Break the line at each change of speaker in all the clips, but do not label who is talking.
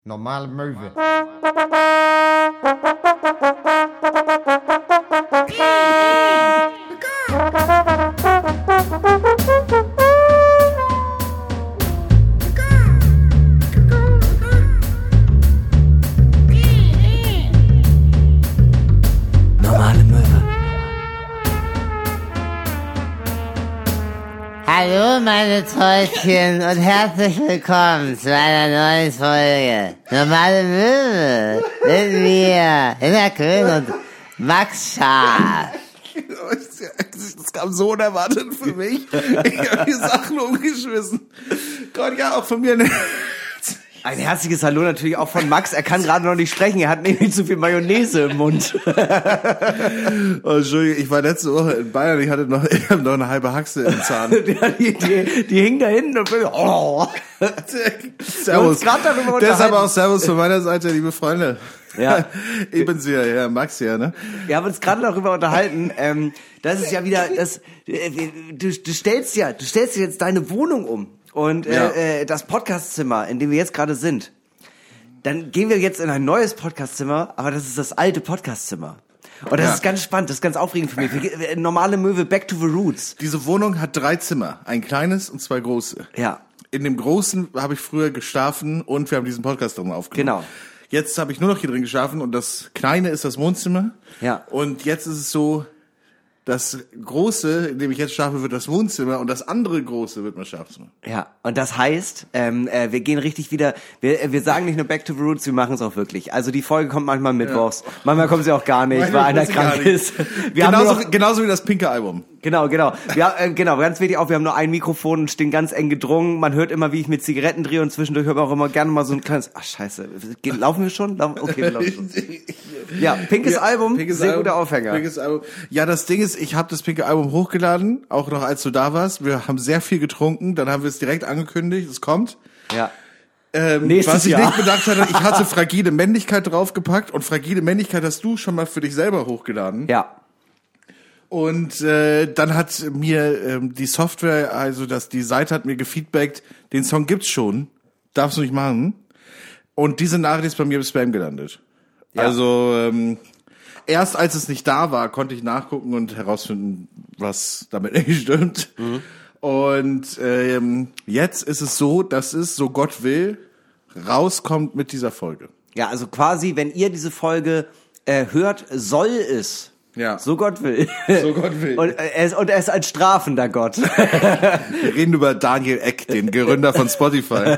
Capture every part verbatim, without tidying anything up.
Normale Möwe.
Normale Möwe.
Hallo meine Täubchen und herzlich willkommen zu einer neuen Folge Normale Möwe mit mir, Hinner Köhn und Max Scharf.
Das kam so unerwartet für mich. Ich habe die Sachen umgeschmissen. Gott, ja, auch von mir.
Ein herzliches Hallo natürlich auch von Max. Er kann gerade noch nicht sprechen. Er hat nämlich zu viel Mayonnaise im Mund.
Oh, Entschuldigung, ich war letzte Woche in Bayern. Ich hatte noch, ich habe noch eine halbe Haxe im Zahn.
die, die, die hing da hinten und will, oh.
Servus.
Darüber
Deshalb auch Servus von meiner Seite, liebe Freunde.
Ja.
Ich bin's wieder, ja, Max hier, ne?
Wir haben uns gerade darüber unterhalten. Ähm, das ist ja wieder, das, du, du stellst ja, du stellst jetzt deine Wohnung um. Und äh,
ja.
äh, das Podcastzimmer, in dem wir jetzt gerade sind, dann gehen wir jetzt in ein neues Podcastzimmer, aber das ist das alte Podcastzimmer. Und das
ja.
ist ganz spannend, das ist ganz aufregend für mich. Wir, normale Möwe, back to the roots.
Diese Wohnung hat drei Zimmer, ein kleines und zwei große.
Ja.
In dem großen habe ich früher geschlafen und wir haben diesen Podcast drin aufgenommen.
Genau.
Jetzt habe ich nur noch hier drin geschlafen und das kleine ist das Wohnzimmer.
Ja.
Und jetzt ist es so, das große, in dem ich jetzt schlafe, wird das Wohnzimmer und das andere große wird mein Schlafzimmer.
Ja, und das heißt, ähm, äh, wir gehen richtig wieder, wir, äh, wir sagen nicht nur back to the roots, wir machen es auch wirklich. Also die Folge kommt manchmal mittwochs, ja. manchmal kommt sie auch gar nicht, manchmal weil einer krank ist. Wir
genauso,
haben noch,
genauso wie das pinke Album.
Genau, genau. Ja, äh, genau, ganz wichtig auch, wir haben nur ein Mikrofon und stehen ganz eng gedrungen. Man hört immer, wie ich mit Zigaretten drehe und zwischendurch hört man auch immer gerne mal so ein kleines, ach scheiße, Ge- laufen wir schon? Laufen, okay, wir laufen schon. Ja, pinkes ja, Album, pinkes sehr Album, guter Aufhänger.
Pinkes Album. Ja, das Ding ist, ich habe das pinke Album hochgeladen, auch noch als du da warst. Wir haben sehr viel getrunken, dann haben wir es direkt angekündigt, es kommt.
Ja.
Ähm,
Nächstes
was ich
Jahr.
nicht bedacht hatte, ich hatte fragile Männlichkeit draufgepackt und fragile Männlichkeit hast du schon mal für dich selber hochgeladen.
Ja.
Und äh, dann hat mir ähm, die Software, also das die Seite hat mir gefeedbackt, den Song gibt's schon, darfst du nicht machen. Und diese Nachricht ist bei mir im Spam gelandet. Ja. Also ähm, erst als es nicht da war, konnte ich nachgucken und herausfinden, was damit nicht stimmt. Mhm. Und ähm, jetzt ist es so, dass es, so Gott will, rauskommt mit dieser Folge.
Ja, also quasi, wenn ihr diese Folge äh, hört, soll es.
Ja.
So Gott will.
So Gott will.
Und er ist, und er ist ein strafender Gott.
Wir reden über Daniel Ek, den Gründer von Spotify.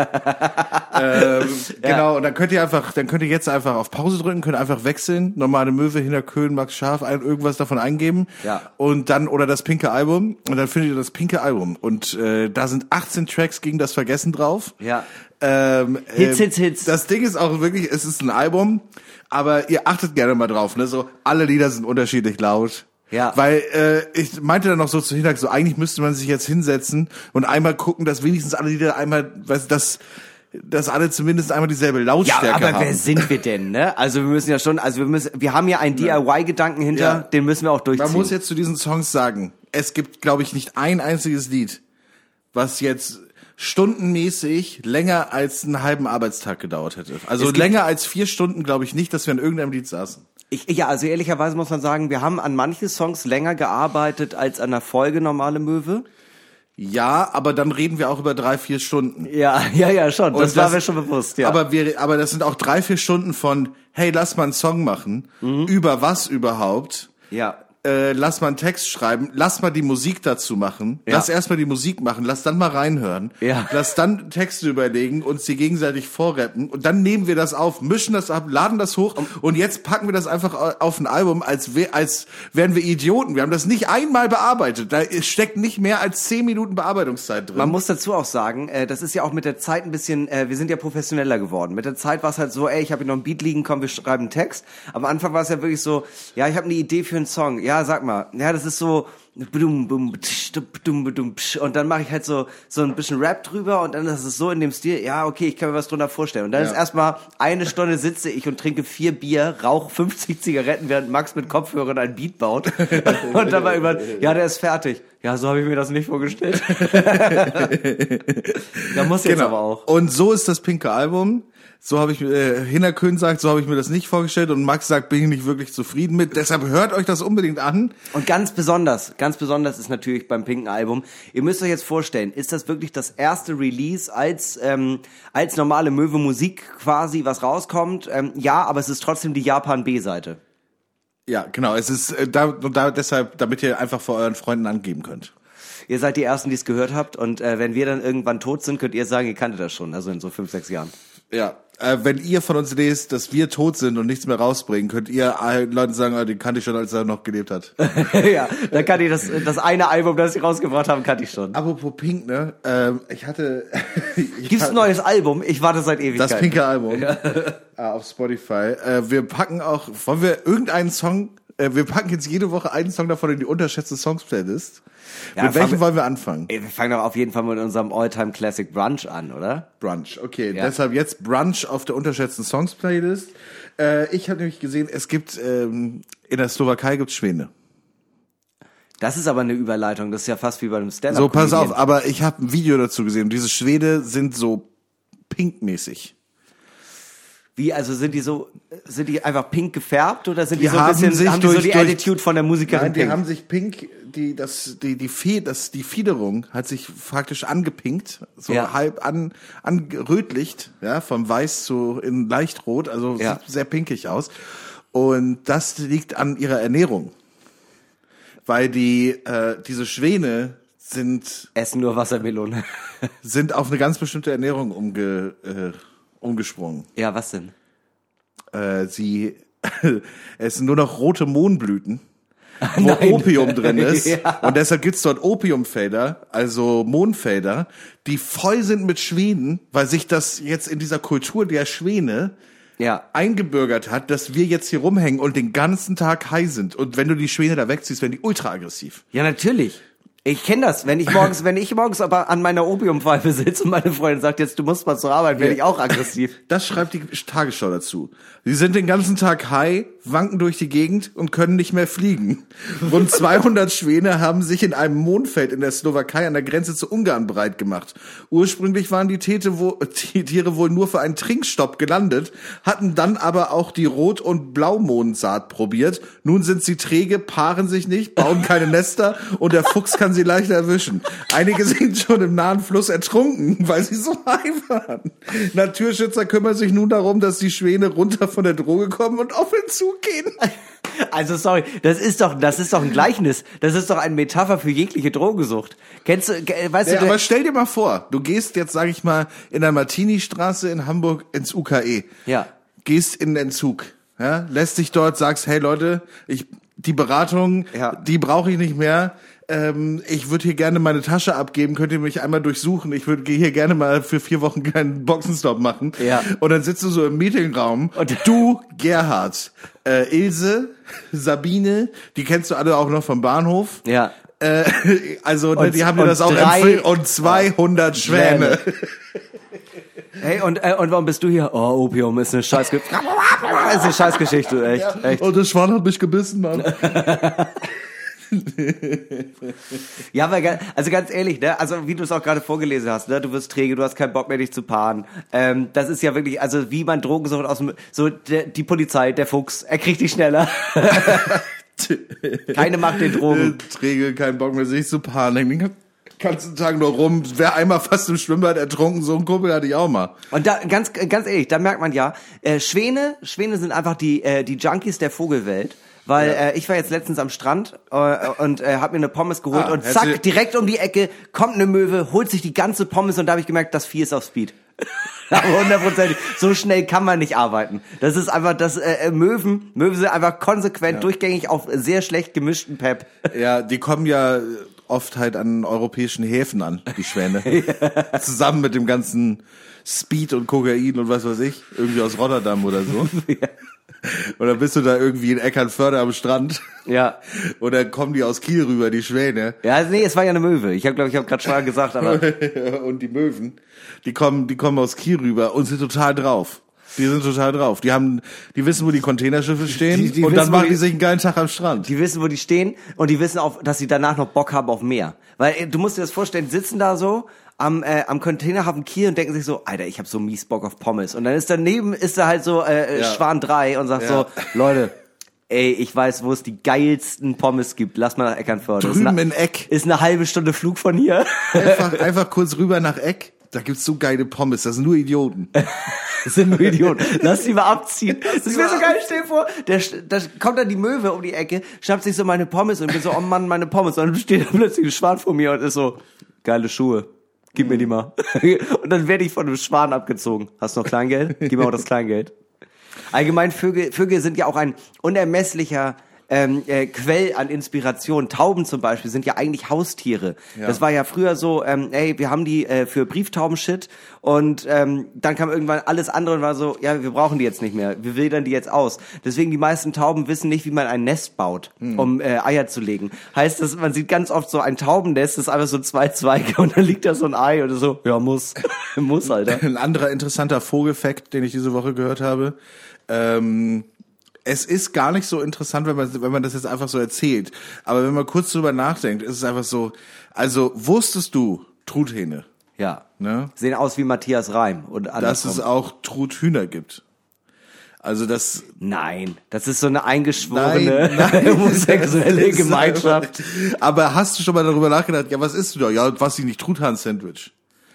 ähm, ja. Genau, und dann könnt ihr einfach, dann könnt ihr jetzt einfach auf Pause drücken, könnt einfach wechseln, Normale Möwe, Hinner Köhn, Max Scharf, ein, irgendwas davon eingeben.
Ja.
Und dann, oder das pinke Album, und dann findet ihr das pinke Album. Und äh, da sind achtzehn Tracks gegen das Vergessen drauf.
Ja.
Ähm,
Hits,
äh,
Hits, Hits.
Das Ding ist auch wirklich, es ist ein Album, aber ihr achtet gerne mal drauf, ne? So, alle Lieder sind unterschiedlich laut.
Ja.
Weil äh, ich meinte dann noch so zu Hinak, so eigentlich müsste man sich jetzt hinsetzen und einmal gucken, dass wenigstens alle Lieder einmal, weißt, dass dass alle zumindest einmal dieselbe Lautstärke haben.
Ja, aber
haben.
wer sind wir denn, ne? Also wir müssen ja schon, also wir müssen, wir haben ja einen D I Y-Gedanken hinter, ja. Den müssen wir auch durchziehen.
Man muss jetzt zu diesen Songs sagen, es gibt, glaube ich, nicht ein einziges Lied, was jetzt stundenmäßig länger als einen halben Arbeitstag gedauert hätte. Also länger als vier Stunden glaube ich nicht, dass wir an irgendeinem Lied saßen.
Ich, ja, also ehrlicherweise muss man sagen, wir haben an manchen Songs länger gearbeitet als an der Folge Normale Möwe.
Ja, aber dann reden wir auch über drei, vier Stunden.
Ja, ja, ja, schon. Das,
das
war mir schon bewusst, ja.
Aber wir, aber das sind auch drei, vier Stunden von, hey, lass mal einen Song machen. Mhm. Über was überhaupt?
Ja.
Äh, lass mal einen Text schreiben, lass mal die Musik dazu machen,
ja.
lass erstmal die Musik machen, lass dann mal reinhören,
ja.
lass dann Texte überlegen, uns die gegenseitig vorrappen und dann nehmen wir das auf, mischen das ab, laden das hoch und, und jetzt packen wir das einfach auf ein Album, als, wär, als wären wir Idioten. Wir haben das nicht einmal bearbeitet, da steckt nicht mehr als zehn Minuten Bearbeitungszeit drin.
Man muss dazu auch sagen, äh, das ist ja auch mit der Zeit ein bisschen, äh, wir sind ja professioneller geworden. Mit der Zeit war es halt so, ey, ich habe hier noch ein Beat liegen, komm, wir schreiben einen Text. Am Anfang war es ja wirklich so, ja, ich habe eine Idee für einen Song, ja, sag mal, ja, das ist so und dann mache ich halt so so ein bisschen Rap drüber und dann ist es so in dem Stil, ja, okay, ich kann mir was drunter vorstellen. Und dann ja. ist erstmal eine Stunde sitze ich und trinke vier Bier, rauche fünfzig Zigaretten, während Max mit Kopfhörern ein Beat baut. Und dann war irgendwann, ja, der ist fertig. Ja, so habe ich mir das nicht vorgestellt. Da muss jetzt
genau.
aber auch.
Und so ist das pinke Album. So habe ich mir, äh, Hinnerkön sagt, so habe ich mir das nicht vorgestellt und Max sagt, bin ich nicht wirklich zufrieden mit. Deshalb hört euch das unbedingt an.
Und ganz besonders, ganz besonders ist natürlich beim pinken Album, ihr müsst euch jetzt vorstellen, ist das wirklich das erste Release als ähm, als normale Möwe Musik quasi, was rauskommt? Ähm, ja, aber es ist trotzdem die Japan B-Seite.
Ja, genau. Es ist äh, da, da deshalb, damit ihr einfach vor euren Freunden angeben könnt.
Ihr seid die Ersten, die es gehört habt und äh, wenn wir dann irgendwann tot sind, könnt ihr sagen, ihr kanntet das schon, also in so fünf, sechs Jahren.
Ja, äh, wenn ihr von uns lest, dass wir tot sind und nichts mehr rausbringen, könnt ihr allen Leuten sagen, oh, den kannte ich schon, als er noch gelebt hat.
Ja, dann kann ich das, das eine Album, das sie rausgebracht haben, kannte ich schon.
Apropos Pink, ne? Ähm, ich hatte... ich
Gibt's ein neues Album? Ich warte seit Ewigkeiten.
Das pinke Album. Ja. ah, auf Spotify. Äh, wir packen auch... Wollen wir irgendeinen Song... Äh, wir packen jetzt jede Woche einen Song davon in die unterschätzte Songs-Playlist. Ja, mit welchem wir, wollen wir anfangen?
Ey, wir fangen doch auf jeden Fall mit unserem All-Time Classic Brunch an, oder?
Brunch, okay. Ja. Deshalb jetzt Brunch auf der unterschätzten Songs-Playlist. Äh, ich habe nämlich gesehen, es gibt ähm, in der Slowakei gibt's Schwäne.
Das ist aber eine Überleitung. Das ist ja fast wie bei einem Stand-Up.
So, pass auf, aber ich habe ein Video dazu gesehen. Diese Schwäne sind so pinkmäßig.
Wie, also sind die so, sind die einfach pink gefärbt oder sind die,
die
so ein bisschen,
sich
haben die
durch,
so die
durch,
Attitude von der Musikerin
nein, die
pink?
haben sich pink, die, das, die, die Fee, das, die Fiederung hat sich faktisch angepinkt, so
ja.
halb an, angerötlicht, ja, vom Weiß zu in leicht rot, also
ja.
sieht sehr pinkig aus. Und das liegt an ihrer Ernährung. Weil die, äh, diese Schwäne sind,
essen nur Wassermelone.
sind auf eine ganz bestimmte Ernährung umge, äh, umgesprungen.
Ja, was denn?
Äh, sie essen nur noch rote Mohnblüten, wo
Nein.
Opium drin ist.
Ja.
Und deshalb gibt's dort Opiumfelder, also Mohnfelder, die voll sind mit Schwänen, weil sich das jetzt in dieser Kultur der Schwäne
ja.
eingebürgert hat, dass wir jetzt hier rumhängen und den ganzen Tag high sind. Und wenn du die Schwäne da wegziehst, werden die ultra aggressiv.
Ja, natürlich. Ich kenne das, wenn ich morgens, wenn ich morgens aber an meiner Opiumpfeife sitze und meine Freundin sagt, jetzt du musst mal zur Arbeit, werde ich auch aggressiv.
Das schreibt die Tagesschau dazu. Sie sind den ganzen Tag high, wanken durch die Gegend und können nicht mehr fliegen. Rund zweihundert Schwäne haben sich in einem Mondfeld in der Slowakei an der Grenze zu Ungarn breit gemacht. Ursprünglich waren die, Täte wo, die Tiere wohl nur für einen Trinkstopp gelandet, hatten dann aber auch die Rot- und Blaumohnsaat probiert. Nun sind sie träge, paaren sich nicht, bauen keine Nester und der Fuchs kann sie leichter erwischen. Einige sind schon im nahen Fluss ertrunken, weil sie so high waren. Naturschützer kümmern sich nun darum, dass die Schwäne runter von der Droge kommen und auf den Zug gehen.
Also sorry, das ist doch, das ist doch ein Gleichnis. Das ist doch eine Metapher für jegliche Drogensucht. Kennst du, weißt
ja,
du?
Aber stell dir mal vor, du gehst jetzt, sag ich mal, in der Martini-Straße in Hamburg ins U K E.
Ja.
Gehst in den Zug, ja, lässt dich dort, sagst, hey Leute, ich, die Beratung,
ja.
die brauche ich nicht mehr. Ähm, ich würde hier gerne meine Tasche abgeben, könnt ihr mich einmal durchsuchen. Ich würde hier gerne mal für vier Wochen keinen Boxenstopp machen.
Ja.
Und dann sitzt du so im Meetingraum. Und du, Gerhard, äh, Ilse, Sabine, die kennst du alle auch noch vom Bahnhof.
Ja.
Äh, also
und,
die haben mir das auch
drei,
empfohlen. Und zweihundert Schwäne.
Hey, und, äh, und warum bist du hier? Oh, Opium ist eine Scheiß, ist eine Scheißgeschichte, echt,
Ja.
echt.
Und das Schwan hat mich gebissen, Mann.
Ja, aber also ganz ehrlich, ne, also wie du es auch gerade vorgelesen hast, ne, du wirst träge, du hast keinen Bock mehr, dich zu paaren. Ähm, das ist ja wirklich, also wie man Drogensucht aus dem, so der, die Polizei, der Fuchs, er kriegt dich schneller. Keine Macht den Drogen.
Träge, keinen Bock mehr, sich zu paaren. Den ganzen Tag nur rum. Wer einmal fast im Schwimmbad ertrunken, so ein Kumpel hatte ich auch mal. Und
da ganz ganz ehrlich, da merkt man ja, äh, Schwäne, Schwäne sind einfach die äh, die Junkies der Vogelwelt. Weil ja. äh, ich war jetzt letztens am Strand äh, und äh, habe mir eine Pommes geholt ah, und zack, direkt um die Ecke kommt eine Möwe, holt sich die ganze Pommes und da habe ich gemerkt, das Vieh ist auf Speed. Aber hundertprozentig, so schnell kann man nicht arbeiten. Das ist einfach, das äh, Möwen, Möwen sind einfach konsequent, ja. durchgängig auf sehr schlecht gemischten Pep.
Ja, die kommen ja oft halt an europäischen Häfen an, die Schwäne. Ja. Zusammen mit dem ganzen Speed und Kokain und was weiß ich, irgendwie aus Rotterdam oder so. Ja. Und dann bist du da irgendwie in Eckernförde am Strand.
Ja.
Und dann kommen die aus Kiel rüber, die Schwäne.
Ja, nee, es war ja eine Möwe. Ich habe glaube ich habe gerade schon gesagt, aber
und die Möwen, die kommen, die kommen aus Kiel rüber und sind total drauf. Die sind total drauf. Die haben, die wissen, wo die Containerschiffe stehen
Die- die
und
wissen,
dann
wo
machen
die-
die sich einen geilen Tag am Strand.
Die wissen, wo die stehen und die wissen auch, dass sie danach noch Bock haben auf mehr. Weil äh, du musst dir das vorstellen, die sitzen da so am äh, am Containerhafen Kiel und denken sich so, Alter, ich hab so mies Bock auf Pommes. Und dann ist daneben ist da halt so äh,
Ja.
Schwan drei und sagt
Ja.
so, Leute, ey, ich weiß, wo es die geilsten Pommes gibt. Lass mal nach Eckernförde.
Drüben
ist eine,
in Eck.
Ist eine halbe Stunde Flug von hier.
Einfach, einfach kurz rüber nach Eck. Da gibt's so geile Pommes. Das sind nur Idioten.
Das sind nur Idioten. Lass die mal abziehen. Das wäre so geil, stell dir vor, der, da kommt dann die Möwe um die Ecke, schnappt sich so meine Pommes und ich bin so, oh Mann, meine Pommes. Und dann steht da plötzlich ein Schwan vor mir und ist so, geile Schuhe. Gib mir die mal. Und dann werde ich von einem Schwan abgezogen. Hast du noch Kleingeld? Gib mir auch das Kleingeld. Allgemein, Vögel, Vögel sind ja auch ein unermesslicher ähm, äh, Quell an Inspiration. Tauben zum Beispiel sind ja eigentlich Haustiere.
Ja.
Das war ja früher so, ähm, ey, wir haben die äh, für Brieftauben-Shit und ähm, dann kam irgendwann alles andere und war so, ja, wir brauchen die jetzt nicht mehr, wir wildern die jetzt aus. Deswegen die meisten Tauben wissen nicht, wie man ein Nest baut,
Hm.
um äh, Eier zu legen. Heißt das, man sieht ganz oft so ein Taubennest, das ist einfach so zwei Zweige und dann liegt da so ein Ei oder so, ja, muss, muss, Alter.
Ein anderer interessanter Vogelfakt, den ich diese Woche gehört habe. Ähm, es ist gar nicht so interessant, wenn man, wenn man das jetzt einfach so erzählt. Aber wenn man kurz drüber nachdenkt, ist es einfach so, also wusstest du, Truthähne,
Ja.
ne?
Sehen aus wie Matthias Reim und
dass
andersrum.
es auch Truthühner gibt. Also das...
Nein, das ist so eine eingeschworene
Nein, nein,
homosexuelle
das ist
Gemeinschaft.
einfach- Aber hast du schon mal darüber nachgedacht, ja, was isst du da? Ja, was sie nicht, Truthahn-Sandwich.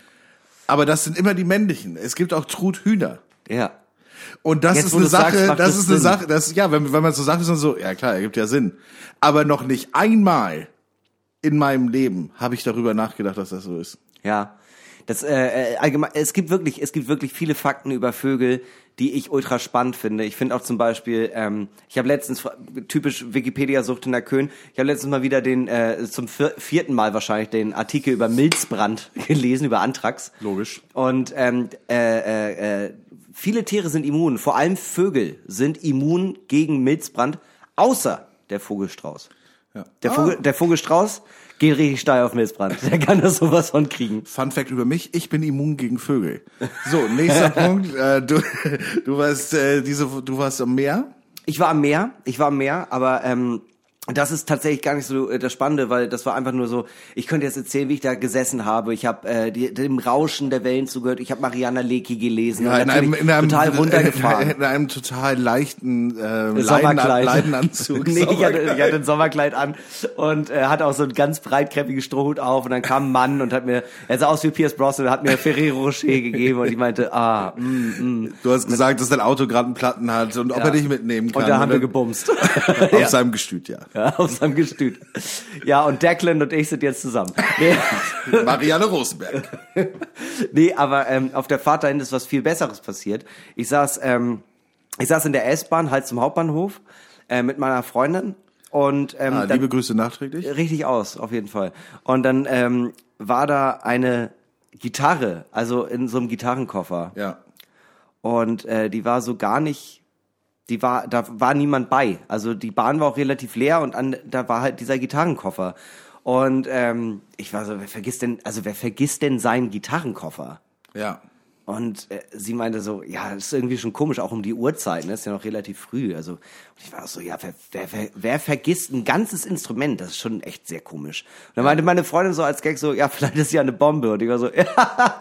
Aber das sind immer die männlichen. Es gibt auch Truthühner.
Ja.
Und das
Jetzt,
ist
wo
eine
du's sagst,
Sache,
macht
das
das
ist eine
Sinn.
Sache, das, ja, wenn, wenn man so sagt, ist dann so, ja klar, ergibt ja Sinn. Aber noch nicht einmal in meinem Leben habe ich darüber nachgedacht, dass das so ist.
Ja. Das äh, äh, allgemein, es gibt wirklich, es gibt wirklich viele Fakten über Vögel, die ich ultra spannend finde. Ich finde auch zum Beispiel, ähm, ich habe letztens typisch Wikipedia-Sucht in der Köhn, ich habe letztens mal wieder den äh, zum vier, vierten Mal wahrscheinlich den Artikel über Milzbrand gelesen, über Anthrax.
Logisch.
Und ähm, äh, äh, äh, viele Tiere sind immun, vor allem Vögel sind immun gegen Milzbrand, außer der Vogelstrauß.
Ja.
Der,
Ah.
Vogel, der Vogelstrauß geht richtig steil auf Milzbrand. Der kann das sowas von kriegen.
Fun Fact über mich, ich bin immun gegen Vögel. So, nächster Punkt, äh, du, du warst, äh, diese, du warst am Meer.
Ich war am Meer, ich war am Meer, aber ähm, das ist tatsächlich gar nicht so äh, das Spannende, weil das war einfach nur so, ich könnte jetzt erzählen, wie ich da gesessen habe. Ich habe äh, die, dem Rauschen der Wellen zugehört. Ich habe Mariana Lecki gelesen
Ja,
und
in
natürlich
einem, in einem,
total runtergefahren.
In einem total leichten äh, Leiden,
Sommerkleid.
Leidenanzug.
Nee, ich hatte, ich hatte ein Sommerkleid an und äh, hatte auch so einen ganz breitkreppigen Strohhut auf und dann kam ein Mann und hat mir, er sah aus wie Pierce Brosnan und hat mir Ferrero Rocher gegeben und ich meinte, ah, mm, mm.
Du hast gesagt, dass dein Auto gerade einen Platten hat und ob
Ja.
er dich mitnehmen kann.
Und da haben wir
Oder-
gebumst.
Auf seinem Gestüt, ja.
Ja, auf seinem Gestüt. Ja, und Declan und ich sind jetzt zusammen. Nee,
Marianne Rosenberg.
nee aber ähm, auf der Fahrt dahin ist was viel Besseres passiert. Ich saß, ähm, ich saß in der S-Bahn, halt zum Hauptbahnhof, äh, mit meiner Freundin und ähm,
Ah,
dann,
liebe Grüße nachträglich.
richtig aus, auf jeden Fall. Und dann ähm, war da eine Gitarre, also in so einem Gitarrenkoffer.
Ja.
Und äh, die war so gar nicht, die war, da war niemand bei. Also die Bahn war auch relativ leer und an, da war halt dieser Gitarrenkoffer. Und ähm, ich war so, wer vergisst denn, also wer vergisst denn seinen Gitarrenkoffer?
Ja.
Und äh, sie meinte so, ja, das ist irgendwie schon komisch, auch um die Uhrzeit, ne? Ist ja noch relativ früh. Also und ich war so, ja, wer, wer, wer, wer vergisst ein ganzes Instrument? Das ist schon echt sehr komisch. Und dann meinte meine Freundin so als Gag so, ja, vielleicht ist ja eine Bombe. Und ich war so, ja,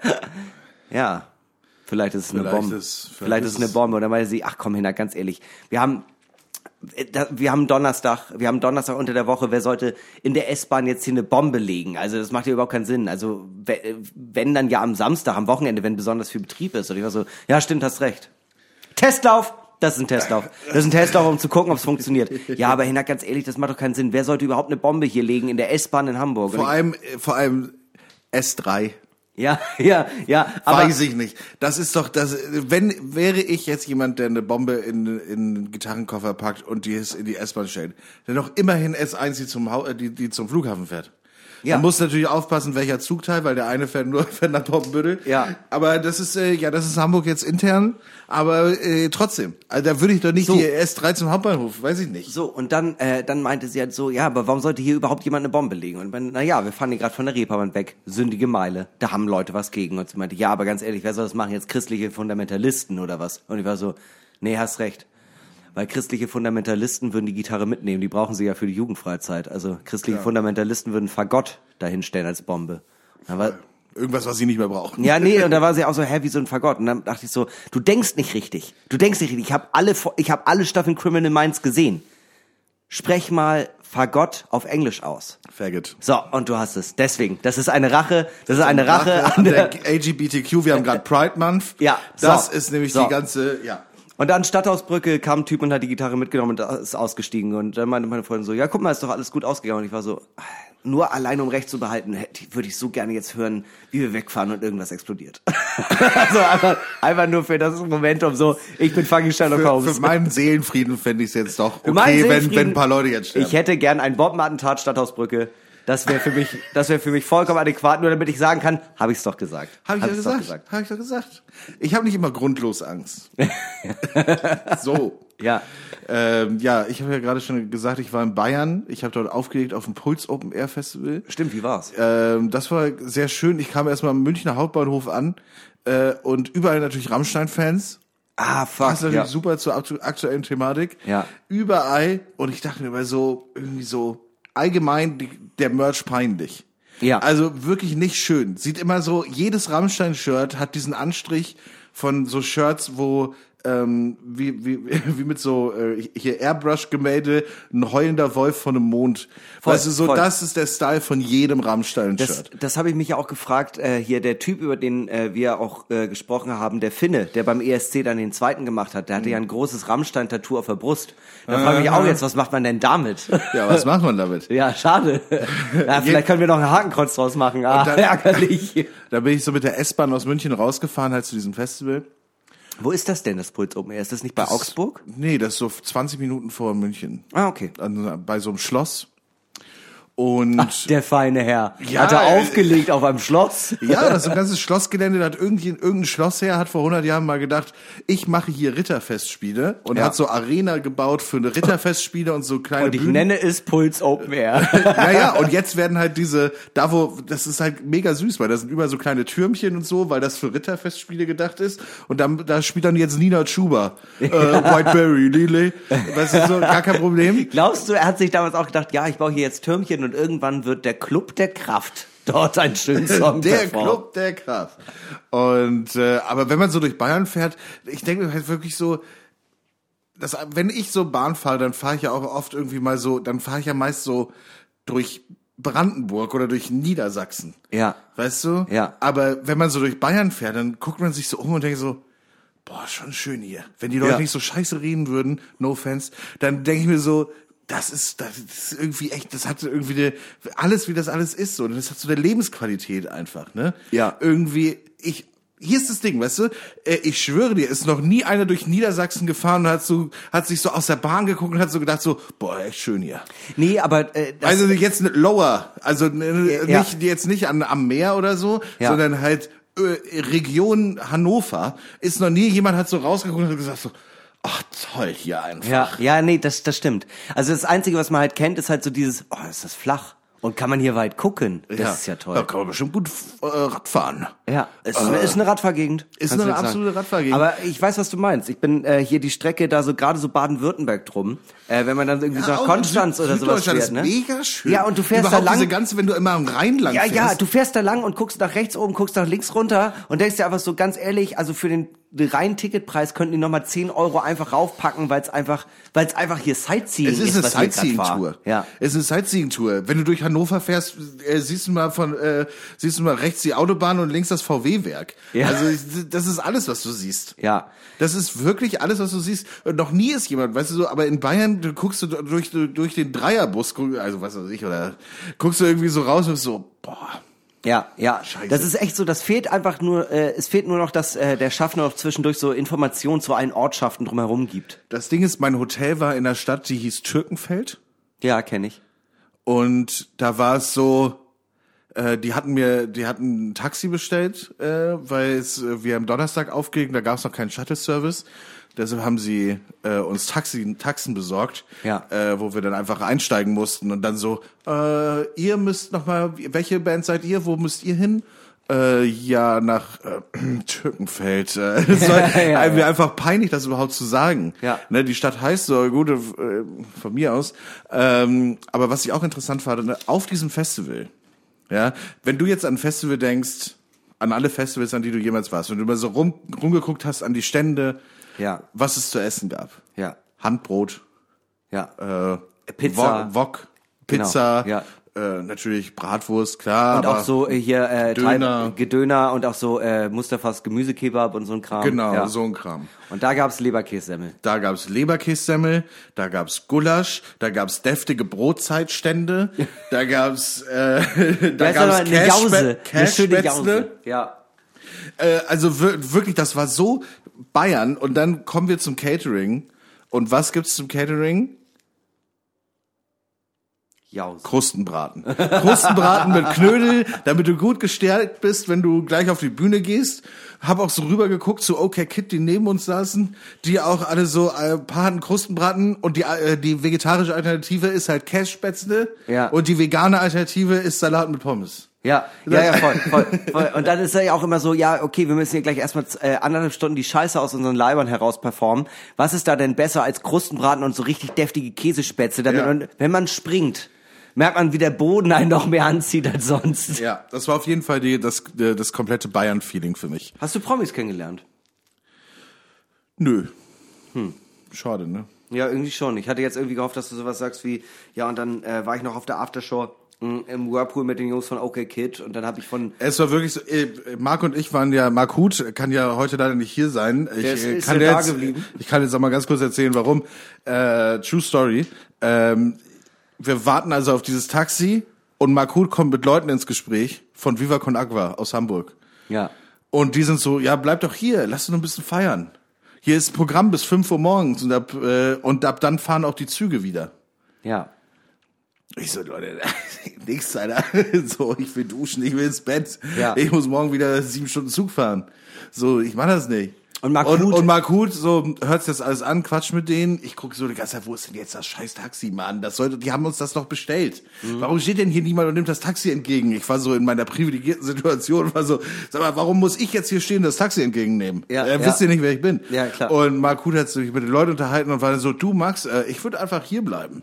ja, vielleicht ist es eine
Vielleicht
Bombe.
ist- vielleicht
vielleicht ist es
ist
eine
es-
Bombe. Und dann meinte sie, ach komm, Hinner, ganz ehrlich, wir haben da- wir haben Donnerstag, wir haben Donnerstag unter der Woche, wer sollte in der S-Bahn jetzt hier eine Bombe legen? Also das macht ja überhaupt keinen Sinn. Also we- wenn dann ja am Samstag, am Wochenende, wenn besonders viel Betrieb ist. Und ich war so, ja stimmt, hast recht. Testlauf! Das ist ein Testlauf. Das ist ein Testlauf, um zu gucken, ob es funktioniert. Ja, aber Hinak, ganz ehrlich, das macht doch keinen Sinn. Wer sollte überhaupt eine Bombe hier legen in der S-Bahn in Hamburg? Und
Vor allem, vor allem S drei.
ja, ja, ja. Aber
Weiß ich nicht. Das ist doch das. Wenn wäre ich jetzt jemand, der eine Bombe in in einen Gitarrenkoffer packt und die es in die S-Bahn stellt, der doch immerhin S eins, die zum Hau- die, die zum Flughafen fährt.
Ja.
Man muss natürlich aufpassen, welcher Zugteil, weil der eine fährt nur fährt nach Poppenbüttel.
Ja.
Aber das ist, äh, ja, das ist Hamburg jetzt intern, aber äh, trotzdem. Also da würde ich doch nicht
So.
die S dreizehn Hauptbahnhof, weiß ich nicht.
So, und dann, äh, dann meinte sie halt so, ja, aber warum sollte hier überhaupt jemand eine Bombe legen? Und ich meine, na ja, wir fahren hier gerade von der Reeperbahn weg, sündige Meile, da haben Leute was gegen. Und sie meinte, ja, aber ganz ehrlich, wer soll das machen? Jetzt christliche Fundamentalisten oder was? Und ich war so, nee, hast recht. Weil christliche Fundamentalisten würden die Gitarre mitnehmen, die brauchen sie ja für die Jugendfreizeit. Also christliche
Ja.
Fundamentalisten würden Fagott dahinstellen als Bombe. Dann war,
Irgendwas, was sie nicht mehr brauchen.
ja, nee, und da war sie auch so, hä, wie so ein Fagott. Und dann dachte ich so, du denkst nicht richtig. Du denkst nicht richtig. Ich habe alle, ich habe alle Staffeln Criminal Minds gesehen. Sprech mal Fagott auf Englisch aus.
Faggot.
So, und du hast es. Deswegen, das ist eine Rache, das ist eine Rache
an der L G B T Q. Wir haben gerade Pride Month.
Ja,
Das
so.
ist nämlich
So.
die ganze, ja.
Und dann Stadthausbrücke kam ein Typ und hat die Gitarre mitgenommen und ist ausgestiegen. Und dann meinte meine Freundin so, ja, guck mal, ist doch alles gut ausgegangen. Und ich war so, nur allein um Recht zu behalten, hätte- würde ich so gerne jetzt hören, wie wir wegfahren und irgendwas explodiert. Also einfach, einfach nur für das Momentum so, ich bin fucking Sherlock
Für,
Holmes.
für meinen Seelenfrieden fände ich es jetzt doch
Für meinen
okay, wenn,
Seelenfrieden-
wenn ein paar Leute jetzt sterben.
Ich hätte gern ein Bombenattentat Stadthausbrücke. Das wäre für mich, das wäre für mich vollkommen adäquat, nur damit ich sagen kann, habe ich's doch gesagt.
Habe ich
Hab
ja
ich's
gesagt.
doch gesagt.
Habe ich doch gesagt. Ich habe nicht immer grundlos Angst. So.
Ja.
Ähm, ja, ich habe ja gerade schon gesagt, ich war in Bayern. Ich habe dort aufgelegt auf dem Puls Open Air Festival.
Stimmt, wie war's?
Ähm, das war sehr schön. Ich kam erstmal am Münchner Hauptbahnhof an äh, und überall natürlich Rammstein-Fans.
Ah, fuck.
Das ist natürlich
Ja.
super zur aktu- aktuellen Thematik.
Ja.
Überall. Und ich dachte mir bei so, irgendwie so, allgemein die, der Merch peinlich.
Ja.
Also wirklich nicht schön. Sieht immer so, jedes Rammstein-Shirt hat diesen Anstrich von so Shirts, wo ähm, wie, wie, wie mit so äh, hier Airbrush-Gemälde, ein heulender Wolf von einem Mond.
Voll,
weißt du, so
voll.
das ist der Style von jedem
Das,
Rammstein-Shirt.
das habe ich mich ja auch gefragt, äh, hier der Typ, über den äh, wir auch äh, gesprochen haben, der Finne, der beim E S C dann den zweiten gemacht hat, der hatte ja ein großes Rammstein-Tattoo auf der Brust. Da frage ich mich auch jetzt, was macht man denn damit?
Ja, was macht man damit?
Ja, schade. Ja, vielleicht können wir noch ein Hakenkreuz draus machen. Ah,
dann-
ärgerlich.
Da bin ich so mit der S-Bahn aus München rausgefahren, halt zu diesem Festival.
Wo ist das denn, das Puls Open Air? Ist das nicht bei Augsburg?
Nee, das ist so zwanzig Minuten vor München.
Ah, okay.
An, bei so einem Schloss. Und
Der feine Herr.
Ja,
hat er
äh,
aufgelegt auf einem Schloss?
ja, das ist ein ganzes Schlossgelände. Da hat irgendein, irgendein Schlossherr hat vor hundert Jahren mal gedacht, ich mache hier Ritterfestspiele und
Ja.
hat so Arena gebaut für eine Ritterfestspiele und so kleine
Und ich
Bühnen.
nenne es Puls Open Air.
Naja, und jetzt werden halt diese, da wo, das ist halt mega süß, weil da sind überall so kleine Türmchen und so, weil das für Ritterfestspiele gedacht ist. Und dann, da spielt dann jetzt Nina Chuba, äh, Whiteberry, Lily. Weißt du, so, gar kein Problem.
Glaubst du, er hat sich damals auch gedacht, ja, ich baue hier jetzt Türmchen und irgendwann wird der Club der Kraft dort einen schönen Song
Der
performen.
Club der Kraft. Und, äh, aber wenn man so durch Bayern fährt, ich denke mir halt wirklich so, dass, wenn ich so Bahn fahre, dann fahre ich ja auch oft irgendwie mal so, dann fahre ich ja meist so durch Brandenburg oder durch Niedersachsen.
Ja.
Weißt du?
Ja.
Aber wenn man so durch Bayern fährt, dann guckt man sich so um und denkt so, boah, schon schön hier. Wenn die Leute
Ja.
nicht so scheiße reden würden, no offense, dann denke ich mir so, das ist, das ist irgendwie echt, das hat irgendwie eine, alles, wie das alles ist, so, das hat so eine Lebensqualität einfach, ne?
Ja.
Irgendwie, ich, hier ist das Ding, weißt du, äh, ich schwöre dir, ist noch nie einer durch Niedersachsen gefahren und hat so, hat sich so aus der Bahn geguckt und hat so gedacht so, boah, echt schön hier.
Nee, aber äh, das,
Also jetzt ne- lower, also ne,
Ja.
nicht jetzt nicht an, am Meer oder so,
Ja.
sondern halt äh, Region Hannover, ist noch nie jemand hat so rausgeguckt und hat gesagt so, ach toll hier einfach.
ja, ja, nee, das, das stimmt. Also das Einzige, was man halt kennt, ist halt so dieses, oh, ist das flach. Und kann man hier weit gucken? Das ist ja toll.
Da kann man bestimmt gut äh, Radfahren.
Ja, es ist, ist eine Radfahrgegend.
Ist
kannst
eine
du jetzt
absolute
sagen.
Radfahrgegend.
Aber ich weiß, was du meinst. Ich bin äh, hier die Strecke da so gerade so Baden-Württemberg drum. Äh, wenn man dann irgendwie so nach
auch
Konstanz
Süd-
oder sowas
Süddeutschland
fährt, ne?
ist mega schön.
Ja, und du fährst
Überhaupt
da lang.
diese ganze, wenn du immer am Rheinland
Ja,
fährst.
ja, du fährst da lang und guckst nach rechts oben, guckst nach links runter und denkst dir einfach so ganz ehrlich, also für den reinen Ticketpreis könnten die nochmal zehn Euro einfach raufpacken, weil es einfach, weil es einfach hier Sightseeing
Es ist eine
was wir grad
Sightseeing-Tour.
fahren. Ja.
Es ist eine Sightseeing-Tour. Wenn du durch Hannover fährst, äh, siehst du mal von, äh, siehst du mal rechts die Autobahn und links das V W-Werk.
Ja.
Also ich- das ist alles, was du siehst.
Ja.
Das ist wirklich alles, was du siehst. Und noch nie ist jemand, weißt du so, aber in Bayern, du guckst du durch, durch den Dreierbus, also was weiß ich, oder guckst du irgendwie so raus und bist so, boah.
Ja, ja.
Scheiße.
Das ist echt so, das fehlt einfach nur, äh, es fehlt nur noch, dass äh, der Schaffner noch zwischendurch so Informationen zu allen Ortschaften drumherum gibt.
Das Ding ist, mein Hotel war in einer Stadt, die hieß Türkenfeld.
Ja, kenne ich.
Und da war es so, Äh, die hatten mir, die hatten ein Taxi bestellt, äh, weil es, äh, wir am Donnerstag aufgelegen, da gab es noch keinen Shuttle-Service. Deshalb haben sie äh, uns Taxi, Taxen besorgt,
ja.
äh, wo wir dann einfach einsteigen mussten und dann so, äh, ihr müsst noch mal, welche Band seid ihr, wo müsst ihr hin? Äh, ja, nach äh, Türkenfeld. Äh, es war ja, ja, mir ja. einfach peinlich, das überhaupt zu sagen.
Ja.
Ne, die Stadt heißt so, gut, äh, von mir aus. Ähm, aber was ich auch interessant fand, ne, auf diesem Festival, ja, wenn du jetzt an ein Festival denkst, an alle Festivals, an die du jemals warst, wenn du mal so rum, rumgeguckt hast an die Stände,
ja.
was es zu essen gab.
Ja.
Handbrot.
Ja.
Äh,
Pizza.
Wok, Wok Pizza.
Genau. Ja.
Äh, natürlich Bratwurst, klar.
Und auch so äh, hier äh,
Döner.
Teig, Gedöner und auch so äh, Mustafas Gemüsekebab und so ein Kram.
Genau,
ja.
so ein Kram.
Und da gab's Leberkässemmel.
Da gab's Leberkässemmel, da gab's Gulasch, da gab's deftige Brotzeitstände, da gab's äh, da gab's
eine Jause, eine schöne
Kässpätzle.
Jause. Ja.
Äh, also wir, wirklich, das war so Bayern. Und dann kommen wir zum Catering. Und was gibt's zum Catering?
Jause.
Krustenbraten. Krustenbraten mit Knödel, damit du gut gestärkt bist, wenn du gleich auf die Bühne gehst. Hab auch so rüber geguckt zu OK Kid, die neben uns saßen, die auch alle so ein äh, paar hatten Krustenbraten und die äh, die vegetarische Alternative ist halt Kässpätzle
ja.
und die vegane Alternative ist Salat mit Pommes.
Ja, ja, ja, voll, voll, voll. Und dann ist er ja auch immer so, ja, okay, wir müssen hier gleich erstmal äh, anderthalb Stunden die Scheiße aus unseren Leibern heraus performen. Was ist da denn besser als Krustenbraten und so richtig deftige Käsespätzle, damit
ja.
man, wenn man springt, merkt man, wie der Boden einen noch mehr anzieht als sonst.
Ja, das war auf jeden Fall die, das, das komplette Bayern-Feeling für mich.
Hast du Promis kennengelernt?
Nö. Hm. Schade, ne?
Ja, irgendwie schon. Ich hatte jetzt irgendwie gehofft, dass du sowas sagst wie, ja, und dann äh, war ich noch auf der Aftershow im Whirlpool mit den Jungs von OK Kid und dann habe ich von...
Es war wirklich so, äh, Marc und ich waren ja, Marc Huth kann ja heute leider nicht hier sein. Ich,
Der ist, ist
kann
ja
jetzt,
da geblieben.
Ich kann jetzt auch mal ganz kurz erzählen, warum. Äh, True Story. Ähm, wir warten also auf dieses Taxi und Marc Huth kommt mit Leuten ins Gespräch von Viva Con Agua aus Hamburg.
Ja.
Und die sind so, ja, bleib doch hier, lass uns noch ein bisschen feiern. Hier ist Programm bis fünf Uhr morgens und ab, äh, und ab dann fahren auch die Züge wieder.
Ja.
Ich so, Leute, nix, Alter. So, ich will duschen, ich will ins Bett.
Ja.
Ich muss morgen wieder sieben Stunden Zug fahren. So, ich mach das nicht.
Und Marc
und,
Huth,
und Marc Huth, so, hört sich das alles an, quatsch mit denen. Ich gucke so die ganze Zeit, wo ist denn jetzt das scheiß Taxi, Mann? Das sollte, die haben uns das doch bestellt. Mhm. Warum steht denn hier niemand und nimmt das Taxi entgegen? Ich war so in meiner privilegierten Situation, war so, sag mal, warum muss ich jetzt hier stehen, das Taxi entgegennehmen?
Ja,
äh,
ja.
Wisst ihr nicht, wer ich bin?
Ja, klar.
Und Marc Huth hat sich mit den Leuten unterhalten und war dann so, du Max, äh, ich würde einfach hier bleiben.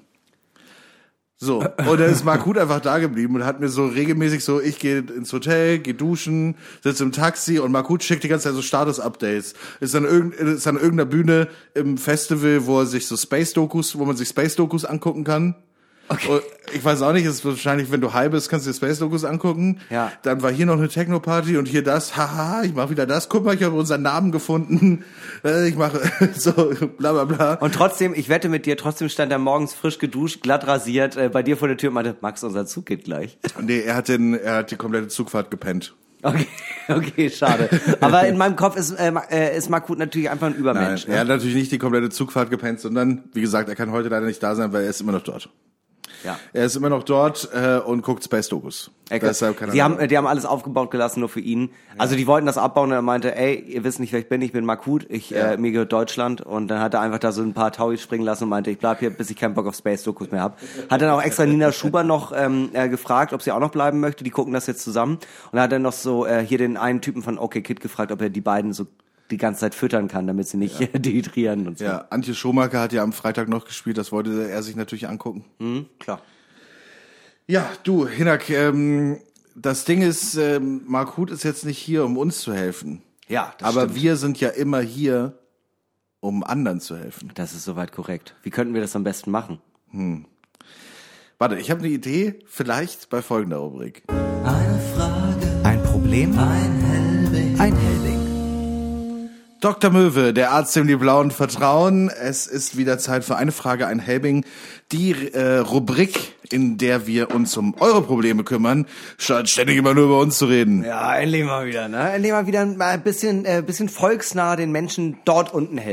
So, und dann ist Marc Huth einfach da geblieben und hat mir so regelmäßig so, ich gehe ins Hotel, gehe duschen, sitze im Taxi und Marc Huth schickt die ganze Zeit so Status-Updates. Ist an, irgend, ist an irgendeiner Bühne im Festival, wo er sich so Space-Dokus, wo man sich Space-Dokus angucken kann. Okay. Und ich weiß auch nicht, es ist wahrscheinlich, wenn du high bist, kannst du dir Space-Dokus angucken.
Ja.
Dann war hier noch eine Techno-Party und hier das, haha, ich mach wieder das, guck mal, ich habe unseren Namen gefunden, ich mache so, bla bla bla.
Und trotzdem, ich wette mit dir, trotzdem stand er morgens frisch geduscht, glatt rasiert, äh, bei dir vor der Tür und meinte, Max, unser Zug geht gleich.
Nee, er hat den, er hat die komplette Zugfahrt gepennt.
Okay, okay, schade. Aber in meinem Kopf ist, äh, ist Marc Huth natürlich einfach ein Übermensch.
Nein,
ne?
er hat natürlich nicht die komplette Zugfahrt gepennt, sondern, wie gesagt, er kann heute leider nicht da sein, weil er ist immer noch dort.
Ja.
Er ist immer noch dort äh, und guckt Space-Dokus.
Deshalb kann er die, haben, die haben alles aufgebaut gelassen, nur für ihn. Ja. Also die wollten das abbauen und er meinte, ey, ihr wisst nicht, wer ich bin, ich bin Marc Huth, ich, ja. äh, mir gehört Deutschland. Und dann hat er einfach da so ein paar Tauis springen lassen und meinte, ich bleib hier, bis ich keinen Bock auf Space-Dokus mehr hab. Hat dann auch extra Nina Schuber noch ähm, äh, gefragt, ob sie auch noch bleiben möchte. Die gucken das jetzt zusammen. Und dann hat er noch so äh, hier den einen Typen von OK Kid gefragt, ob er die beiden so die ganze Zeit füttern kann, damit sie nicht ja. dehydrieren und so.
Ja, Antje Schomaker hat ja am Freitag noch gespielt, das wollte er sich natürlich angucken.
Mhm, klar.
Ja, du, Hinak, ähm, das Ding ist, ähm, Marc Huth ist jetzt nicht hier, um uns zu helfen.
Ja, das
aber
stimmt.
wir sind ja immer hier, um anderen zu helfen.
Das ist soweit korrekt. Wie könnten wir das am besten machen?
Hm. Warte, ich habe eine Idee, vielleicht bei folgender Rubrik.
Eine Frage, ein Problem, ein Helbing, ein Helbing.
Doktor Möwe, der Arzt, dem die Blauen vertrauen. Es ist wieder Zeit für eine Frage, ein Helbing. Die äh, Rubrik, in der wir uns um eure Probleme kümmern, statt ständig immer nur über uns zu reden.
Ja, endlich mal wieder, ne? Endlich mal wieder mal ein bisschen, äh, bisschen volksnah den Menschen dort unten helfen.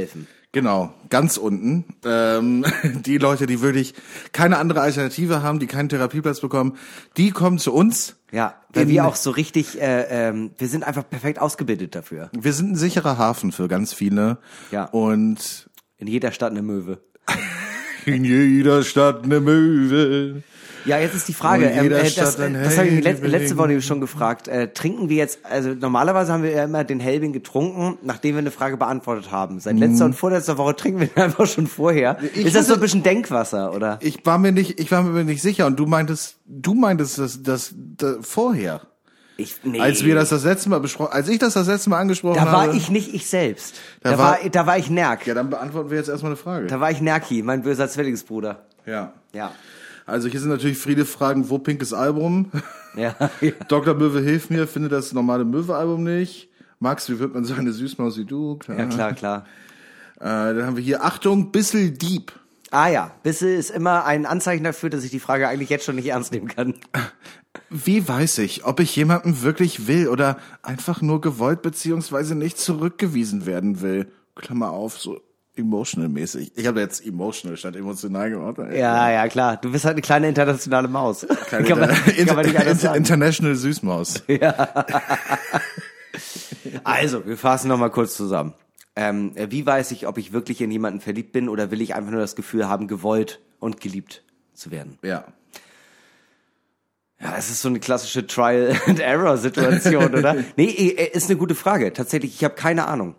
Genau, ganz unten. Ähm, die Leute, die wirklich keine andere Alternative haben, die keinen Therapieplatz bekommen, die kommen zu uns.
Ja, weil
in,
wir auch so richtig, äh, ähm, wir sind einfach perfekt ausgebildet dafür.
Wir sind ein sicherer Hafen für ganz viele.
Ja.
Und
in jeder Stadt eine Möwe.
In jeder Stadt eine Möwe.
Ja, jetzt ist die Frage,
Und jeder
ähm, äh,
Stadt
das,
ein
äh, das habe ich
Held
let, letzte Woche schon gefragt. Äh, trinken wir jetzt, also normalerweise haben wir ja immer den Helbing getrunken, nachdem wir eine Frage beantwortet haben. Seit letzter und vorletzter Woche trinken wir den einfach schon vorher.
Ich
ist das so ein
wusste-
bisschen Denkwasser, oder?
Ich war mir nicht, ich war mir nicht sicher. Und du meintest, du meintest das, das, das vorher.
Ich, nee.
Als wir das das letzte Mal besprochen, als ich das das letzte Mal angesprochen
Da
habe.
war ich nicht ich selbst.
Da
Da,
war-
war, da war ich Nerk.
Ja, dann beantworten wir jetzt erstmal eine Frage.
Da war ich Nerki, mein böser Zwillingsbruder.
Ja.
Ja.
Also hier sind natürlich viele Fragen, wo pinkes Album?
Ja. ja.
Doktor Möwe hilft mir, finde das normale Möwe-Album nicht. Max, wie wird man so eine Süßmaus wie du?
Ja, klar, klar.
Äh, dann haben wir hier, Achtung, bissel Dieb.
Ah ja, Bisse ist immer ein Anzeichen dafür, dass ich die Frage eigentlich jetzt schon nicht ernst nehmen kann.
Wie weiß ich, ob ich jemanden wirklich will oder einfach nur gewollt beziehungsweise nicht zurückgewiesen werden will? Klammer auf, so emotional-mäßig. Ich habe jetzt emotional statt emotional gemacht.
Ja, ja, klar. Du bist halt eine kleine internationale Maus.
Keine,
kann, man, kann man nicht anders
Inter-
sagen.
International Süßmaus.
Also, wir fassen nochmal kurz zusammen. Ähm, wie weiß ich, ob ich wirklich in jemanden verliebt bin oder will ich einfach nur das Gefühl haben, gewollt und geliebt zu werden?
Ja.
Ja, es ist so eine klassische Trial-and-Error-Situation, oder? Nee, ist eine gute Frage. Tatsächlich, ich habe keine Ahnung.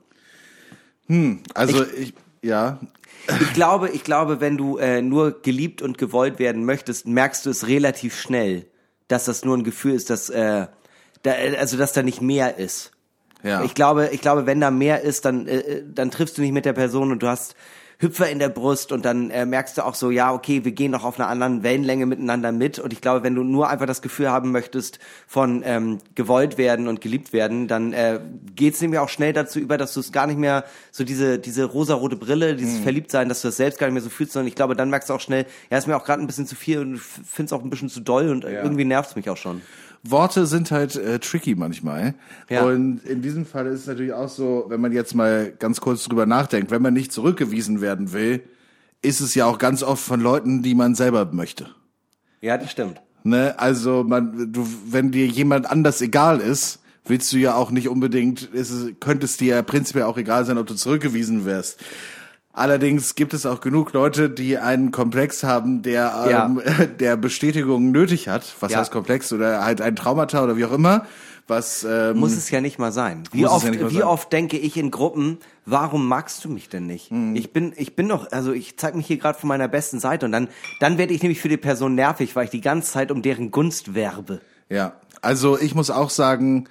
Also ich, ja,
Ich glaube, ich glaube, wenn du äh, nur geliebt und gewollt werden möchtest, merkst du es relativ schnell, dass das nur ein Gefühl ist, dass äh, da, also dass da nicht mehr ist.
ja.
Ich glaube, ich glaube, wenn da mehr ist, dann äh, dann triffst du nicht mit der Person und du hast Hüpfer in der Brust und dann äh, merkst du auch so, ja, okay, wir gehen doch auf einer anderen Wellenlänge miteinander mit. Und ich glaube, wenn du nur einfach das Gefühl haben möchtest von ähm, gewollt werden und geliebt werden, dann äh, geht's nämlich auch schnell dazu über, dass du es gar nicht mehr so diese diese rosarote Brille, dieses
Mhm.
Verliebtsein, dass du das selbst gar nicht mehr so fühlst, sondern ich glaube, dann merkst du auch schnell, ja, ist mir auch gerade ein bisschen zu viel und ich find's auch ein bisschen zu doll und
Ja.
irgendwie nervt's mich auch schon.
Worte sind halt äh, tricky manchmal.
Ja.
Und in diesem Fall ist es natürlich auch so, wenn man jetzt mal ganz kurz drüber nachdenkt, wenn man nicht zurückgewiesen werden will, ist es ja auch ganz oft von Leuten, die man selber möchte.
Ja, das stimmt.
Ne? Also man, du, wenn dir jemand anders egal ist, willst du ja auch nicht unbedingt, ist es, könnte es dir ja prinzipiell auch egal sein, ob du zurückgewiesen wirst. Allerdings gibt es auch genug Leute, die einen Komplex haben, der
Ja.
ähm, der Bestätigung nötig hat. Was
Ja.
heißt Komplex oder halt ein Traumata oder wie auch immer. Was ähm,
Muss es ja nicht mal sein. Wie
Muss es
oft,
ja nicht mal
wie
sein.
oft denke ich in Gruppen, warum magst du mich denn nicht?
Mhm.
Ich bin, ich bin doch, also ich zeige mich hier gerade von meiner besten Seite und dann, dann werde ich nämlich für die Person nervig, weil ich die ganze Zeit um deren Gunst werbe.
Ja, also ich muss auch sagen,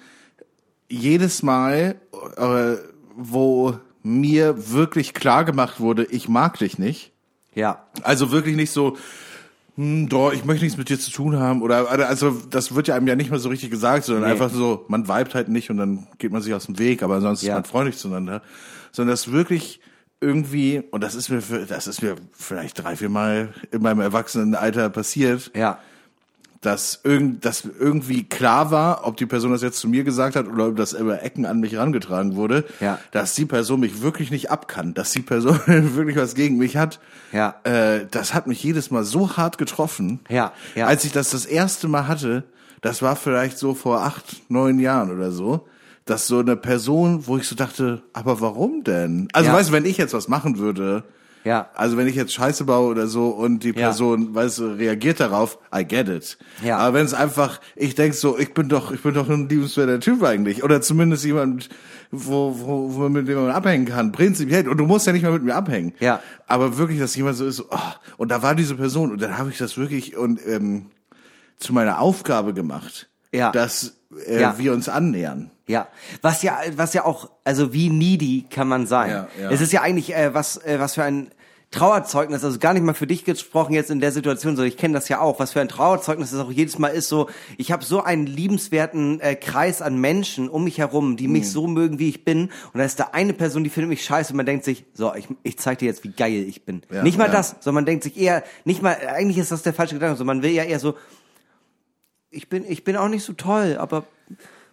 jedes Mal, äh, wo mir wirklich klar gemacht wurde, ich mag dich nicht.
Ja,
Also wirklich nicht so, hm, doch, ich möchte nichts mit dir zu tun haben. Oder also das wird ja einem ja nicht mehr so richtig gesagt, sondern
Nee.
einfach so, man vibet halt nicht und dann geht man sich aus dem Weg, aber sonst
Ja.
ist man freundlich zueinander. Sondern das wirklich irgendwie, und das ist mir für, das ist mir vielleicht drei, vier Mal in meinem Erwachsenenalter passiert,
ja,
dass, irgend, dass irgendwie klar war, ob die Person das jetzt zu mir gesagt hat oder ob das über Ecken an mich herangetragen wurde,
Ja.
dass die Person mich wirklich nicht abkann, dass die Person wirklich was gegen mich hat.
Ja.
Äh, das hat mich jedes Mal so hart getroffen.
Ja, ja.
Als ich das das erste Mal hatte, das war vielleicht so vor acht, neun Jahren oder so, dass so eine Person, wo ich so dachte, aber warum denn? Also
Ja.
weißt du, wenn ich jetzt was machen würde,
ja,
also wenn ich jetzt Scheiße baue oder so und die
Ja.
Person, weißt du, reagiert darauf, I get it.
Ja.
Aber wenn es einfach, ich denk so, ich bin doch, ich bin doch ein liebenswerter Typ eigentlich. Oder zumindest jemand, wo, wo, wo mit dem man abhängen kann, prinzipiell. Und du musst ja nicht mal mit mir abhängen.
Ja.
Aber wirklich, dass jemand so ist, so, oh, und da war diese Person und dann habe ich das wirklich und ähm, zu meiner Aufgabe gemacht,
Ja.
dass äh,
Ja.
wir uns annähern.
ja. Was ja, was ja auch, also wie needy kann man sein?
Ja, ja.
Es ist ja eigentlich äh, was, äh, was für ein Trauerzeugnis, also gar nicht mal für dich gesprochen jetzt in der Situation, sondern ich kenne das ja auch, was für ein Trauerzeugnis das auch jedes Mal ist, so, ich habe so einen liebenswerten äh, Kreis an Menschen um mich herum, die
Mhm.
mich so mögen, wie ich bin, und da ist da eine Person, die findet mich scheiße und man denkt sich, so, ich, ich zeig dir jetzt, wie geil ich bin.
Ja,
nicht mal
ja.
das, sondern man denkt sich eher, nicht mal, eigentlich ist das der falsche Gedanke, sondern man will ja eher so, ich bin, ich bin auch nicht so toll, aber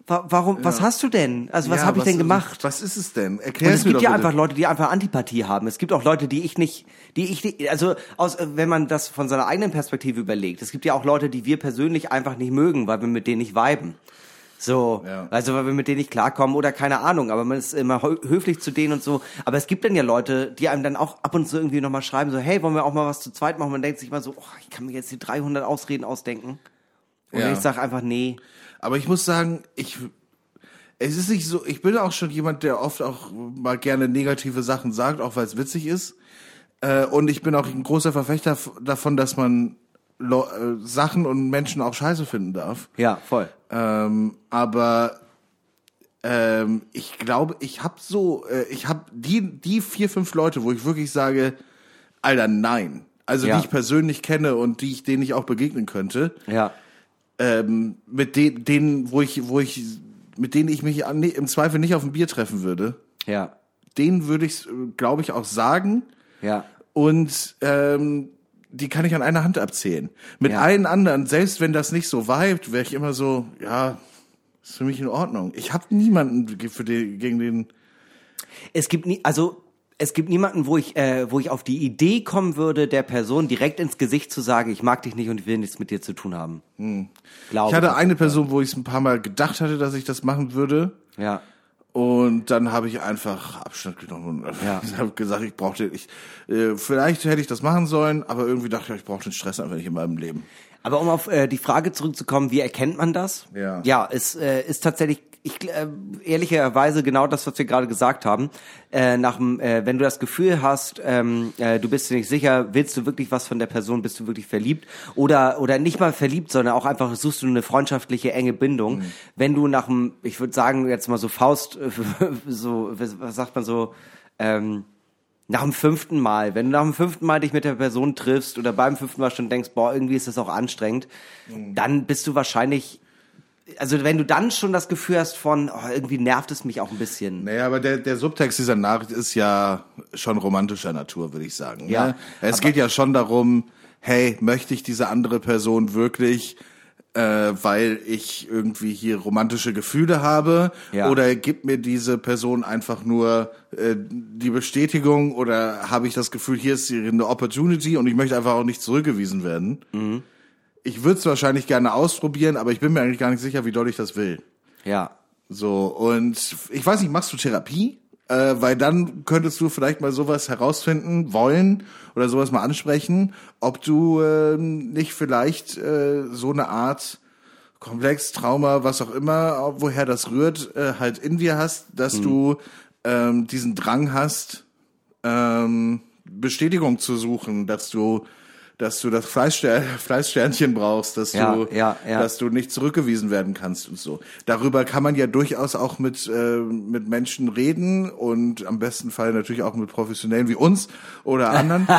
wa- warum, was hast du denn? Also was
Ja,
habe ich denn gemacht?
Was ist es denn?
Und
Erklär
es
es mir
gibt
doch
ja
bitte.
einfach Leute, die einfach Antipathie haben. Es gibt auch Leute, die ich nicht, die ich nicht, also aus, äh, wenn man das von seiner eigenen Perspektive überlegt. Es gibt ja auch Leute, die wir persönlich einfach nicht mögen, weil wir mit denen nicht viben. So,
Ja.
also weil wir mit denen nicht klarkommen oder keine Ahnung, aber man ist immer hö- höflich zu denen und so. Aber es gibt dann ja Leute, die einem dann auch ab und zu irgendwie nochmal schreiben, so, hey, wollen wir auch mal was zu zweit machen? Man denkt sich mal so, oh, ich kann mir jetzt die dreihundert Ausreden ausdenken. Und
Ja.
ich sag einfach, nee.
Aber ich muss sagen, ich, es ist nicht so, ich bin auch schon jemand, der oft auch mal gerne negative Sachen sagt, auch weil es witzig ist. Äh, und ich bin auch ein großer Verfechter f- davon, dass man Lo- äh, Sachen und Menschen auch scheiße finden darf.
Ja, voll.
Ähm, aber ähm, ich glaube, ich habe so, äh, ich habe die die vier, fünf Leute, wo ich wirklich sage, Alter, nein. Also
Ja.
die ich persönlich kenne und die ich denen ich auch begegnen könnte.
Ja.
Ähm, mit de- denen, wo ich, wo ich, mit denen ich mich an, im Zweifel nicht auf ein Bier treffen würde,
Ja.
denen würde ich, glaube ich, auch sagen.
Ja.
Und ähm, die kann ich an einer Hand abzählen. Mit
Ja.
allen anderen, selbst wenn das nicht so vibet, wäre ich immer so, ja, ist für mich in Ordnung. Ich habe niemanden für den, gegen den.
Es gibt nie, also es gibt niemanden, wo ich, äh, wo ich auf die Idee kommen würde, der Person direkt ins Gesicht zu sagen, ich mag dich nicht und ich will nichts mit dir zu tun haben. Hm. Glaube
Ich hatte
ich.
eine Person, wo ich es ein paar Mal gedacht hatte, dass ich das machen würde.
Ja.
Und dann habe ich einfach Abstand genommen und
Ja.
habe gesagt, ich brauchte, ich, äh, vielleicht hätte ich das machen sollen, aber irgendwie dachte ich, ich brauche den Stress einfach nicht in meinem Leben.
Aber um auf äh, die Frage zurückzukommen, wie erkennt man das?
Ja.
Ja, es äh, ist tatsächlich, ich äh, ehrlicherweise genau das, was wir gerade gesagt haben. Äh, nach dem, äh, wenn du das Gefühl hast, ähm, äh, du bist dir nicht sicher, willst du wirklich was von der Person, bist du wirklich verliebt oder oder nicht mal verliebt, sondern auch einfach suchst du eine freundschaftliche enge Bindung.
Mhm.
Wenn du nach dem, ich würde sagen jetzt mal so Faust, äh, so was sagt man so. Ähm, Nach dem fünften Mal, wenn du nach dem fünften Mal dich mit der Person triffst oder beim fünften Mal schon denkst, boah, irgendwie ist das auch anstrengend,
Mhm.
dann bist du wahrscheinlich, also wenn du dann schon das Gefühl hast von, oh, irgendwie nervt es mich auch ein bisschen.
Naja, aber der, der Subtext dieser Nachricht ist ja schon romantischer Natur, würde ich sagen.
Ja,
Ne? Es
aber-
geht ja schon darum, hey, möchte ich diese andere Person wirklich, äh, weil ich irgendwie hier romantische Gefühle habe,
Ja.
oder gibt mir diese Person einfach nur äh, die Bestätigung, oder habe ich das Gefühl, hier ist hier eine Opportunity und ich möchte einfach auch nicht zurückgewiesen werden.
Mhm.
Ich würde es wahrscheinlich gerne ausprobieren, aber ich bin mir eigentlich gar nicht sicher, wie doll ich das will.
Ja.
So, und ich weiß nicht, machst du Therapie? Äh, weil dann könntest du vielleicht mal sowas herausfinden wollen oder sowas mal ansprechen, ob du äh, nicht vielleicht äh, so eine Art Komplex, Trauma, was auch immer, woher das rührt, äh, halt in dir hast, dass du ähm, diesen Drang hast, ähm, Bestätigung zu suchen, dass du dass du das Fleißster- Fleißsternchen brauchst, dass
Ja,
du
ja, ja.
dass du nicht zurückgewiesen werden kannst und so. Darüber kann man ja durchaus auch mit äh, mit Menschen reden und am besten Fall natürlich auch mit Professionellen wie uns oder anderen,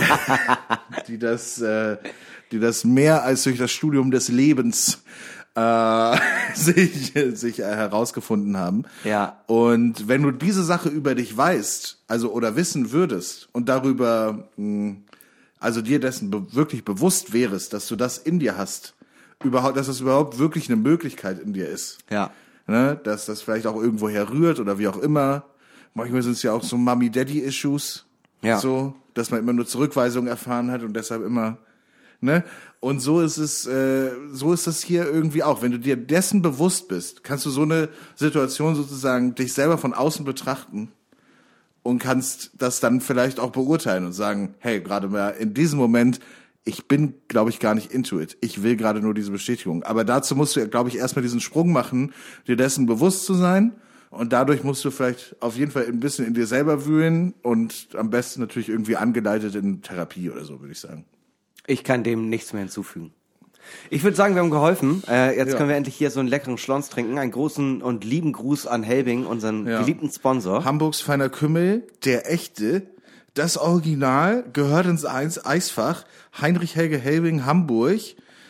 die, die das äh, die das mehr als durch das Studium des Lebens äh, sich sich äh, herausgefunden haben.
Ja.
Und wenn du diese Sache über dich weißt, also oder wissen würdest und darüber mh, also dir dessen be- wirklich bewusst wärest, dass du das in dir hast, überhaupt, dass das überhaupt wirklich eine Möglichkeit in dir ist,
Ja.
ne? Dass das vielleicht auch irgendwo herrührt oder wie auch immer. Manchmal sind es ja auch so Mommy-Daddy-Issues,
Ja.
so, dass man immer nur Zurückweisung erfahren hat und deshalb immer, ne? Und so ist es, äh, so ist das hier irgendwie auch. Wenn du dir dessen bewusst bist, kannst du so eine Situation sozusagen dich selber von außen betrachten und kannst das dann vielleicht auch beurteilen und sagen, hey, gerade mal in diesem Moment, ich bin, glaube ich, gar nicht into it. Ich will gerade nur diese Bestätigung. Aber dazu musst du, glaube ich, erstmal diesen Sprung machen, dir dessen bewusst zu sein. Und dadurch musst du vielleicht auf jeden Fall ein bisschen in dir selber wühlen und am besten natürlich irgendwie angeleitet in Therapie oder so, würde ich sagen.
Ich kann dem nichts mehr hinzufügen. Ich würde sagen, wir haben geholfen. Äh, jetzt
Ja.
können wir endlich hier so einen leckeren Schlons trinken. Einen großen und lieben Gruß an Helbing, unseren
Ja.
geliebten Sponsor.
Hamburgs feiner Kümmel, der echte, das Original, gehört ins Eis Eisfach. Heinrich Helge Helbing, Hamburg.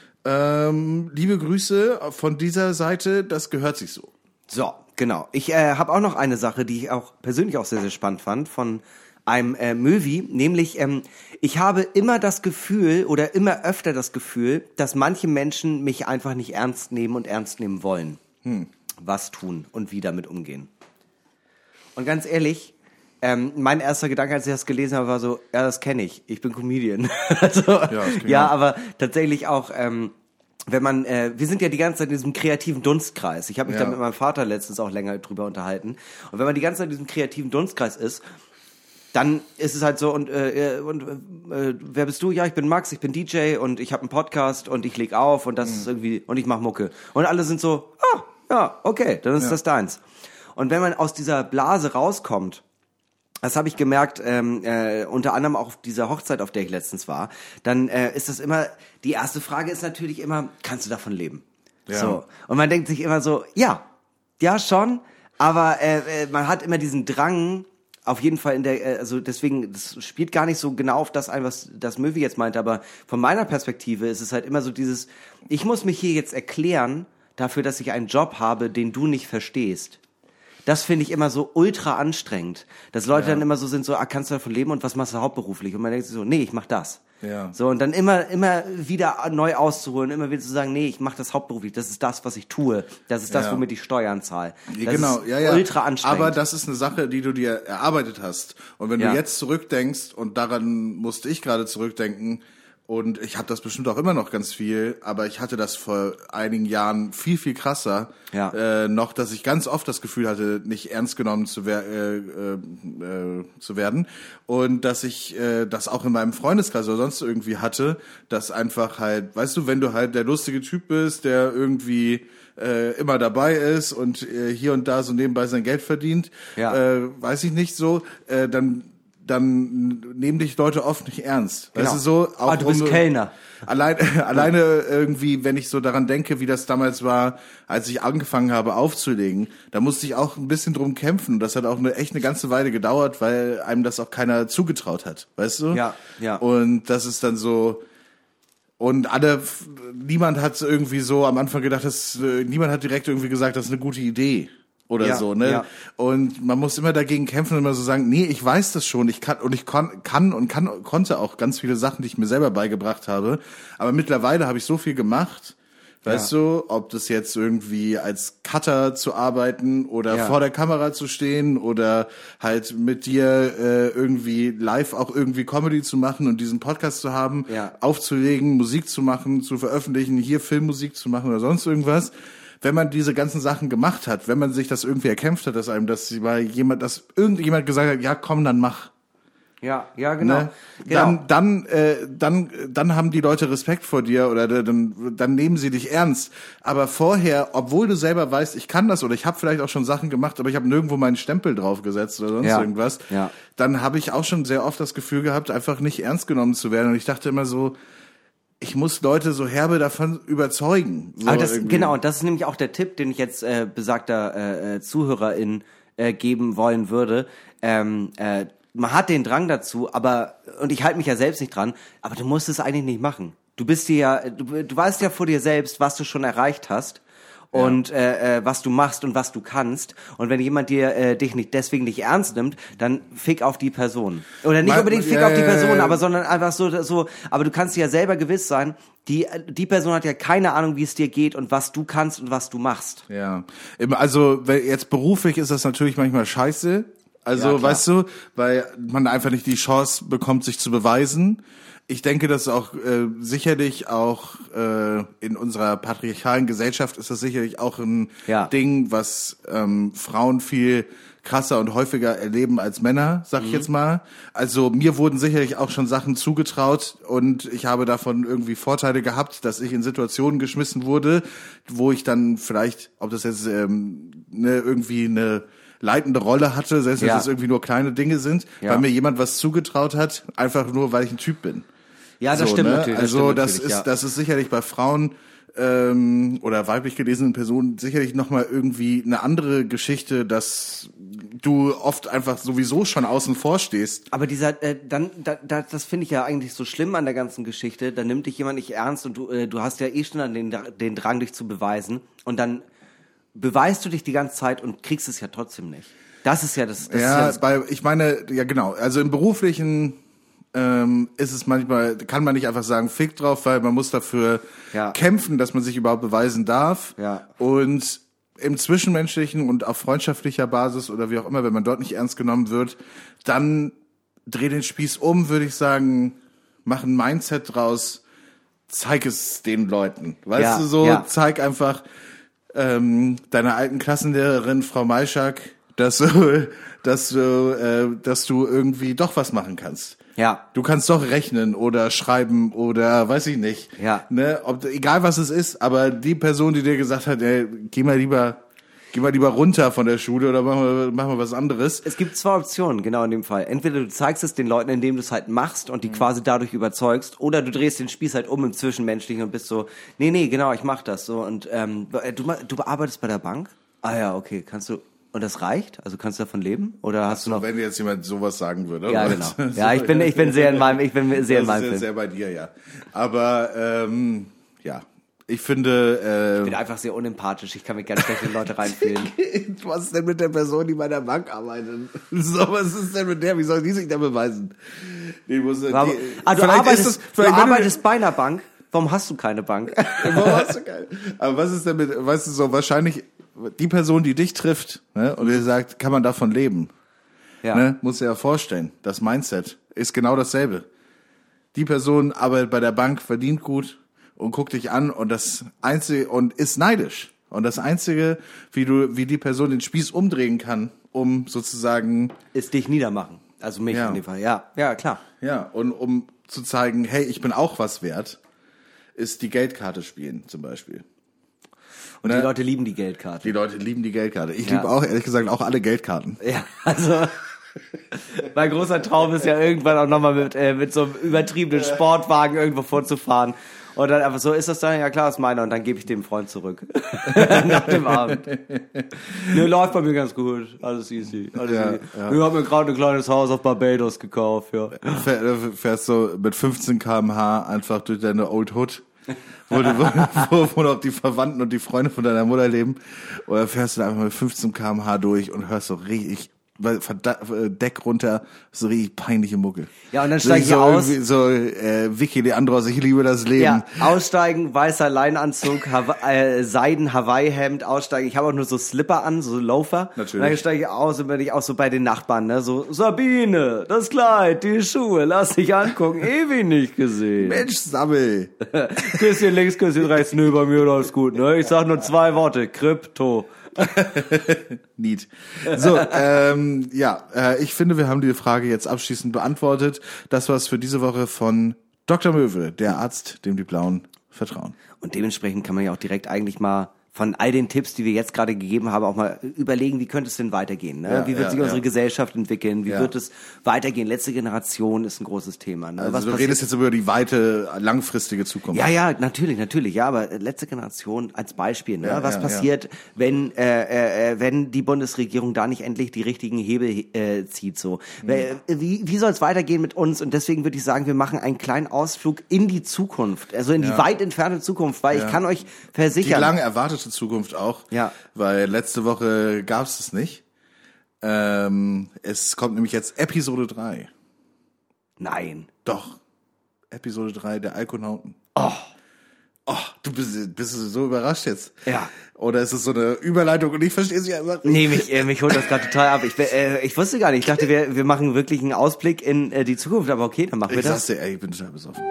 Ähm, liebe Grüße von dieser Seite, das gehört sich so.
So, genau. Ich äh, habe auch noch eine Sache, die ich auch persönlich auch sehr, sehr spannend fand von einem äh, Möwi, nämlich ähm, ich habe immer das Gefühl oder immer öfter das Gefühl, dass manche Menschen mich einfach nicht ernst nehmen und ernst nehmen wollen. Hm. was tun und wie damit umgehen. Und ganz ehrlich, ähm, mein erster Gedanke, als ich das gelesen habe, war so, ja, das kenne ich, ich bin Comedian. also, ja, ja aber tatsächlich auch, ähm, wenn man, äh, wir sind ja die ganze Zeit in diesem kreativen Dunstkreis. Ich habe mich ja. da mit meinem Vater letztens auch länger drüber unterhalten. Und wenn man die ganze Zeit in diesem kreativen Dunstkreis ist, dann ist es halt so, und, äh, und äh, wer bist du? Ja, ich bin Max, ich bin D J und ich habe einen Podcast und ich leg auf und das mhm. ist irgendwie, und ich mache Mucke. Und alle sind so, ah, ja, okay, dann ist ja. das deins. Und wenn man aus dieser Blase rauskommt, das habe ich gemerkt, ähm, äh, unter anderem auch auf dieser Hochzeit, auf der ich letztens war, dann äh, ist das immer, die erste Frage ist natürlich immer, kannst du davon leben? Ja. So. Und man denkt sich immer so, ja, ja schon, aber äh, man hat immer diesen Drang, auf jeden Fall in der, also deswegen, das spielt gar nicht so genau auf das ein, was das Möwi jetzt meinte, aber von meiner Perspektive ist es halt immer so dieses, ich muss mich hier jetzt erklären dafür, dass ich einen Job habe, den du nicht verstehst. Das finde ich immer so ultra anstrengend, dass Leute ja. dann immer so sind, so, ah, kannst du davon leben und was machst du hauptberuflich? Und man denkt sich so, nee, ich mach das. Ja. So, und dann immer, immer wieder neu auszuholen, immer wieder zu sagen, nee, ich mache das hauptberuflich, das ist das, was ich tue, das ist das, ja. womit ich Steuern zahle. Das
genau,
ist
ja, ja.
ultra anstrengend.
Aber das ist eine Sache, die du dir erarbeitet hast. Und wenn ja. du jetzt zurückdenkst, und daran musste ich gerade zurückdenken, und ich habe das bestimmt auch immer noch ganz viel, aber ich hatte das vor einigen Jahren viel, viel krasser ja. äh, noch, dass ich ganz oft das Gefühl hatte, nicht ernst genommen zu, wer- äh, äh, äh, zu werden. Und dass ich äh, das auch in meinem Freundeskreis oder sonst irgendwie hatte, dass einfach halt, weißt du, wenn du halt der lustige Typ bist, der irgendwie äh, immer dabei ist und äh, hier und da so nebenbei sein Geld verdient, ja. äh, weiß ich nicht so, äh, dann dann nehmen dich Leute oft nicht ernst. Genau. Weißt du, so, auch
ah, du bist um, Kellner.
Allein, alleine irgendwie, wenn ich so daran denke, wie das damals war, als ich angefangen habe aufzulegen, da musste ich auch ein bisschen drum kämpfen. Das hat auch eine, echt eine ganze Weile gedauert, weil einem das auch keiner zugetraut hat. Weißt du?
Ja, ja.
Und das ist dann so, und alle, niemand hat irgendwie so am Anfang gedacht, dass, niemand hat direkt irgendwie gesagt, das ist eine gute Idee. Oder ja, so, ne? Ja. Und man muss immer dagegen kämpfen und immer so sagen, nee, ich weiß das schon, ich kann und ich kon, kann und kann konnte auch ganz viele Sachen, die ich mir selber beigebracht habe. Aber mittlerweile habe ich so viel gemacht, weißt ja. du, ob das jetzt irgendwie als Cutter zu arbeiten oder ja. vor der Kamera zu stehen oder halt mit dir äh, irgendwie live auch irgendwie Comedy zu machen und diesen Podcast zu haben, ja. aufzulegen, Musik zu machen, zu veröffentlichen, hier Filmmusik zu machen oder sonst irgendwas. Wenn man diese ganzen Sachen gemacht hat, wenn man sich das irgendwie erkämpft hat, dass einem das mal jemand, dass irgendjemand gesagt hat, ja komm, dann mach.
Ja, ja, genau.
Ne?
genau.
Dann, dann, äh, dann, dann haben die Leute Respekt vor dir oder dann, dann nehmen sie dich ernst. Aber vorher, obwohl du selber weißt, ich kann das oder ich habe vielleicht auch schon Sachen gemacht, aber ich habe nirgendwo meinen Stempel draufgesetzt oder sonst
ja. irgendwas,
ja. dann habe ich auch schon sehr oft das Gefühl gehabt, einfach nicht ernst genommen zu werden. Und ich dachte immer so, ich muss Leute so herbe davon überzeugen. So
Aber das, genau, und das ist nämlich auch der Tipp, den ich jetzt äh, besagter äh, Zuhörerin äh, geben wollen würde. Ähm, äh, man hat den Drang dazu, aber, und ich halte mich ja selbst nicht dran, aber du musst es eigentlich nicht machen. Du bist dir ja, du, du weißt ja vor dir selbst, was du schon erreicht hast. Und ja. äh, äh, was du machst und was du kannst. Und wenn jemand dir äh, dich nicht deswegen nicht ernst nimmt, dann fick auf die Person. Oder nicht
Man,
unbedingt fick
ja,
auf die Person,
ja, ja.
aber sondern einfach so, so. Aber du kannst dir ja selber gewiss sein, die die Person hat ja keine Ahnung, wie es dir geht und was du kannst und was du machst.
Ja, also jetzt beruflich ist das natürlich manchmal scheiße. Also ja, weißt du, weil man einfach nicht die Chance bekommt, sich zu beweisen. Ich denke, dass auch äh, sicherlich auch äh, in unserer patriarchalen Gesellschaft ist das sicherlich auch ein ja. Ding, was ähm, Frauen viel krasser und häufiger erleben als Männer, sag ich mhm. jetzt mal. Also mir wurden sicherlich auch schon Sachen zugetraut und ich habe davon irgendwie Vorteile gehabt, dass ich in Situationen geschmissen wurde, wo ich dann vielleicht, ob das jetzt ähm, ne, irgendwie eine leitende Rolle hatte, selbst wenn ja. es irgendwie nur kleine Dinge sind, ja. weil mir jemand was zugetraut hat, einfach nur, weil ich ein Typ bin.
Ja, das
so,
stimmt
ne?
natürlich. Das
also
stimmt
das
natürlich,
ist
ja.
das ist sicherlich bei Frauen ähm, oder weiblich gelesenen Personen sicherlich nochmal irgendwie eine andere Geschichte, dass du oft einfach sowieso schon außen vor stehst.
Aber dieser, äh, dann, da, da, das finde ich ja eigentlich so schlimm an der ganzen Geschichte. Da nimmt dich jemand nicht ernst und du, äh, du hast ja eh schon dann den, den Drang, dich zu beweisen und dann beweist du dich die ganze Zeit und kriegst es ja trotzdem nicht. Das ist ja das. das
ja,
ist ja das
bei, ich meine, ja genau. Also im beruflichen ähm, ist es manchmal, kann man nicht einfach sagen, fick drauf, weil man muss dafür ja. kämpfen, dass man sich überhaupt beweisen darf.
Ja.
Und im Zwischenmenschlichen und auf freundschaftlicher Basis oder wie auch immer, wenn man dort nicht ernst genommen wird, dann dreh den Spieß um, würde ich sagen, mach ein Mindset draus, zeig es den Leuten. Weißt
ja,
du, so,
ja.
zeig einfach ähm, deiner alten Klassenlehrerin, Frau Maischak, dass du, dass du, äh, dass du irgendwie doch was machen kannst.
Ja.
Du kannst doch rechnen oder schreiben oder weiß ich nicht.
Ja.
Ne, ob, egal was es ist, aber die Person, die dir gesagt hat, ey, geh mal lieber, geh mal lieber runter von der Schule oder mach mal, mach mal was anderes.
Es gibt zwei Optionen, genau in dem Fall. Entweder du zeigst es den Leuten, indem du es halt machst und die quasi dadurch überzeugst, oder du drehst den Spieß halt um im Zwischenmenschlichen und bist so, nee, nee, genau, ich mach das so. Und ähm, du, du bearbeitest bei der Bank? Ah ja, okay, kannst du... Und das reicht? Also kannst du davon leben? Oder hast
so,
du noch?
Wenn jetzt jemand sowas sagen würde.
Ja, genau. Ja, ich bin, ich bin sehr in meinem, ich bin sehr in meinem
Film.
Film.
Sehr bei dir, ja. Aber ähm, ja, ich finde. Äh,
ich bin einfach sehr unempathisch. Ich kann mich ganz schlecht in Leute reinfühlen.
Was ist denn mit der Person, die bei der Bank arbeitet? So, was ist denn mit der? Wie soll die sich da beweisen? Die muss, die,
Aber, ah, du arbeitest,
ist das,
du arbeitest bei einer Bank. Warum hast du keine Bank?
Warum hast du keine? Aber was ist denn mit? Weißt du so wahrscheinlich. Die Person, die dich trifft, ne, und dir sagt, kann man davon leben?
Ja.
Ne, musst du dir ja vorstellen, das Mindset ist genau dasselbe. Die Person arbeitet bei der Bank, verdient gut und guckt dich an und das einzige und ist neidisch. Und das einzige, wie du, wie die Person den Spieß umdrehen kann, um sozusagen
ist dich niedermachen. Also mich
ja.
in dem Fall. Ja, ja, klar.
Ja, und um zu zeigen, hey, ich bin auch was wert, ist die Geldkarte spielen zum Beispiel.
Und ne? Die Leute lieben die Geldkarte.
Die Leute lieben die Geldkarte. Ich
ja.
liebe auch, ehrlich gesagt, auch alle Geldkarten.
Ja, also mein großer Traum ist ja irgendwann auch nochmal mit, äh, mit so einem übertriebenen Sportwagen irgendwo vorzufahren. Und dann einfach so, ist das dann? Ja klar, ist meiner. Und dann gebe ich dem Freund zurück. Nach dem Abend. Ne, läuft bei mir ganz gut. Alles easy. Alles
ja,
easy.
Ja.
Ich habe mir gerade ein kleines Haus auf Barbados gekauft. Ja.
Du fährst so mit fünfzehn Kilometer pro Stunde einfach durch deine Old Hood. Wo, du, wo, wo noch die Verwandten und die Freunde von deiner Mutter leben. Oder fährst du da einfach mit fünfzehn Kilometer pro Stunde durch und hörst so richtig Deck runter, so richtig peinliche Mucke.
Ja, und dann steige ich
so,
aus.
So, äh, Vicky Leandros, ich liebe das Leben.
Ja, aussteigen, weißer Leinenanzug, Hawa- äh, Seiden-Hawaii-Hemd, aussteigen. Ich habe auch nur so Slipper an, so Loafer.
Natürlich.
Und dann steige ich aus und bin ich auch so bei den Nachbarn, ne, so, Sabine, das Kleid, die Schuhe, lass dich angucken, ewig nicht gesehen.
Mensch, Sammel.
Küsschen links, Küsschen rechts, nö, bei mir alles gut, ne. Ich sag nur zwei Worte, Krypto.
Neat. So, ähm, ja, äh, ich finde, wir haben die Frage jetzt abschließend beantwortet. Das war's für diese Woche von Doktor Möwe, der Arzt, dem die Blauen vertrauen.
Und dementsprechend kann man ja auch direkt eigentlich mal von all den Tipps, die wir jetzt gerade gegeben haben, auch mal überlegen, wie könnte es denn weitergehen? Ne?
Ja,
wie wird
ja,
sich unsere
ja.
Gesellschaft entwickeln? Wie
Ja.
wird es weitergehen? Letzte Generation ist ein großes Thema. Ne?
Also
Was
du
passiert?
redest jetzt über die weite, langfristige Zukunft.
Ja, ja, natürlich, natürlich, ja, aber letzte Generation als Beispiel, ne?
Ja,
Was
ja,
passiert,
ja.
wenn äh, äh, wenn die Bundesregierung da nicht endlich die richtigen Hebel äh, zieht, so?
Mhm.
Wie wie soll es weitergehen mit uns? Und deswegen würde ich sagen, wir machen einen kleinen Ausflug in die Zukunft, also in die
Ja.
weit entfernte Zukunft, weil
Ja.
ich kann euch
Die
versichern,
lang erwartete Zukunft auch.
Ja.
Weil letzte Woche gab's es nicht. Ähm, es kommt nämlich jetzt Episode drei.
nein.
Doch. Episode drei der Alkonauten. Oh. Oh, du bist, bist du so überrascht jetzt?
Ja.
Oder ist es so eine Überleitung und ich verstehe sie einfach nicht?
Nee, mich, äh, mich holt das gerade total ab. Ich, äh, ich wusste gar nicht. Ich dachte, wir, wir machen wirklich einen Ausblick in äh, die Zukunft, aber okay, dann machen wir
Ich
das.
sag's dir, ey, ich bin total besoffen.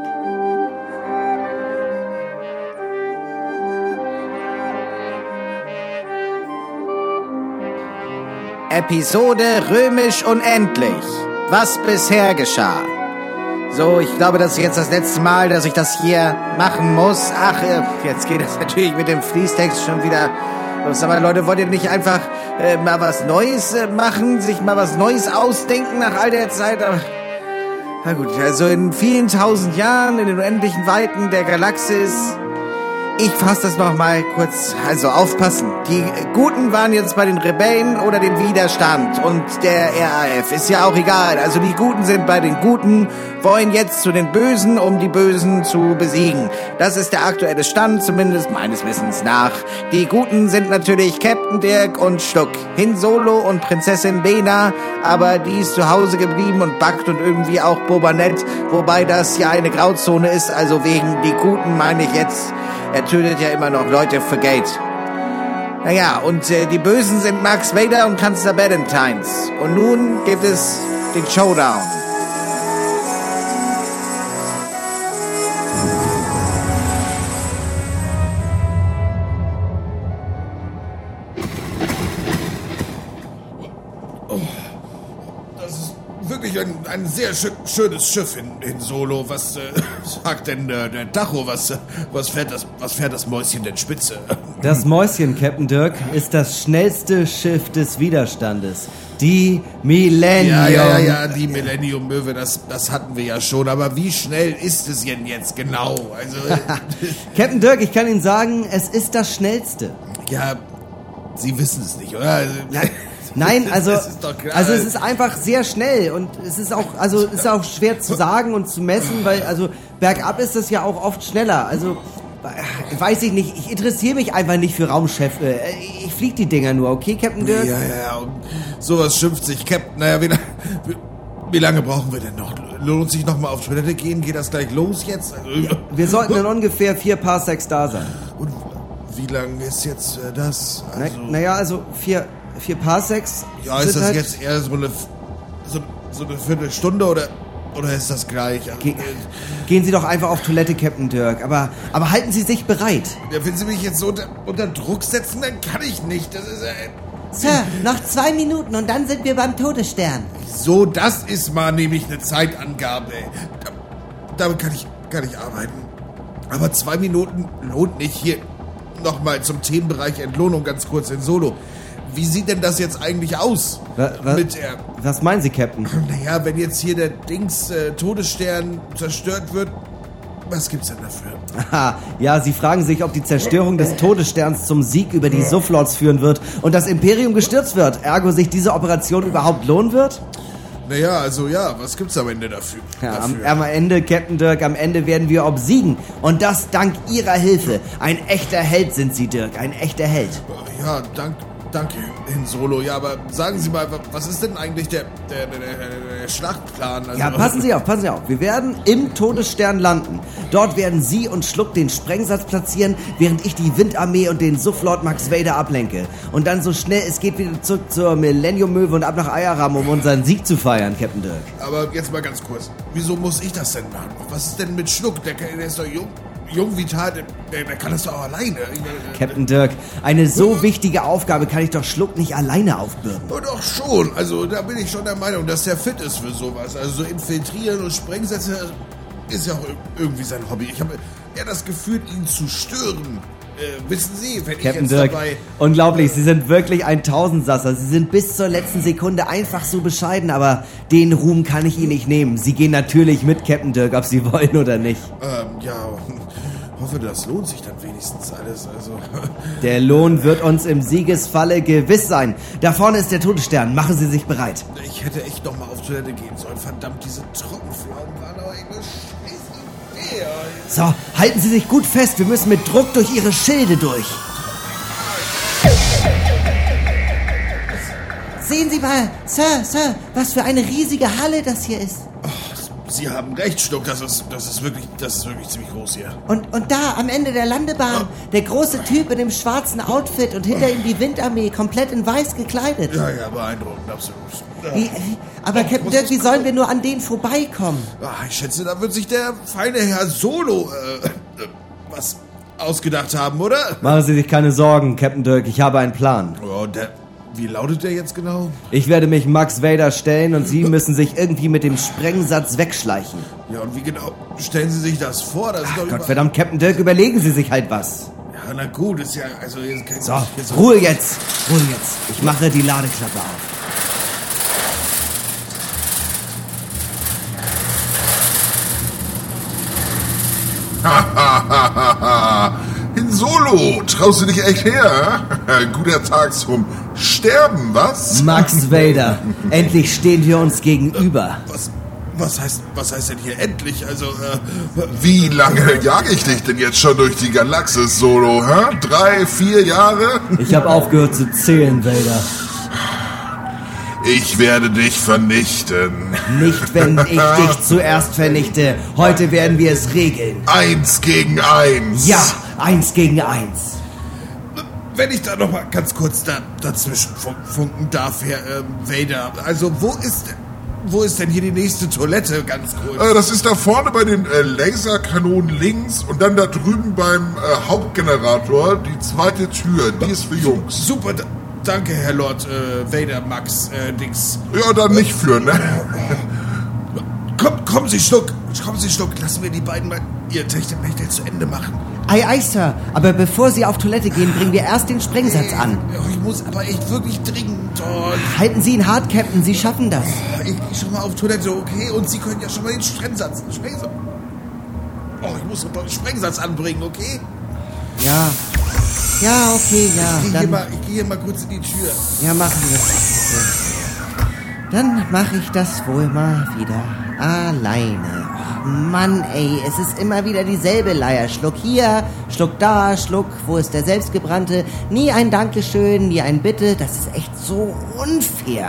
Episode Römisch Unendlich. Was bisher geschah. So, ich glaube, das ist jetzt das letzte Mal, dass ich das hier machen muss. Ach, äh, jetzt geht es natürlich mit dem Fließtext schon wieder. Sag mal, Leute, wollt ihr nicht einfach äh, mal was Neues äh, machen? Sich mal was Neues ausdenken nach all der Zeit? Aber, na gut, also in vielen tausend Jahren, in den unendlichen Weiten der Galaxis... Ich fasse das noch mal kurz, also aufpassen. Die Guten waren jetzt bei den Rebellen oder dem Widerstand und der R A F, ist ja auch egal. Also die Guten sind bei den Guten, wollen jetzt zu den Bösen, um die Bösen zu besiegen. Das ist der aktuelle Stand, zumindest meines Wissens nach. Die Guten sind natürlich Captain Dirk und Stuck, Hin Solo und Prinzessin Lena, aber die ist zu Hause geblieben und backt und irgendwie auch Boba Nett, wobei das ja eine Grauzone ist, also wegen die Guten meine ich jetzt... Er tötet ja immer noch Leute für Geld. Naja, und äh, die Bösen sind Max Vader und Kanzler Valentines. Und nun gibt es den Showdown.
Wirklich ein, ein sehr schö schönes Schiff in, in Solo. Was äh, sagt denn der, der Dacho? Was, was, fährt das, was fährt das Mäuschen denn Spitze?
Das Mäuschen, Captain Dirk, ist das schnellste Schiff des Widerstandes. Die Millennium.
Ja, ja, ja, ja, die Millennium-Möwe, das, das hatten wir ja schon. Aber wie schnell ist es denn jetzt genau? Also,
Captain Dirk, ich kann Ihnen sagen, es ist das schnellste.
Ja, Sie wissen es nicht, oder? Also,
Nein, also,
Das ist doch klar.
also es ist einfach sehr schnell und es ist auch, also es ist auch schwer zu sagen und zu messen, weil also bergab ist das ja auch oft schneller. Also weiß ich nicht, ich interessiere mich einfach nicht für Raumschiffe. Ich fliege die Dinger nur, okay, Captain Dirk?
Ja, ja, ja. Und sowas schimpft sich Captain. Naja, wie, wie, wie lange brauchen wir denn noch? Lohnt sich noch mal auf Toilette gehen? Geht das gleich los jetzt? Also,
Wir sollten in ungefähr vier Parsecs da sein.
Und wie lange ist jetzt äh, das? Also,
Na, naja, also vier, vier Parsecs.
ja, ist
sind
das
halt,
jetzt eher so eine, so, so eine Viertelstunde oder, oder ist das gleich? Also,
Ge Gehen Sie doch einfach auf Toilette, Captain Dirk. Aber, aber halten Sie sich bereit.
ja, wenn Sie mich jetzt so unter, unter Druck setzen, dann kann ich nicht. Das ist äh,
Sir, noch zwei Minuten und dann sind wir beim Todesstern.
so, das ist mal nämlich eine Zeitangabe. Da, damit kann ich, kann ich arbeiten. Aber zwei Minuten lohnt nicht. Hier nochmal zum Themenbereich Entlohnung ganz kurz in Solo. Wie sieht denn das jetzt eigentlich aus?
Wa- wa-
Mit der,
Was meinen Sie, Captain?
naja, wenn jetzt hier der Dings äh, Todesstern zerstört wird, was gibt's denn dafür?
Aha, ja, Sie fragen sich, ob die Zerstörung des Todessterns zum Sieg über die Sufflords führen wird und das Imperium gestürzt wird, ergo sich diese Operation überhaupt lohnen wird?
Naja, also ja, was gibt's am Ende dafür?
Ja, am,
dafür?
am Ende, Captain Dirk, am Ende werden wir obsiegen. Und das dank Ihrer Hilfe. Ein echter Held sind Sie, Dirk, ein echter Held.
Ja, dank, danke, in Solo. Ja, aber sagen Sie mal, was ist denn eigentlich der, der, der, der, der Schlachtplan? Also,
Ja, passen Sie auf, passen Sie auf. Wir werden im Todesstern landen. Dort werden Sie und Schluck den Sprengsatz platzieren, während ich die Windarmee und den Sufflord Max Vader ablenke. Und dann so schnell es geht wieder zurück zur Millennium-Möwe und ab nach Eierram, um unseren Sieg zu feiern, Captain Dirk.
Aber jetzt mal ganz kurz. Wieso muss ich das denn machen? Was ist denn mit Schluck? Der, der ist doch jung, jung vital, der, der, der kann das doch auch alleine.
Captain Dirk, eine so wichtige Aufgabe kann ich doch Schluck nicht alleine aufbürden.
Ja, doch schon. Also da bin ich schon der Meinung, dass der fit ist für sowas. Also so infiltrieren und Sprengsätze ist ja auch irgendwie sein Hobby. Ich habe eher das Gefühl, ihn zu stören. Äh, wissen Sie, wenn
Captain
ich jetzt
Dirk,
dabei...
unglaublich, Sie sind wirklich ein Tausendsasser. Sie sind bis zur letzten Sekunde einfach so bescheiden, aber den Ruhm kann ich Ihnen nicht nehmen. Sie gehen natürlich mit, Captain Dirk, ob Sie wollen oder nicht.
Ähm, ja, hoffe, das lohnt sich dann wenigstens alles. Also
Der Lohn wird uns im Siegesfalle gewiss sein. Da vorne ist der Todesstern. Machen Sie sich bereit.
ich hätte echt noch mal auf Toilette gehen sollen. Verdammt, diese Trockenpflaumen waren aber eine scheiß Idee.
So, halten Sie sich gut fest. Wir müssen mit Druck durch Ihre Schilde durch.
Sehen Sie mal, Sir, Sir, was für eine riesige Halle das hier ist.
Sie haben recht, Stuck. Das ist, das ist wirklich, das ist wirklich ziemlich groß hier.
Und, und da, am Ende der Landebahn, der große Typ in dem schwarzen Outfit und hinter ihm die Windarmee, komplett in weiß gekleidet.
Ja, ja, beeindruckend, absolut. Ja.
Wie, wie, aber Captain Dirk, wie sollen wir nur an den vorbeikommen?
Ah, ich schätze, da wird sich der feine Herr Solo äh, äh, was ausgedacht haben, oder?
Machen Sie sich keine Sorgen, Captain Dirk. Ich habe einen Plan.
Oh, der, wie lautet der jetzt genau?
Ich werde mich Max Vader stellen und Sie müssen sich irgendwie mit dem Sprengsatz wegschleichen.
Ja, und wie genau stellen Sie sich das vor? Das ist doch über-
Gottverdammt, Captain Dirk, überlegen Sie sich halt was.
Ja, na gut, ist ja, also jetzt kein...
So,
jetzt
Ruhe jetzt. Ruhe jetzt. Ich mache die Ladeklappe auf.
In Solo, traust du dich echt her? Guter Tag zum Sterben, was?
Max Vader, endlich stehen wir uns gegenüber.
Was, was heißt, was heißt denn hier endlich? Also, äh,
Wie lange jage ich dich denn jetzt schon durch die Galaxis, Solo? Hä? Drei, vier Jahre?
Ich habe aufgehört zu zählen, Vader.
Ich werde dich vernichten.
Nicht, wenn ich dich zuerst vernichte. Heute werden wir es regeln.
Eins gegen eins.
Ja, eins gegen eins.
wenn ich da noch mal ganz kurz da, dazwischen funken darf, Herr äh, Vader. Also, wo ist, wo ist denn hier die nächste Toilette, ganz kurz?
Äh, das ist da vorne bei den äh, Laserkanonen links und dann da drüben beim äh, Hauptgenerator, die zweite Tür, die ist für Jungs.
Super, da, danke, Herr Lord äh, Vader, Max, äh, Dings.
Ja, dann nicht für, ne?
Komm, kommen Sie, Schluck, kommen Sie, Schluck, lassen wir die beiden mal ihr Technikmächte zu Ende machen.
Ei, ei, Sir, aber bevor Sie auf Toilette gehen, bringen wir erst den Sprengsatz an.
Oh, ich muss aber echt wirklich dringend. Oh,
Halten Sie ihn hart, Captain, Sie schaffen das.
ich gehe schon mal auf Toilette, okay? Und Sie können ja schon mal den Sprengsatz... Sprengsatz... Oh, ich muss noch den Sprengsatz anbringen, okay?
Ja, ja, okay, ja.
Ich gehe hier,
Dann,
mal- ich geh hier mal kurz in die Tür.
ja, machen wir das. Dann mache ich das wohl mal wieder alleine. Oh, Mann, ey, es ist immer wieder dieselbe Leier. Schluck hier, Schluck da, Schluck, wo ist der Selbstgebrannte? Nie ein Dankeschön, nie ein Bitte. Das ist echt so unfair.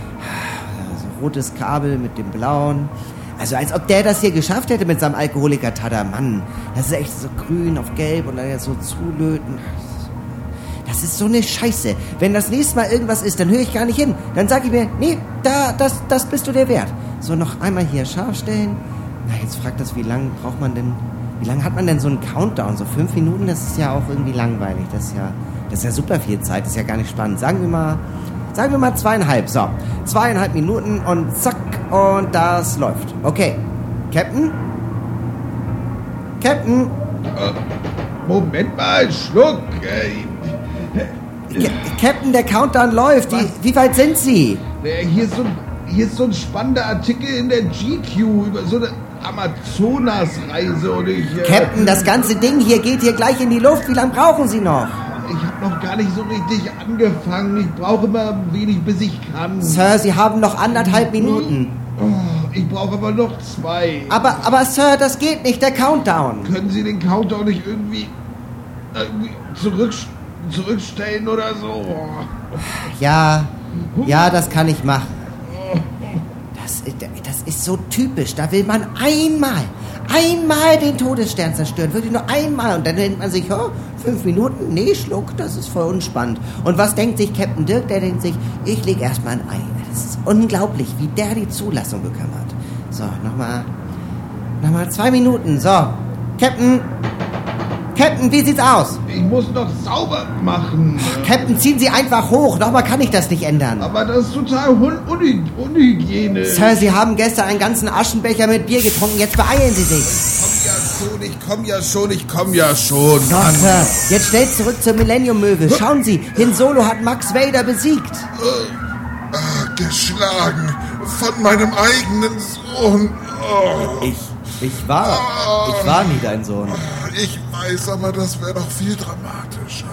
So rotes Kabel mit dem blauen. Also als ob der das hier geschafft hätte mit seinem Alkoholiker-Tada. Mann, das ist echt so grün auf gelb und dann jetzt so zulöten. Das ist so eine Scheiße. Wenn das nächste Mal irgendwas ist, dann höre ich gar nicht hin. Dann sage ich mir, nee, da, das, das bist du dir wert. So, noch einmal hier scharf stellen. Na, jetzt fragt das, wie lange braucht man denn, wie lange hat man denn so einen Countdown? So fünf Minuten, das ist ja auch irgendwie langweilig. Das ist ja, das ist ja super viel Zeit, das ist ja gar nicht spannend. Sagen wir mal, sagen wir mal zweieinhalb. So, zweieinhalb Minuten und zack, und das läuft. Okay, Captain? Captain?
Moment mal, Schluck. Ey.
Ca- Captain, der Countdown läuft. Wie, wie weit sind Sie?
Äh, Hier ist, so, ein- hier ist so ein spannender Artikel in der G Q über so eine Amazonas-Reise und ich... Äh,
Captain, das ganze Ding hier geht hier gleich in die Luft. Wie lange brauchen Sie noch?
Ich habe noch gar nicht so richtig angefangen. Ich brauche immer wenig, bis ich kann.
Sir, Sie haben noch anderthalb Minuten.
Oh, ich brauche aber noch zwei.
Aber, aber Sir, das geht nicht, der Countdown.
Können Sie den Countdown nicht irgendwie, irgendwie zurück, zurückstellen oder so?
Ja, ja, das kann ich machen. Das, das ist so typisch. Da will man einmal, einmal den Todesstern zerstören. Wirklich nur einmal. Und dann denkt man sich, oh, fünf Minuten? Nee, Schluck, das ist voll unspannend. Und was denkt sich Captain Dirk? Der denkt sich, ich leg erstmal ein Ei. Das ist unglaublich, wie der die Zulassung bekommen hat. So, nochmal, nochmal zwei Minuten. So, Captain, Captain, wie sieht's aus?
Ich muss noch sauber machen.
Captain, ziehen Sie einfach hoch. Nochmal kann ich das nicht ändern.
Aber das ist total un unhy unhygiene.
Sir, Sie haben gestern einen ganzen Aschenbecher mit Bier getrunken. Jetzt beeilen Sie sich.
Ich komm ja schon, ich komm ja schon, ich komm ja schon.
So,
Mann.
Sir, jetzt schnell zurück zur Millennium-Möwe. Schauen Sie, Han Solo hat Max Vader besiegt.
Ah, geschlagen von meinem eigenen Sohn. Oh,
Ich, ich war, ich war nie dein Sohn.
ich weiß, aber das wäre doch viel dramatischer.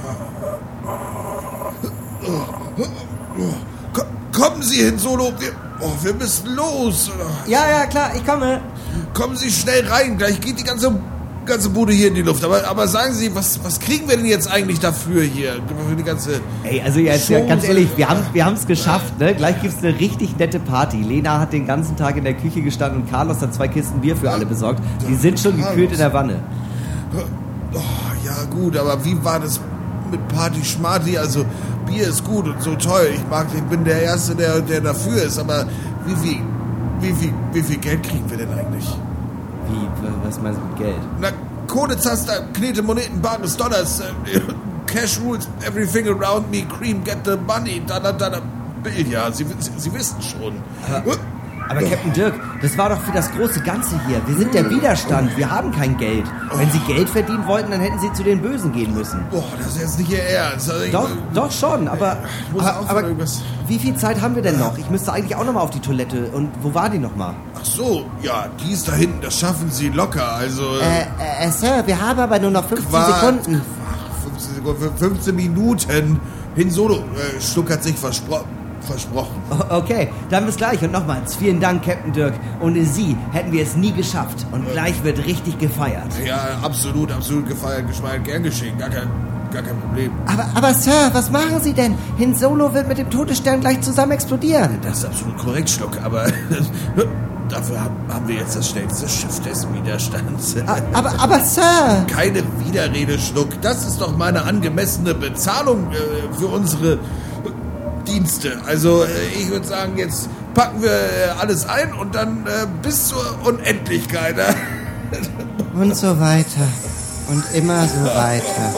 Ko- Kommen Sie hin, Solo. Wir, oh, wir müssen los.
Ja, ja, klar, ich komme.
Kommen Sie schnell rein. Gleich geht die ganze, ganze Bude hier in die Luft. Aber, aber sagen Sie, was, was kriegen wir denn jetzt eigentlich dafür hier? Für die ganze...
Ey, also jetzt ja, ganz ehrlich, wir haben wir es geschafft, ne? Gleich gibt's eine richtig nette Party. Lena hat den ganzen Tag in der Küche gestanden und Carlos hat zwei Kisten Bier für alle besorgt. Die sind schon gekühlt in der Wanne.
Oh, ja gut, aber wie war das mit Party Schmarty? Also Bier ist gut und so toll. Ich mag, ich bin der Erste, der, der dafür ist. Aber wie viel, wie viel, wie viel Geld kriegen wir denn eigentlich?
Wie, was meinst du mit Geld?
Na, Kohle, Zaster, Knete, Moneten, Bares, Dollars, äh, Cash rules everything around me, cream, get the money, da, da, da, da, Bill, ja, Sie, Sie, Sie wissen schon.
Aber Captain Dirk, das war doch für das große Ganze hier. Wir sind der Widerstand, wir haben kein Geld. Wenn Sie Geld verdienen wollten, dann hätten Sie zu den Bösen gehen müssen.
Boah, das ist jetzt nicht Ihr Ernst. Also ich,
Doch, doch schon, aber,
muss
aber,
auch
aber
von irgendwas-
wie viel Zeit haben wir denn noch? Ich müsste eigentlich auch noch mal auf die Toilette. Und wo war die noch mal?
Ach so, ja, die ist da hinten, das schaffen Sie locker, also...
Äh, äh, Sir, wir haben aber nur noch fünfzehn
Quatsch.
Sekunden.
Ach, fünfzehn Sekunden, fünfzehn Minuten. Hin Solo, äh, Schluck hat sich verspro versprochen.
O- Okay, dann bis gleich und nochmals vielen Dank, Captain Dirk. Ohne Sie hätten wir es nie geschafft. Und gleich wird richtig gefeiert.
Ja, absolut, absolut gefeiert, geschmeiert, gern geschehen, gar kein, gar kein Problem.
Aber, aber Sir, was machen Sie denn? Han Solo wird mit dem Todesstern gleich zusammen explodieren.
Das ist absolut korrekt, Schluck, aber Dafür haben, haben wir jetzt das schnellste Schiff des Widerstands.
Aber, aber Sir!
Keine Widerrede, Schnuck. Das ist doch meine angemessene Bezahlung äh, für unsere Dienste. Also äh, ich würde sagen, jetzt packen wir äh, alles ein und dann äh, bis zur Unendlichkeit. Äh.
Und so weiter. Und immer so weiter.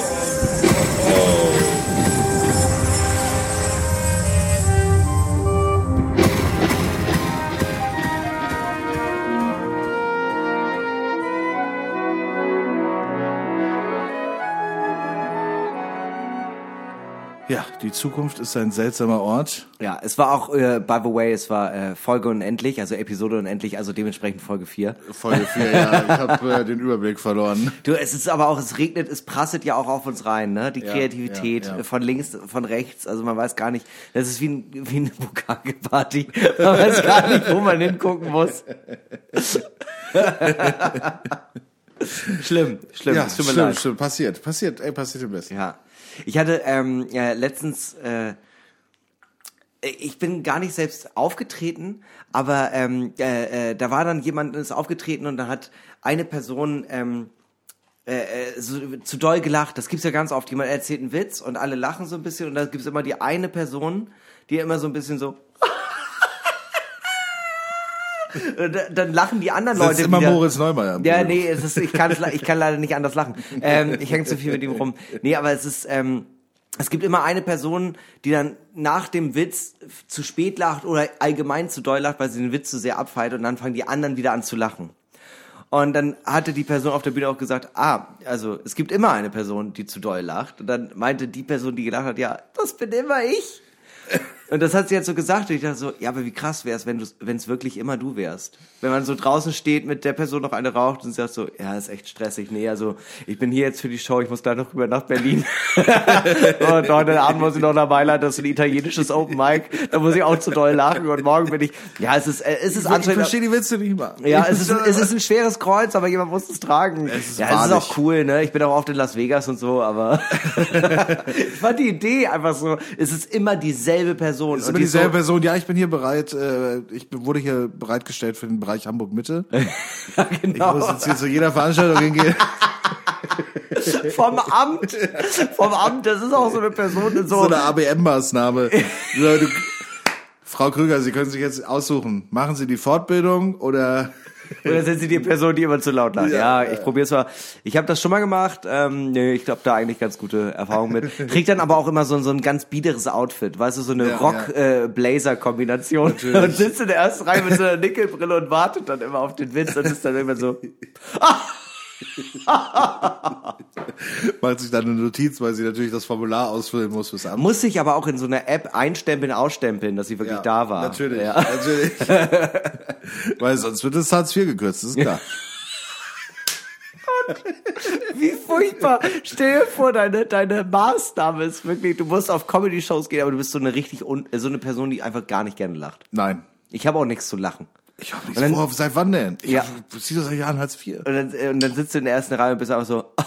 Ja, die Zukunft ist ein seltsamer Ort.
Ja, es war auch, äh, by the way, es war äh, Folge unendlich, also Episode unendlich, also dementsprechend Folge vier.
Folge vier, ja, ich habe äh, den Überblick verloren.
Du, es ist aber auch, es regnet, es prasselt ja auch auf uns rein, ne? Die
Ja,
Kreativität
ja, ja.
von links, von rechts, also man weiß gar nicht, das ist wie, ein, wie eine Bukake-Party. Man weiß gar nicht, wo man hingucken muss. Schlimm, schlimm,
Ja,
es tut mir
stimmt,
leid.
stimmt, passiert, passiert, ey, passiert im Besten.
Ja. Ich hatte ähm, ja, letztens, äh, ich bin gar nicht selbst aufgetreten, aber ähm, äh, äh, da war dann jemand, ist aufgetreten und da hat eine Person ähm, äh, äh, so, zu doll gelacht. Das gibt's ja ganz oft. Jemand erzählt einen Witz und alle lachen so ein bisschen und da gibt's immer die eine Person, die immer so ein bisschen so und dann lachen die anderen
Das
Leute
ist immer
wieder.
Moritz Neumeier.
Ja, nee, es ist, ich kann, ich kann leider nicht anders lachen. Ähm, ich hänge zu viel mit ihm rum. Nee, aber es ist, ähm, es gibt immer eine Person, die dann nach dem Witz zu spät lacht oder allgemein zu doll lacht, weil sie den Witz zu sehr abfeiert und dann fangen die anderen wieder an zu lachen. Und dann hatte die Person auf der Bühne auch gesagt, ah, also es gibt immer eine Person, die zu doll lacht. Und dann meinte die Person, die gelacht hat, ja, das bin immer ich. Und das hat sie jetzt so gesagt und ich dachte so, ja, aber wie krass wär's, wenn du, wenn es wirklich immer du wärst. Wenn man so draußen steht, mit der Person noch eine raucht und sagt so, ja, ist echt stressig. Nee, also ich bin hier jetzt für die Show, ich muss gleich noch rüber nach Berlin. Und heute Abend muss ich noch nach Mailand, das ist ein italienisches Open Mic, da muss ich auch zu doll lachen und morgen bin ich, ja, es ist, äh, es ist
Ich
anstrengend.
verstehe die Witze nicht mal.
Ja, es ist, es ist ein schweres Kreuz, aber jemand muss es tragen.
Es ist
ja, es ist
wahrlich.
auch cool, ne? Ich bin auch oft in Las Vegas und so, aber ich fand die Idee einfach so, es ist immer dieselbe Person.
Es ist
und
immer
die
dieselbe
so,
Person, ja, ich bin hier bereit, äh, ich wurde hier bereitgestellt für den Bereich Hamburg-Mitte.
ja,
Ich
genau.
muss jetzt hier zu jeder Veranstaltung hingehen.
Vom Amt, vom Amt, das ist auch so eine Person, so,
So eine A B M-Maßnahme. So, du, Frau Krüger, Sie können sich jetzt aussuchen. Machen Sie die Fortbildung oder...
oder sind sie die Person, die immer zu laut lacht? Ja,
Ja,
ich probier's mal. Ich habe das schon mal gemacht. Ähm, nee, ich glaube, da eigentlich ganz gute Erfahrungen mit. Kriegt dann aber auch immer so, so ein ganz biederes Outfit, weißt du, so eine
Ja,
Rock-Blazer-Kombination.
Natürlich.
Und sitzt in der ersten Reihe mit so einer Nickelbrille und wartet dann immer auf den Witz und ist dann immer so...
Macht sich dann eine Notiz, weil sie natürlich das Formular ausfüllen muss fürs Amt.
Muss sich aber auch in so einer App einstempeln, ausstempeln, dass sie wirklich
Ja,
da war.
Natürlich,
Ja.
natürlich. Weil sonst wird das Hartz vier gekürzt, das ist klar.
Wie furchtbar. Stell dir vor, deine, deine Maßnahme ist wirklich, du musst auf Comedy-Shows gehen, aber du bist so eine richtig, un, so eine Person, die einfach gar nicht gerne lacht.
Nein.
Ich habe auch nichts zu lachen.
Ich hab
Und
nichts
dann-
vor, seit wann denn? Ich
Ja.
hab, ziehe seit Jahren Hartz vier.
Und dann, und dann sitzt du in der ersten Reihe und bist einfach so,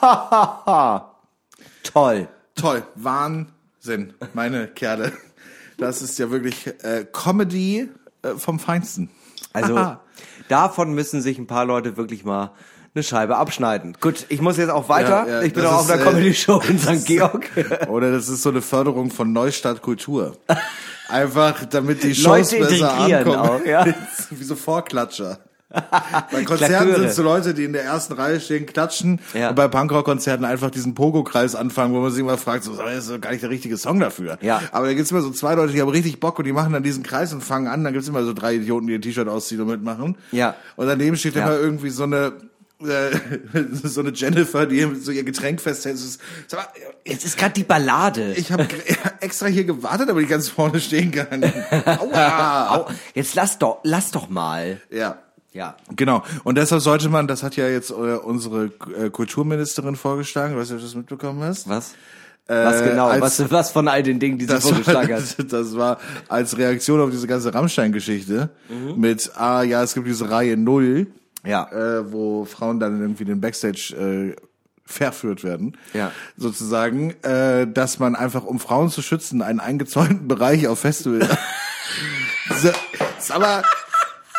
toll.
Toll, Wahnsinn, meine Kerle. Das ist ja wirklich äh, Comedy äh, vom Feinsten.
Also,
Aha.
davon müssen sich ein paar Leute wirklich mal eine Scheibe abschneiden. Gut, ich muss jetzt auch weiter.
Ja, ja,
ich bin
das
auch auf
ist,
einer
äh,
Comedy-Show in Sankt Georg.
Oder das ist so eine Förderung von Neustadt Kultur. Einfach, damit die
Leute
Shows besser
integrieren
ankommen.
auch, ja.
Wie so Vorklatscher. Bei Konzerten
Klaköre.
sind es so Leute, die in der ersten Reihe stehen, klatschen
Ja.
und bei Punkrock-Konzerten einfach diesen Pogo-Kreis anfangen, wo man sich immer fragt, so, das ist doch gar nicht der richtige Song dafür.
Ja.
Aber da gibt's immer so zwei Leute, die haben richtig Bock und die machen dann diesen Kreis und fangen an, dann gibt's immer so drei Idioten, die ein T-Shirt ausziehen und mitmachen.
Ja.
Und daneben steht
Ja.
immer irgendwie so eine äh, so eine Jennifer, die so ihr Getränk festhält. Es ist- Sag mal,
Jetzt ist gerade die Ballade.
ich habe extra hier gewartet, aber ich ganz vorne stehen kann. Aua.
Au, jetzt lass doch, lass doch mal.
Ja.
Ja.
Genau. Und deshalb sollte man, das hat ja jetzt äh, unsere äh, Kulturministerin vorgeschlagen, weißt du, ob du das mitbekommen hast?
Was? Was genau?
als-
Was, was von all den Dingen, die sie
Das war,
vorgeschlagen hat?
das war als Reaktion auf diese ganze Rammstein-Geschichte mit, ah ja, es gibt diese Reihe Null,
Ja.
äh, wo Frauen dann irgendwie den Backstage äh, verführt werden,
Ja.
sozusagen, äh, dass man einfach, um Frauen zu schützen, einen eingezäunten Bereich auf Festivals. so, ist aber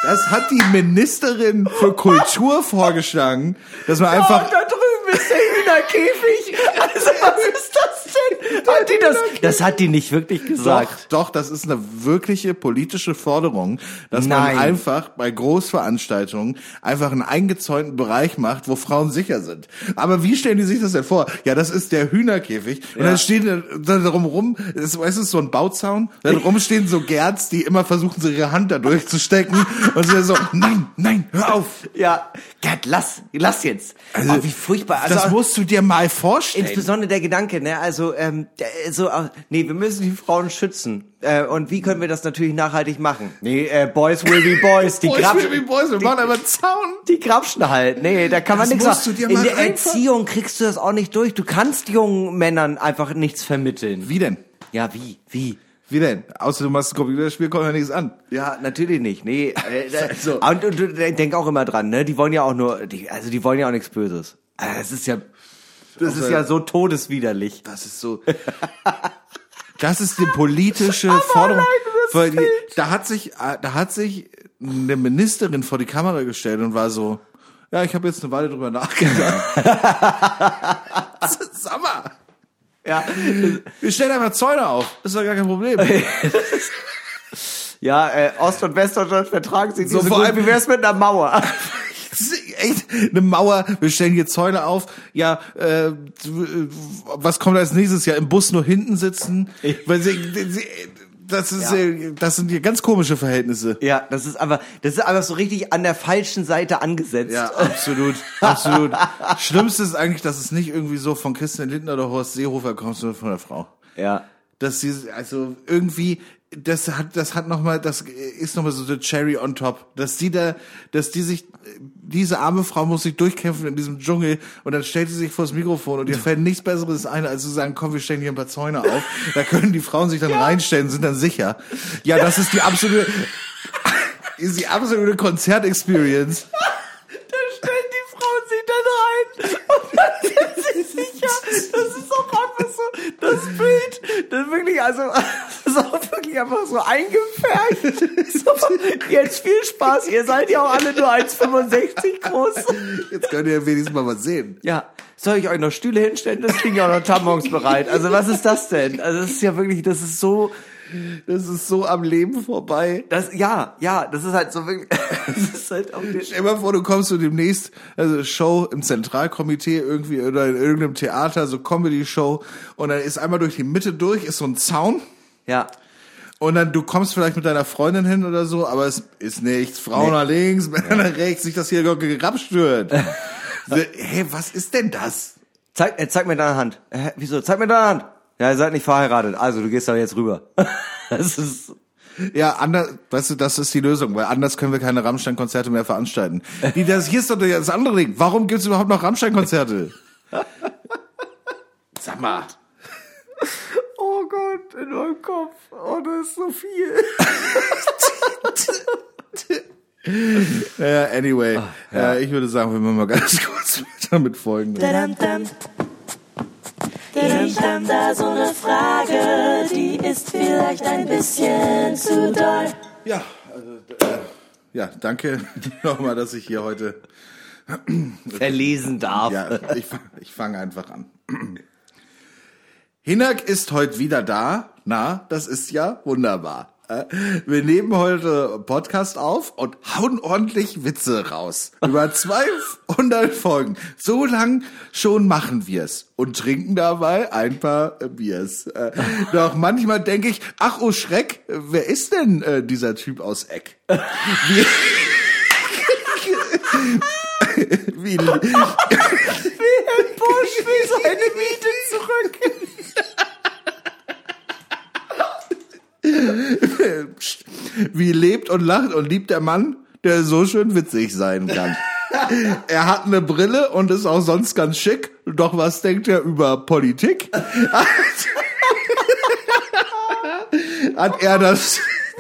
Das hat die Ministerin für Kultur vorgeschlagen, dass man einfach...
Oh, da drüben ist der Hühnerkäfig. Also was ist das denn? Hat die das, das hat die nicht wirklich gesagt.
Doch, doch, das ist eine wirkliche politische Forderung, dass
Nein.
man einfach bei Großveranstaltungen einfach einen eingezäunten Bereich macht, wo Frauen sicher sind. Aber wie stellen die sich das denn vor? Ja, das ist der Hühnerkäfig. Und
Ja.
dann stehen da darum rum, es weißt du, so ein Bauzaun, dann rumstehen so Gerds, die immer versuchen, so ihre Hand da durchzustecken. Und sie so, nein, nein, hör auf.
Ja, Gerd, lass, lass jetzt.
Also,
oh, wie furchtbar. Also,
das musst du dir mal vorstellen.
insbesondere der Gedanke, ne, also, ähm, der- so, äh, nee, wir müssen die Frauen schützen. Äh, und wie können wir das natürlich nachhaltig machen? Nee, äh, Boys will be Boys. Die
Boys
grapschen,
will be Boys, wir machen aber einen Zaun.
die grapschen halt. Nee, da kann man
Das
nichts
musst
sagen.
du dir
In
mal
der
einfach-
Erziehung kriegst du das auch nicht durch. Du kannst jungen Männern einfach nichts vermitteln.
Wie denn?
Ja, wie? Wie?
Wie denn? Außer du machst ein Computerspiel, kommt ja nichts an.
Ja, natürlich nicht. Nee, äh, da-
Also-
und, und, und denk auch immer dran, ne? Die wollen ja auch nur, die, also die wollen ja auch nichts Böses. Also das ist ja, das ist ja so todeswiderlich.
Das ist so. Das ist die politische Forderung. Weil die, da hat sich, da hat sich eine Ministerin vor die Kamera gestellt und war so, ja, ich habe jetzt eine Weile drüber nachgedacht. Sag mal,
Ja,
wir stellen einfach Zäune auf. Das ist doch gar kein Problem.
ja, äh, Ost- und Westdeutschland vertragen sich
So,
nicht so
vor
gut.
allem-
Wie wär's mit einer Mauer?
Das ist echt eine Mauer, wir stellen hier Zäune auf. Ja, äh, was kommt als nächstes? Ja, im Bus nur hinten sitzen. Weil sie, sie, das ist,
Ja.
äh, das sind hier ganz komische Verhältnisse.
Ja, das ist aber, das ist einfach so richtig an der falschen Seite angesetzt.
Ja, absolut, absolut. Schlimmste ist eigentlich, dass es nicht irgendwie so von Christian Lindner oder Horst Seehofer kommt, sondern von der Frau.
Ja.
Dass sie, also irgendwie, das hat, das hat nochmal, das ist nochmal so the cherry on top. Dass die da, dass die sich, diese arme Frau muss sich durchkämpfen in diesem Dschungel und dann stellt sie sich vors Mikrofon und ihr fällt nichts Besseres ein, als zu sagen, komm, wir stellen hier ein paar Zäune auf. Da können die Frauen sich dann reinstellen, sind dann sicher. Ja, das ist die absolute, ist die absolute Konzertexperience.
Da stellen die Frauen sich dann rein und dann sind sie sicher. Das ist auch einfach so, das Bild, das wirklich, also, das ist auch wirklich einfach so eingefärbt. So, jetzt viel Spaß, ihr seid ja auch alle nur eins Komma fünfundsechzig groß.
Jetzt könnt ihr wenigstens mal was sehen.
Ja, soll ich euch noch Stühle hinstellen? Das kriegen ja auch noch Tampons bereit. Also was ist das denn? Also das ist ja wirklich, das ist so,
Das ist so am Leben vorbei.
das, ja, ja, das ist halt so wirklich, das ist halt auch
Stell dir mal vor, du kommst so demnächst, also Show im Zentralkomitee irgendwie oder in irgendeinem Theater, so Comedy-Show und dann ist einmal durch die Mitte durch, ist so ein Zaun
ja.
und dann du kommst vielleicht mit deiner Freundin hin oder so, aber es ist nichts. Frauen
Nee.
nach links, Männer nach rechts, nicht, dass hier gerapscht wird. So, hey, was ist denn das?
Zeig, äh, zeig mir deine Hand. Hä, wieso? Zeig mir deine Hand. Ja, ihr seid nicht verheiratet, also du gehst da jetzt rüber. Das ist,
Ja, anders, weißt du, das ist die Lösung, weil anders können wir keine Rammstein-Konzerte mehr veranstalten. Wie das, hier ist doch das andere Ding. Warum gibt's überhaupt noch Rammstein-Konzerte? Sag mal.
oh Gott, in meinem Kopf. Oh, das ist so viel.
Ja, anyway. Ja. Äh, ich würde sagen, wir machen mal ganz kurz weiter mit Folgen.
Dadam, dam. Ich hab da so eine Frage, die ist vielleicht ein bisschen zu doll.
Ja, also, äh, ja, danke nochmal, dass ich hier heute,
Verlesen darf.
ja, ich, fang- ich fange einfach an. Hinak ist heute wieder da. Na, das ist ja wunderbar. Äh, Wir nehmen heute Podcast auf und hauen ordentlich Witze raus. Über zweihundert Folgen. So lang schon machen wir's und trinken dabei ein paar äh, Biers. Äh, Doch manchmal denke ich, ach oh Schreck, wer ist denn äh, dieser Typ aus Eck? Wie, wie,
Busch will seine Miete zurück.
Wie lebt und lacht und liebt der Mann, der so schön witzig sein kann. Er hat eine Brille und ist auch sonst ganz schick. Doch was denkt er über Politik? Hat er das,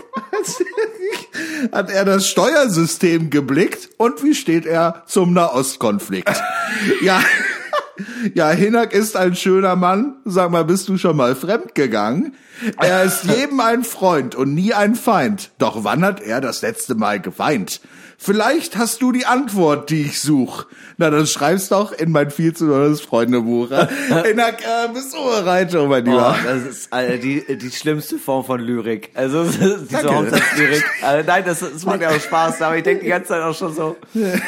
hat er das Steuersystem geblickt? Und wie steht er zum Nahostkonflikt? Ja. Ja, Hinak ist ein schöner Mann. Sag mal, bist du schon mal fremdgegangen? Er ist jedem ein Freund und nie ein Feind. Doch wann hat er das letzte Mal geweint? Vielleicht hast du die Antwort, die ich such. Na, dann schreib's doch in mein viel zu neues Freundebuch. Hinak, äh, bist du bereit, oh mein Lieber?
Oh, das ist äh, die, die schlimmste Form von Lyrik. Also diese Hauptsatzlyrik. Also, nein, das, das macht ja auch Spaß, aber ich denke die ganze Zeit auch schon so.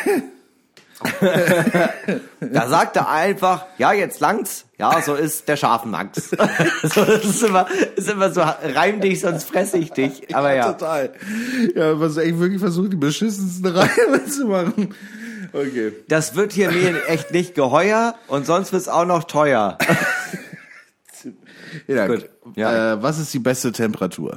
Da sagt er einfach, ja, jetzt langt's. Ja, so ist der Scharfenmax. So, das ist immer, ist immer so, reim dich, sonst fresse ich dich. Aber ja.
Total. Ja, was ich wirklich versucht, die beschissensten Reimen zu machen. Okay.
Das wird hier mir echt nicht geheuer und sonst wird's auch noch teuer.
Ja,
gut. Ja.
Äh, was ist die beste Temperatur?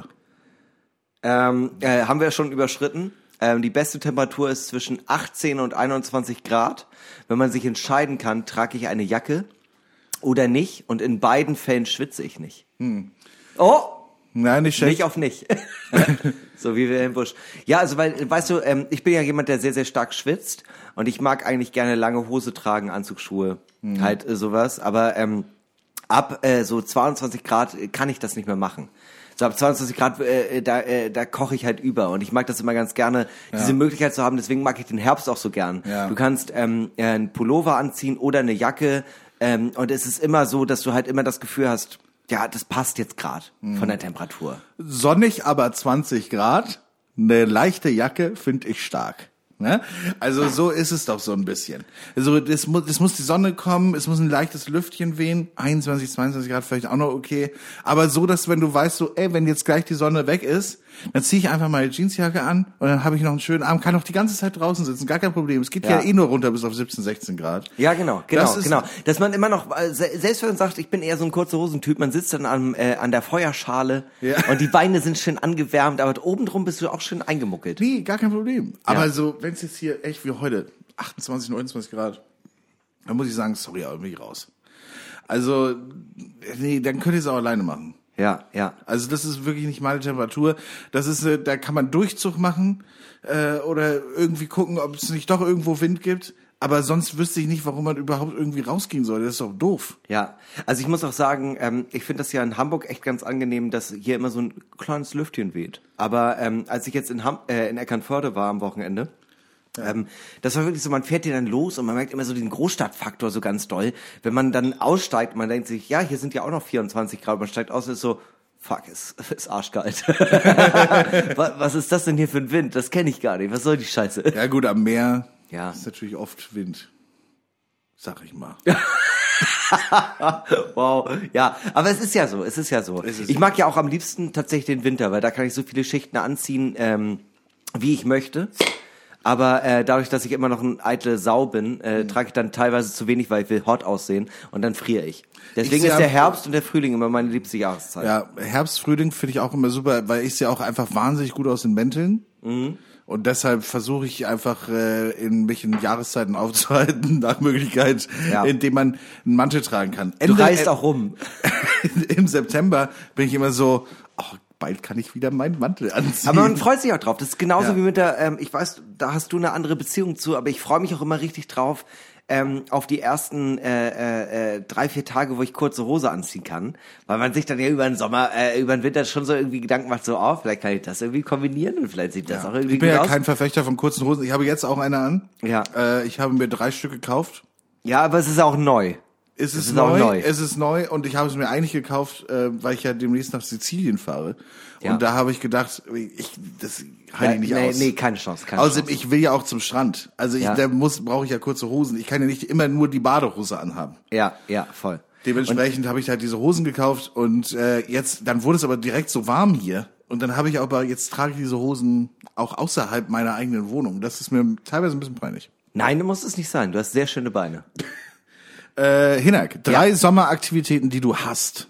Ähm, äh, haben wir schon überschritten. Ähm, die beste Temperatur ist zwischen achtzehn und einundzwanzig Grad. Wenn man sich entscheiden kann, trage ich eine Jacke oder nicht. Und in beiden Fällen schwitze ich nicht. Hm. Oh!
Nein, nicht schlecht.
Nicht auf nicht. So wie Wilhelm Busch. Ja, also weil, weißt du, ähm, ich bin ja jemand, der sehr, sehr stark schwitzt. Und ich mag eigentlich gerne lange Hose tragen, Anzugsschuhe, hm. halt äh, sowas. Aber ähm, ab äh, so zweiundzwanzig Grad kann ich das nicht mehr machen. So ab zweiundzwanzig Grad, äh, da, äh, da koche ich halt über und ich mag das immer ganz gerne, ja. diese Möglichkeit zu haben, deswegen mag ich den Herbst auch so gern. Ja. Du kannst ähm, einen Pullover anziehen oder eine Jacke ähm, und es ist immer so, dass du halt immer das Gefühl hast, ja, das passt jetzt gerade mhm. von der Temperatur.
Sonnig, aber zwanzig Grad, eine leichte Jacke finde ich stark. Ne? Also so ist es doch so ein bisschen. Also es muss, es muss die Sonne kommen, es muss ein leichtes Lüftchen wehen, einundzwanzig, zweiundzwanzig Grad vielleicht auch noch okay, aber so, dass wenn du weißt, so, ey, wenn jetzt gleich die Sonne weg ist, dann ziehe ich einfach meine Jeansjacke an und dann habe ich noch einen schönen Abend, kann auch die ganze Zeit draußen sitzen, gar kein Problem. Es geht ja, ja eh nur runter bis auf siebzehn, sechzehn Grad.
Ja, genau, genau,
das ist,
genau. Dass man immer noch, selbst wenn man sagt, ich bin eher so ein kurzer Hosentyp, man sitzt dann an, äh, an der Feuerschale ja. und die Beine sind schön angewärmt, aber obendrum bist du auch schön eingemuckelt.
Nee, gar kein Problem. Aber ja. so, wenn es jetzt hier echt wie heute achtundzwanzig, neunundzwanzig Grad, dann muss ich sagen, sorry, aber bin ich raus. Also, nee, dann könnt ihr es auch alleine machen.
Ja, ja.
Also das ist wirklich nicht meine Temperatur. Das ist, äh, da kann man Durchzug machen äh, oder irgendwie gucken, ob es nicht doch irgendwo Wind gibt. Aber sonst wüsste ich nicht, warum man überhaupt irgendwie rausgehen soll. Das ist doch doof.
Ja, also ich muss auch sagen, ähm, ich finde das ja in Hamburg echt ganz angenehm, dass hier immer so ein kleines Lüftchen weht. Aber ähm, als ich jetzt in, Ham- äh, in Eckernförde war am Wochenende, Ja. Ähm, das war wirklich so, man fährt hier dann los und man merkt immer so den Großstadtfaktor so ganz doll. Wenn man dann aussteigt, man denkt sich, ja, hier sind ja auch noch vierundzwanzig Grad, man steigt aus und ist so, fuck, es ist, ist arschkalt. Was ist das denn hier für ein Wind? Das kenne ich gar nicht. Was soll die Scheiße?
Ja gut, am Meer
ja.
ist natürlich oft Wind, sag ich mal.
Wow, ja, aber es ist ja so, es ist ja so. Ist ich mag ja auch am liebsten tatsächlich den Winter, weil da kann ich so viele Schichten anziehen, ähm, wie ich möchte. Aber äh, dadurch, dass ich immer noch ein eitle Sau bin, äh, mhm. trage ich dann teilweise zu wenig, weil ich will hot aussehen und dann friere ich. Deswegen ich ist der Herbst und der Frühling immer meine liebste Jahreszeit.
Ja, Herbst, Frühling finde ich auch immer super, weil ich sehe auch einfach wahnsinnig gut aus in Mänteln. Mhm. Und deshalb versuche ich einfach äh, in welchen Jahreszeiten aufzuhalten, nach Möglichkeit, ja. indem man einen Mantel tragen kann.
Ende, du reist äh, auch rum.
Im September bin ich immer so, oh, bald kann ich wieder meinen Mantel anziehen.
Aber man freut sich auch drauf. Das ist genauso
ja.
wie mit der, ähm, ich weiß, da hast du eine andere Beziehung zu, aber ich freue mich auch immer richtig drauf, ähm, auf die ersten äh, äh, drei, vier Tage, wo ich kurze Hose anziehen kann, weil man sich dann ja über den Sommer, äh, über den Winter schon so irgendwie Gedanken macht, so, oh, vielleicht kann ich das irgendwie kombinieren und vielleicht sieht das
ja.
auch irgendwie
Ich bin
gut
ja
aus.
Kein Verfechter von kurzen Hosen. Ich habe jetzt auch eine an.
Ja.
Äh, ich habe mir drei Stück gekauft.
Ja, aber es ist auch neu.
Es ist,
es ist
neu,
auch neu.
Es ist neu und ich habe es mir eigentlich gekauft, äh, weil ich ja demnächst nach Sizilien fahre.
Ja.
Und da habe ich gedacht, ich das halte
ja,
ich nicht
nee,
aus.
Nee, keine Chance. Keine
Außerdem,
Chance.
ich will ja auch zum Strand. Also ich,
ja.
da muss brauche ich ja kurze Hosen. Ich kann ja nicht immer nur die Badehose anhaben.
Ja, ja, voll.
Dementsprechend habe ich halt diese Hosen gekauft und äh, jetzt, dann wurde es aber direkt so warm hier. Und dann habe ich aber, jetzt trage ich diese Hosen auch außerhalb meiner eigenen Wohnung. Das ist mir teilweise ein bisschen peinlich.
Nein, du musst es nicht sein. Du hast sehr schöne Beine.
Äh, Hinak, drei ja. Sommeraktivitäten, die du hast.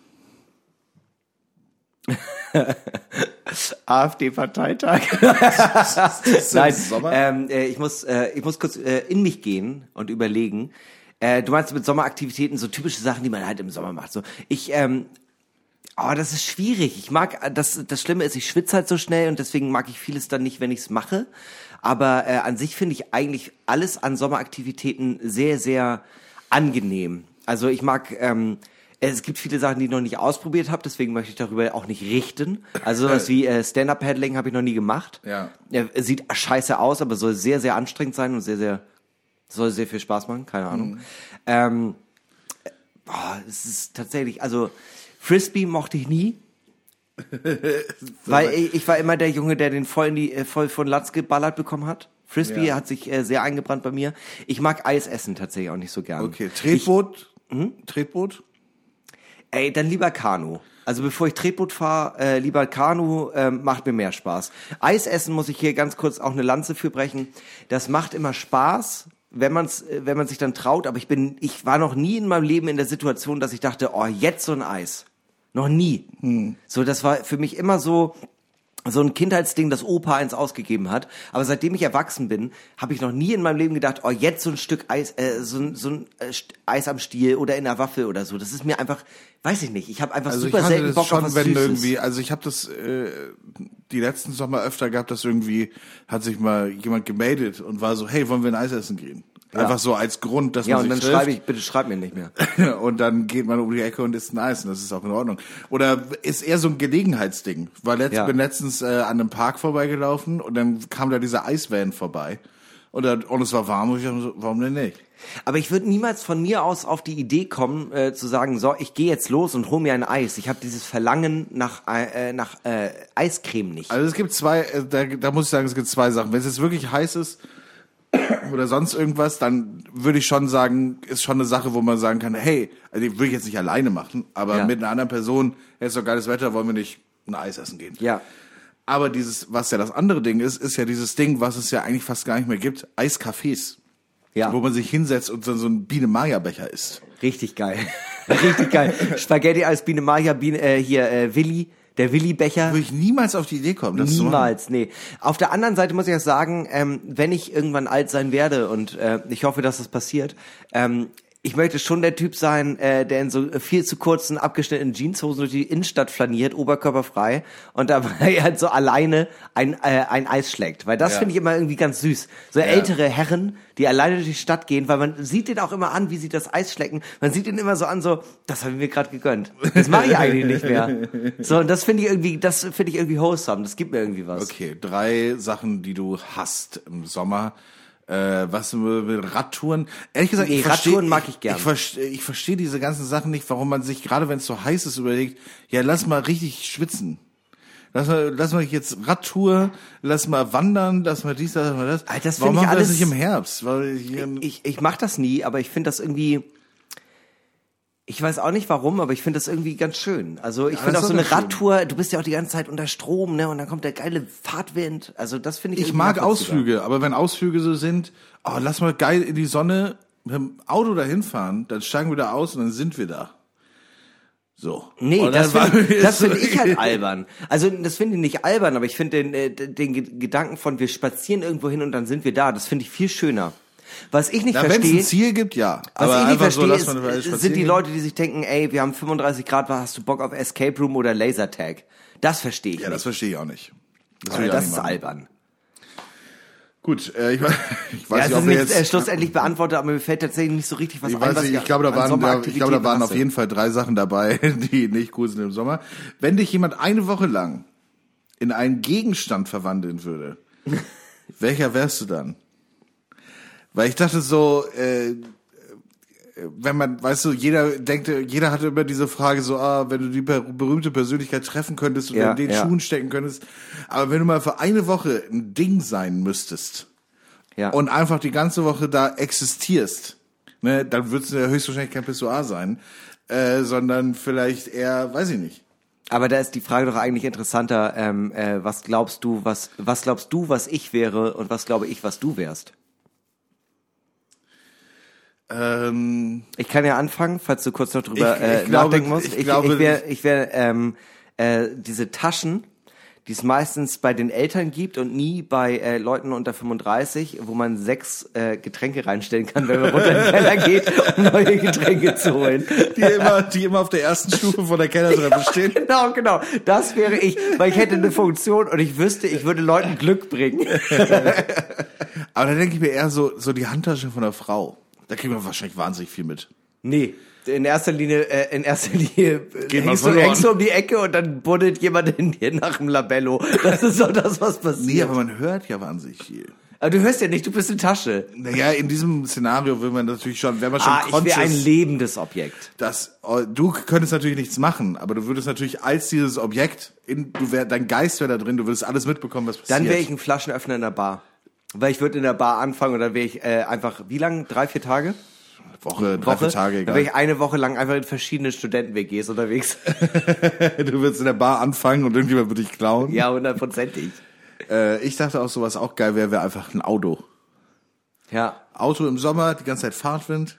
AfD-Parteitag. Nein, ähm, äh, ich muss, äh, ich muss kurz äh, in mich gehen und überlegen. Äh, du meinst mit Sommeraktivitäten so typische Sachen, die man halt im Sommer macht. So, ich, ähm, oh, das ist schwierig. Ich mag, das, das Schlimme ist, ich schwitze halt so schnell und deswegen mag ich vieles dann nicht, wenn ich es mache. Aber äh, an sich finde ich eigentlich alles an Sommeraktivitäten sehr, sehr angenehm. Also ich mag, ähm, es gibt viele Sachen, die ich noch nicht ausprobiert habe, deswegen möchte ich darüber auch nicht richten. Also sowas wie äh, Stand-Up-Paddling habe ich noch nie gemacht.
Ja.
Er sieht scheiße aus, aber soll sehr, sehr anstrengend sein und sehr, sehr, soll sehr viel Spaß machen, keine Ahnung. Mhm. Ähm, boah, es ist tatsächlich, also Frisbee mochte ich nie. Weil ich, ich war immer der Junge, der den voll, in die, äh, voll von Latz geballert bekommen hat. Frisbee ja. hat sich äh, sehr eingebrannt bei mir. Ich mag Eis essen tatsächlich auch nicht so gern.
Okay, Tretboot?
Ich, hm?
Tretboot?
Ey, dann lieber Kanu. Also bevor ich Tretboot fahre, äh, lieber Kanu, äh, macht mir mehr Spaß. Eis essen muss ich hier ganz kurz auch eine Lanze für brechen. Das macht immer Spaß, wenn man's, äh, wenn man sich dann traut. Aber ich bin, ich war noch nie in meinem Leben in der Situation, dass ich dachte, oh, jetzt so ein Eis. Noch nie. Hm. So, das war für mich immer so so ein Kindheitsding, das Opa eins ausgegeben hat. Aber seitdem ich erwachsen bin, habe ich noch nie in meinem Leben gedacht, oh, jetzt so ein Stück Eis, äh, so, ein, so ein äh, Eis am Stiel oder in der Waffel oder so. Das ist mir einfach, weiß ich nicht. Ich habe einfach
also
super
ich hatte
selten
das
Bock
schon,
auf was
wenn
Süßes.
irgendwie, also ich habe das äh, die letzten Sommer öfter gehabt, dass irgendwie hat sich mal jemand gemeldet und war so, hey, wollen wir ein Eis essen gehen? Ja. Einfach so als Grund, dass
ja,
man sich
Ja, und dann schreibe ich, bitte schreib mir nicht mehr.
Und dann geht man um die Ecke und isst ein Eis und das ist auch in Ordnung. Oder ist eher so ein Gelegenheitsding. War letzt, ja. bin letztens äh, an einem Park vorbeigelaufen und dann kam da dieser Eisvan vorbei. Und, dann, und es war warm und ich dachte so, warum denn nicht?
Aber ich würde niemals von mir aus auf die Idee kommen, äh, zu sagen, so, ich gehe jetzt los und hol mir ein Eis. Ich habe dieses Verlangen nach, äh, nach äh, Eiscreme nicht.
Also es gibt zwei, äh, da, da muss ich sagen, es gibt zwei Sachen. Wenn es jetzt wirklich heiß ist, oder sonst irgendwas, dann würde ich schon sagen, ist schon eine Sache, wo man sagen kann, hey, also die würde ich jetzt nicht alleine machen, aber ja. mit einer anderen Person, hey, ist doch geiles Wetter, wollen wir nicht ein Eis essen gehen.
Ja.
Aber dieses, was ja das andere Ding ist, ist ja dieses Ding, was es ja eigentlich fast gar nicht mehr gibt, Eiscafés. Ja. Wo man sich hinsetzt und so, so ein Biene-Maja-Becher isst.
Richtig geil. Richtig geil. Spaghetti als Biene-Maja, Biene, äh, hier, äh, Willi. Der Willi-Becher.
Würde ich niemals auf die Idee kommen. Das
niemals, zu nee. Auf der anderen Seite muss ich auch sagen, ähm, wenn ich irgendwann alt sein werde und äh, ich hoffe, dass das passiert, ähm, ich möchte schon der Typ sein, äh, der in so viel zu kurzen, abgeschnittenen Jeanshosen durch die Innenstadt flaniert, oberkörperfrei und dabei halt so alleine ein, äh, ein Eis schlägt. Weil das ja. finde ich immer irgendwie ganz süß. So ja. ältere Herren, die alleine durch die Stadt gehen, weil man sieht den auch immer an, wie sie das Eis schlecken. Man sieht ihn immer so an, so, das habe ich mir gerade gegönnt. Das mache ich eigentlich nicht mehr. So, und das finde ich irgendwie, das finde ich irgendwie wholesome. Das gibt mir irgendwie was.
Okay, drei Sachen, die du hast im Sommer. Äh, was mit Radtouren? Ehrlich gesagt,
nee,
ich verstehe,
Radtouren mag ich gern.
Ich, verstehe, ich verstehe diese ganzen Sachen nicht, warum man sich, gerade wenn es so heiß ist, überlegt, ja, lass mal richtig schwitzen. Lass mal, lass mal jetzt Radtour, lass mal wandern, lass mal dies, lass mal das.
Alter, das
warum
finde ich
machen wir
alles
das nicht im Herbst? Weil ich,
ich, ich, ich mach das nie, aber ich finde das irgendwie, ich weiß auch nicht warum, aber ich finde das irgendwie ganz schön. Also ich
ja,
finde auch so eine Radtour, du bist ja auch die ganze Zeit unter Strom, ne, und dann kommt der geile Fahrtwind. Also das finde ich
Ich mag Ausflüge, aber wenn Ausflüge so sind, oh, lass mal geil in die Sonne mit dem Auto dahin fahren, dann steigen wir da aus und dann sind wir da. So.
Nee, und das finde find ich halt albern. Also das finde ich nicht albern, aber ich finde den, äh, den Gedanken von wir spazieren irgendwo hin und dann sind wir da, das finde ich viel schöner. Was ich nicht
Na,
verstehe.
Wenn es ein Ziel gibt, ja.
Was
aber
ich nicht verstehe,
so,
ist, sind die Leute, die sich denken, ey, wir haben fünfunddreißig Grad, hast du Bock auf Escape Room oder Lasertag? Das verstehe ich
ja,
nicht.
Ja, das verstehe ich auch nicht.
Das, das auch ist machen. albern.
Gut, äh, ich, ich weiß
ja,
nicht, ob
wir
jetzt
äh, schlussendlich beantwortet, aber mir fällt tatsächlich nicht so richtig was
ich
ein.
Weiß
Was
nicht,
ich,
ich glaube, da waren, da, ich glaube, da waren auf jeden Fall drei Sachen dabei, die nicht cool sind im Sommer. Wenn dich jemand eine Woche lang in einen Gegenstand verwandeln würde, welcher wärst du dann? Weil ich dachte so, äh, wenn man, weißt du, jeder denkt, jeder hatte immer diese Frage so, ah, wenn du die berühmte Persönlichkeit treffen könntest oder
ja,
in den
ja.
Schuhen stecken könntest. Aber wenn du mal für eine Woche ein Ding sein müsstest ja. und einfach die ganze Woche da existierst, ne, dann würdest du ja höchstwahrscheinlich kein Pissoir sein, äh, sondern vielleicht eher, weiß ich nicht.
Aber da ist die Frage doch eigentlich interessanter, ähm, äh, was glaubst du, was, was glaubst du, was ich wäre und was glaube ich, was du wärst?
Ähm,
ich kann ja anfangen, falls du kurz noch drüber
ich,
äh,
ich glaube,
nachdenken musst.
Ich,
ich,
glaube,
ich wäre ich wär, ähm, äh, diese Taschen, die es meistens bei den Eltern gibt und nie bei äh, Leuten unter fünfunddreißig, wo man sechs äh, Getränke reinstellen kann, wenn man runter in den Keller geht, um neue Getränke zu holen.
Die immer, die immer auf der ersten Stufe von der Kellertreppe stehen.
Genau, genau. Das wäre ich, weil ich hätte eine Funktion und ich wüsste, ich würde Leuten Glück bringen.
Aber da denke ich mir eher so, so die Handtasche von der Frau. Da kriegt man wahrscheinlich wahnsinnig viel mit.
Nee. In erster Linie, äh, in erster Linie
Geht man
hängst, du,
verloren.
hängst du um die Ecke und dann buddelt jemand in dir nach dem Labello. Das ist doch das, was passiert.
Nee, aber man hört ja wahnsinnig viel.
Aber du hörst ja nicht, du bist eine Tasche.
Naja, in diesem Szenario will man natürlich schon, wenn man schon
Ah, ich
conscious,
wäre ein lebendes Objekt.
dass oh, du könntest natürlich nichts machen, aber du würdest natürlich als dieses Objekt, in, du wär, dein Geist wäre da drin, du würdest alles mitbekommen, was passiert.
Dann wäre ich ein Flaschenöffner in der Bar. Weil ich würde in der Bar anfangen und dann wäre ich äh, einfach, wie lang? Drei, vier Tage?
Woche, drei, vier Tage,
Dann
egal.
wäre ich eine Woche lang einfach in verschiedenen Studenten-W Gs unterwegs.
Du würdest in der Bar anfangen und irgendjemand würde dich klauen.
Ja, hundertprozentig.
Äh, ich dachte auch, so was auch geil wäre, wäre einfach ein Auto.
Ja.
Auto im Sommer, die ganze Zeit Fahrtwind.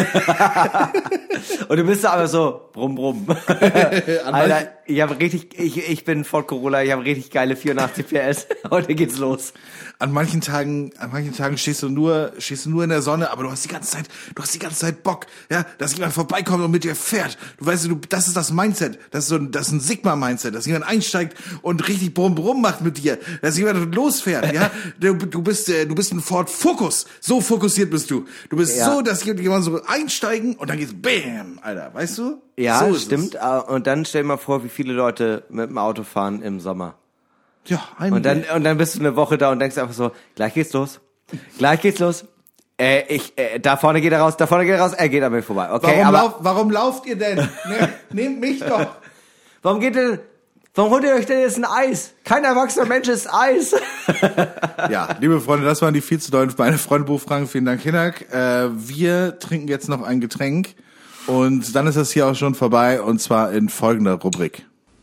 Und du bist da aber so, brumm, brumm. Alter, ich habe richtig, ich, ich bin Ford Corolla, ich habe richtig geile vierundachtzig P S. Heute geht's los.
An manchen Tagen, an manchen Tagen stehst du nur, stehst du nur in der Sonne, aber du hast die ganze Zeit, du hast die ganze Zeit Bock, ja, dass jemand vorbeikommt und mit dir fährt. Du weißt, du, das ist das Mindset. Das ist so ein, das ist ein Sigma-Mindset, dass jemand einsteigt und richtig brumm brumm macht mit dir, dass jemand losfährt, ja. Du, du bist, äh, du bist ein Ford Focus. So fokussiert bist du. Du bist
Ja.
so, dass jemand so einsteigen und dann geht's Bam, Alter, weißt du?
Ja,
so ist
stimmt.
es.
Und dann stell dir mal vor, wie viele Leute mit dem Auto fahren im Sommer.
Ja, einige.
Und dann, und dann bist du eine Woche da und denkst einfach so, gleich geht's los. Gleich geht's los. Äh, ich, äh, da vorne geht er raus, da vorne geht er raus, er geht an mir vorbei. Okay,
warum,
aber
lauf, warum lauft ihr denn? Ne, nehmt mich doch.
warum geht ihr, warum holt ihr euch denn jetzt ein Eis? Kein erwachsener Mensch ist Eis.
Ja, liebe Freunde, das waren die viel zu dollen meine Freunde Buchfragen. Vielen Dank, Hinak. Äh, wir trinken jetzt noch ein Getränk und dann ist das hier auch schon vorbei und zwar in folgender Rubrik.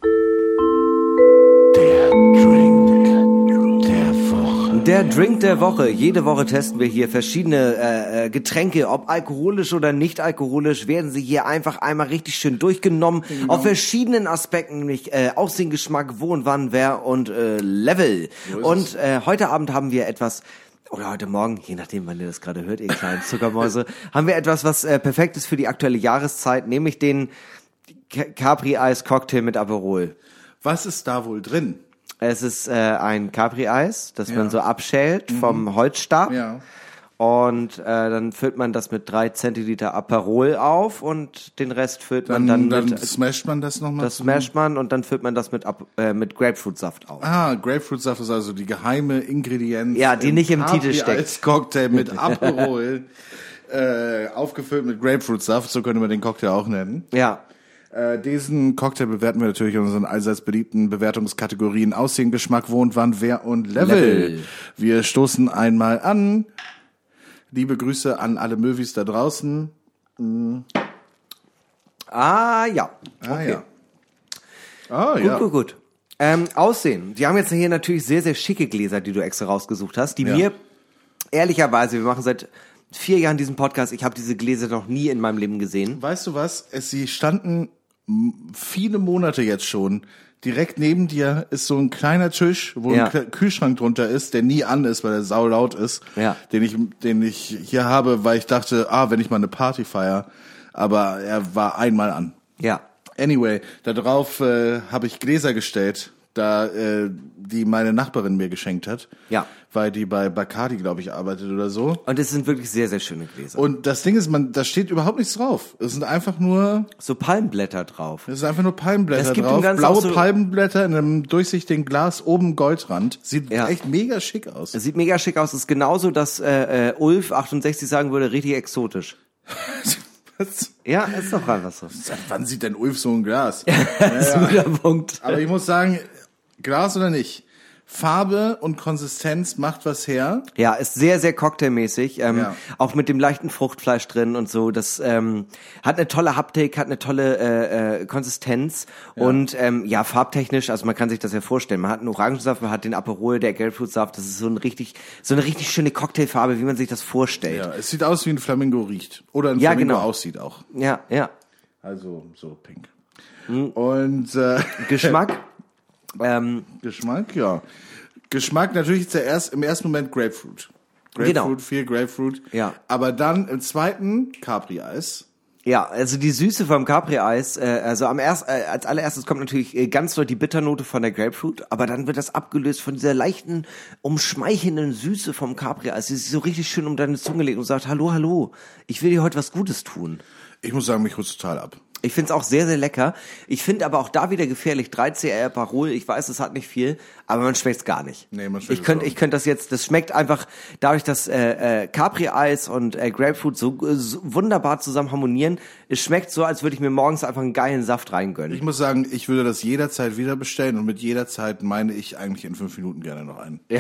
Der Drink der Woche.
Der Drink der Woche. Jede Woche testen wir hier verschiedene äh, äh, Getränke, ob alkoholisch oder nicht alkoholisch, werden sie hier einfach einmal richtig schön durchgenommen. Genau. Auf verschiedenen Aspekten, nämlich äh, Aussehen, Geschmack, wo und wann, wer und äh, Level. Und äh, heute Abend haben wir etwas, oder heute Morgen, je nachdem, wann ihr das gerade hört, ihr kleinen Zuckermäuse, haben wir etwas, was äh, perfekt ist für die aktuelle Jahreszeit, nämlich den Capri-Eis-Cocktail mit Aperol.
Was ist da wohl drin?
Es ist äh, ein Capri-Eis, das
Ja.
man so abschält vom Holzstab.
Ja.
Und äh, dann füllt man das mit drei Zentiliter Aperol auf und den Rest füllt
Dann,
man
dann,
dann,
dann
mit,
smasht man das nochmal.
das smasht man und dann füllt man das mit, Ap- äh, mit Grapefruitsaft auf.
Ah, Grapefruitsaft ist also die geheime Ingredienz.
Ja, die nicht im Titel steckt.
Als Cocktail mit Aperol, äh, aufgefüllt mit Grapefruitsaft, so könnte man den Cocktail auch nennen.
Ja,
Äh, diesen Cocktail bewerten wir natürlich in unseren allseits beliebten Bewertungskategorien Aussehen, Geschmack, Wo und Wann, Wer und Level.
Level.
Wir stoßen einmal an. Liebe Grüße an alle Möwis da draußen.
ah ja.
Ah
Okay.
ja. Ah
Gut,
ja.
gut, gut. Ähm, Aussehen. Die haben jetzt hier natürlich sehr, sehr schicke Gläser, die du extra rausgesucht hast, die
Ja.
mir, ehrlicherweise, wir machen seit vier Jahren diesen Podcast, ich habe diese Gläser noch nie in meinem Leben gesehen.
Weißt du was? Es, sie standen m, viele Monate jetzt schon. Direkt neben dir ist so ein kleiner Tisch, wo
Ja.
ein K- Kühlschrank drunter ist, der nie an ist, weil er saulaut ist.
Ja.
Den ich, den ich hier habe, weil ich dachte, ah, wenn ich mal eine Party feier. Aber er war einmal an.
Ja.
Anyway, da drauf äh, habe ich Gläser gestellt, da äh, die meine Nachbarin mir geschenkt hat.
Ja.
Weil die bei Bacardi, glaube ich, arbeitet oder so.
Und es sind wirklich sehr, sehr schöne Gläser.
Und das Ding ist, man, da steht überhaupt nichts drauf. Es sind einfach nur
So Palmblätter drauf.
Es ist einfach nur Palmblätter
Es gibt
drauf,
im Ganzen
blaue
auch so-
Palmblätter in einem durchsichtigen Glas, oben Goldrand. Sieht
Ja.
echt mega schick aus.
Es sieht mega schick aus. Es ist genauso, dass äh, äh, Ulf achtundsechzig sagen würde, richtig exotisch.
Was?
Ja, ist doch einfach so.
Seit wann sieht denn Ulf so ein Glas?
Das ist ein guter Punkt.
Aber ich muss sagen, Glas oder nicht, Farbe und Konsistenz macht was her.
Ja, ist sehr, sehr cocktailmäßig. Ähm,
Ja.
Auch mit dem leichten Fruchtfleisch drin und so. Das ähm, hat eine tolle Haptik, hat eine tolle äh, äh, Konsistenz. Und ähm, ja, farbtechnisch, also man kann sich das ja vorstellen. Man hat einen Orangensaft, man hat den Aperol, der Grapefruitsaft. Das ist so ein richtig, so eine richtig schöne Cocktailfarbe, wie man sich das vorstellt.
Ja, es sieht aus, wie ein Flamingo riecht. Oder ein
Ja,
Flamingo
genau.
aussieht auch.
Ja, ja.
Also so pink.
Hm.
Und äh,
Geschmack. ähm,
Geschmack, ja. Geschmack natürlich zuerst im ersten Moment Grapefruit. Grapefruit,
Genau.
viel Grapefruit.
Ja.
Aber dann im zweiten Capri-Eis.
Ja, also die Süße vom Capri-Eis, äh, also am erst, äh, als allererstes kommt natürlich äh, ganz doll die Bitternote von der Grapefruit, aber dann wird das abgelöst von dieser leichten, umschmeichelnden Süße vom Capri-Eis. Sie ist so richtig schön um deine Zunge legt und sagt, hallo, hallo, ich will dir heute was Gutes tun.
Ich muss sagen, mich holt's total ab.
Ich find's auch sehr, sehr lecker. Ich finde aber auch da wieder gefährlich, drei C R Parol, ich weiß, es hat nicht viel, aber man schmeckt's gar nicht.
Nee, man schmeckt
Ich könnte
es auch
ich könnte das jetzt, das schmeckt einfach, dadurch, dass äh, äh, Capri-Eis und äh, Grapefruit so, äh, so wunderbar zusammen harmonieren, es schmeckt so, als würde ich mir morgens einfach einen geilen Saft reingönnen.
Ich muss sagen, ich würde das jederzeit wieder bestellen und mit jederzeit meine ich eigentlich in fünf Minuten gerne noch einen.
Ja.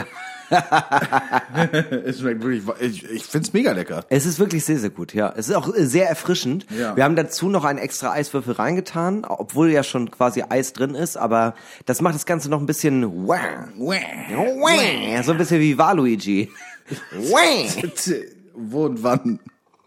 Es schmeckt wirklich, ich, ich find's mega lecker.
Es ist wirklich sehr, sehr gut, ja. Es ist auch äh, sehr erfrischend.
Ja.
Wir haben dazu noch einen extra Eiswürfel reingetan, obwohl ja schon quasi Eis drin ist, aber das macht das Ganze noch ein bisschen wah, wah, wah, so ein bisschen wie Waluigi. Wah.
Wo und wann?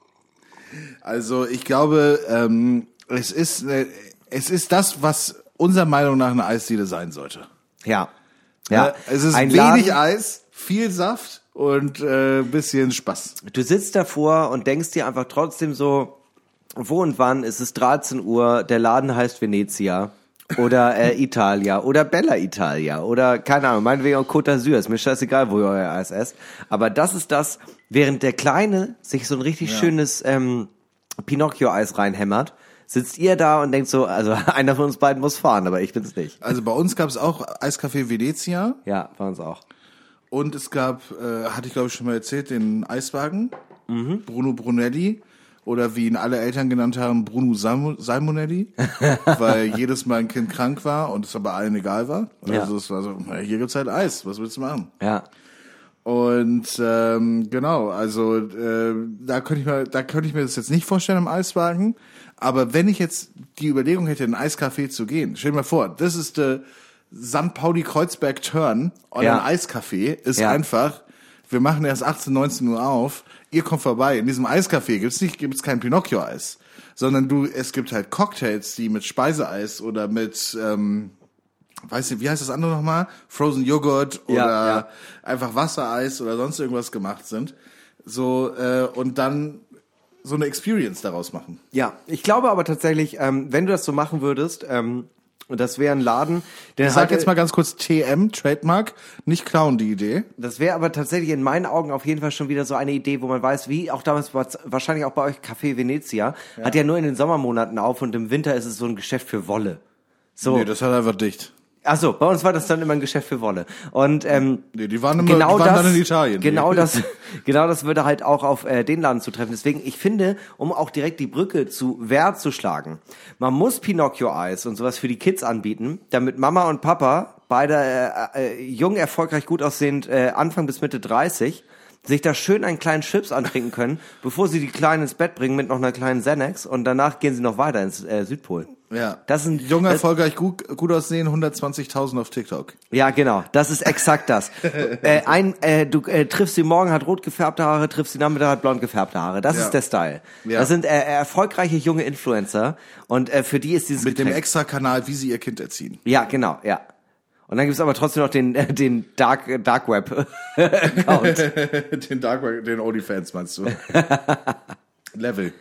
Also ich glaube, ähm, es ist äh, es ist das, was unserer Meinung nach eine Eisdiele sein sollte.
Ja. Ja.
Äh, es ist
Ein
wenig
Laden-
Eis, viel Saft und äh, bisschen Spaß.
Du sitzt davor und denkst dir einfach trotzdem so, wo und wann, es ist dreizehn Uhr, der Laden heißt Venezia oder äh, Italia oder Bella Italia oder keine Ahnung, meinetwegen auch Côte d'Azur, ist mir scheißegal, wo ihr euer Eis esst. Aber das ist das, während der Kleine sich so ein richtig schönes ähm, Pinocchio-Eis reinhämmert, sitzt ihr da und denkt so, also einer von uns beiden muss fahren, aber ich bin's nicht.
Also bei uns gab es auch Eiscafé Venezia
Ja, bei uns auch.
und es gab, äh, hatte ich glaube ich schon mal erzählt, den Eiswagen,
Mhm.
Bruno Brunelli oder wie ihn alle Eltern genannt haben, Bruno Salmo- Salmonelli, weil jedes Mal ein Kind krank war und es aber allen egal war.
Ja.
Also es war so, na, hier gibt's halt Eis, was willst du machen?
Ja.
Und ähm, genau, also äh, da könnte ich mir, da könnte ich mir das jetzt nicht vorstellen im Eiswagen. Aber wenn ich jetzt die Überlegung hätte, in ein Eiscafé zu gehen, stell dir mal vor, das ist der Sankt Pauli Kreuzberg Turn und
Ja.
ein Eiscafé ist
Ja.
einfach, wir machen erst achtzehn, neunzehn Uhr auf, ihr kommt vorbei, in diesem Eiscafé gibt's nicht, gibt's kein Pinocchio-Eis, sondern du, es gibt halt Cocktails, die mit Speiseeis oder mit, ähm, weiß nicht, wie heißt das andere nochmal? Frozen Joghurt oder
Ja, ja.
einfach Wassereis oder sonst irgendwas gemacht sind. So, äh, und dann so eine Experience daraus machen.
Ja, ich glaube aber tatsächlich, ähm, wenn du das so machen würdest, ähm, und das wäre ein Laden, der
Ich sag
halt-
jetzt mal ganz kurz T M, Trademark, nicht klauen die Idee.
Das wäre aber tatsächlich in meinen Augen auf jeden Fall schon wieder so eine Idee, wo man weiß, wie auch damals war- wahrscheinlich auch bei euch Café Venezia, hat ja nur in den Sommermonaten auf und im Winter ist es so ein Geschäft für Wolle. So.
Nee, das hat einfach dicht.
Ach so, bei uns war das dann immer ein Geschäft für Wolle. Und ähm,
Nee, die waren immer,
genau
die waren
das,
dann in Italien.
Genau
Die-
das, genau das würde halt auch auf äh, den Laden zutreffen. Deswegen, ich finde, um auch direkt die Brücke zu Wert zu schlagen, man muss Pinocchio-Eis und sowas für die Kids anbieten, damit Mama und Papa, beide äh, äh, jung, erfolgreich, gut aussehend, äh, Anfang bis Mitte dreißig, sich da schön einen kleinen Chips antrinken können, bevor sie die Kleinen ins Bett bringen mit noch einer kleinen Xanax und danach gehen sie noch weiter ins äh, Südpol.
Ja.
Das sind
Jung,
das-
erfolgreich, gut, gut aussehen, hundertzwanzigtausend auf TikTok.
Ja, genau. Das ist exakt das. äh, ein, äh, du äh, triffst sie morgen, hat rot gefärbte Haare, triffst sie Nachmittag, hat blond gefärbte Haare. Das
Ja.
ist der Style.
Ja.
Das sind äh, erfolgreiche junge Influencer und äh, für die ist dieses
Mit dem
Getränk-
extra Kanal, wie sie ihr Kind erziehen.
Ja, genau, ja. Und dann gibt's aber trotzdem noch den äh, den Dark äh, Dark Web Account.
den Dark, den OnlyFans meinst du? Level.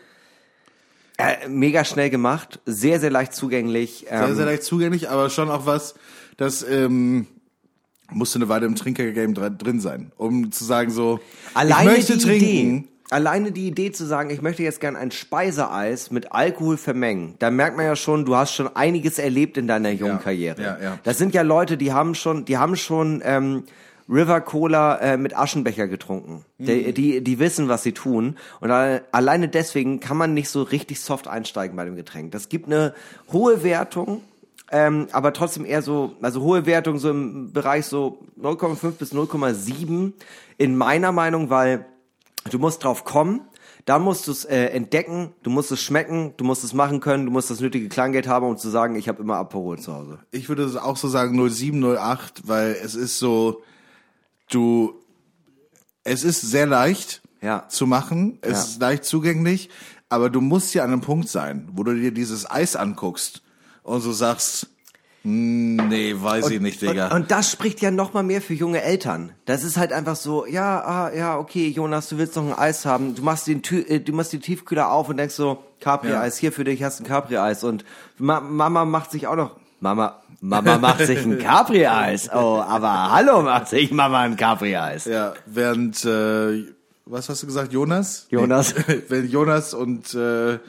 äh, mega schnell gemacht, sehr sehr leicht zugänglich. Ähm,
Sehr, sehr leicht zugänglich, aber schon auch was, das ähm, musste eine Weile im Trinker-Game dr- drin sein, um zu sagen so,
Alleine
ich möchte
die
trinken.
Idee, alleine die Idee zu sagen, ich möchte jetzt gern ein Speiseeis mit Alkohol vermengen, da merkt man ja schon, du hast schon einiges erlebt in deiner jungen
Ja,
Karriere.
ja, ja.
Das sind ja Leute, die haben schon, die haben schon ähm, River Cola äh, mit Aschenbecher getrunken.
Mhm.
Die, die, die wissen, was sie tun. Und alle, alleine deswegen kann man nicht so richtig soft einsteigen bei dem Getränk. Das gibt eine hohe Wertung. Ähm, aber trotzdem eher so, also hohe Wertung so im Bereich so null Komma fünf bis null Komma sieben in meiner Meinung, weil du musst drauf kommen, dann musst du es äh, entdecken, du musst es schmecken, du musst es machen können, du musst das nötige Kleingeld haben, um zu sagen, ich habe immer Aperol zu Hause.
Ich würde auch so sagen null sieben, null acht, weil es ist so, du, es ist sehr leicht
Ja.
zu machen, es
Ja.
ist leicht zugänglich, aber du musst ja an einem Punkt sein, wo du dir dieses Eis anguckst und so sagst, Nee, weiß ich nicht, Digga.
Und, und das spricht ja noch mal mehr für junge Eltern. Das ist halt einfach so, ja, ah, ja, okay, Jonas, du willst noch ein Eis haben. Du machst den, Tü- äh, du machst die Tiefkühler auf und denkst so, Capri-Eis, hier für dich hast du ein Capri-Eis. Und Ma- Mama macht sich auch noch, Mama, Mama macht sich ein Capri-Eis. Oh, aber hallo, macht sich Mama ein Capri-Eis.
Ja, während, äh, was hast du gesagt, Jonas?
Jonas.
Nee, während Jonas und, äh,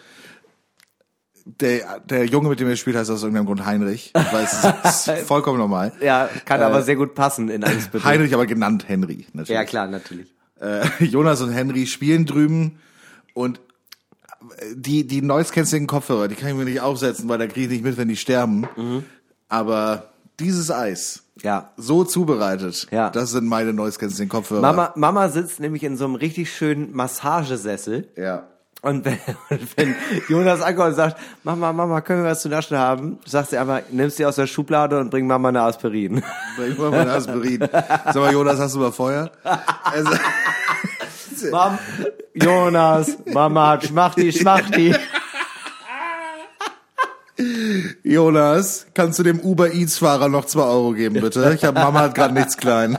Der, der Junge, mit dem er spielt, heißt aus irgendeinem Grund Heinrich. Ich weiß, das ist vollkommen normal.
Ja, kann
äh,
aber sehr gut passen in alles bitte.
Heinrich, aber genannt Henry, natürlich.
Ja, klar, natürlich.
Äh, Jonas und Henry spielen drüben und die, die Noise-Canceling-Kopfhörer, die kann ich mir nicht aufsetzen, weil da kriege ich nicht mit, wenn die sterben. Mhm. Aber dieses Eis,
ja,
so zubereitet,
ja,
das sind meine Noise-Canceling-Kopfhörer.
Mama, Mama sitzt nämlich in so einem richtig schönen Massagesessel.
Ja.
Und wenn, und wenn Jonas ankommt und sagt, Mama, Mama, können wir was zu naschen haben? Sagt sie einfach, nimmst sie aus der Schublade und bring Mama eine Aspirin.
Bring Mama eine Aspirin. Sag mal, Jonas, hast du mal Feuer? Also,
Mom, Jonas, Mama hat Schmachti, Schmachti.
Jonas, kannst du dem Uber Eats Fahrer noch zwei Euro geben, bitte? Ich hab, Mama hat gerade nichts klein.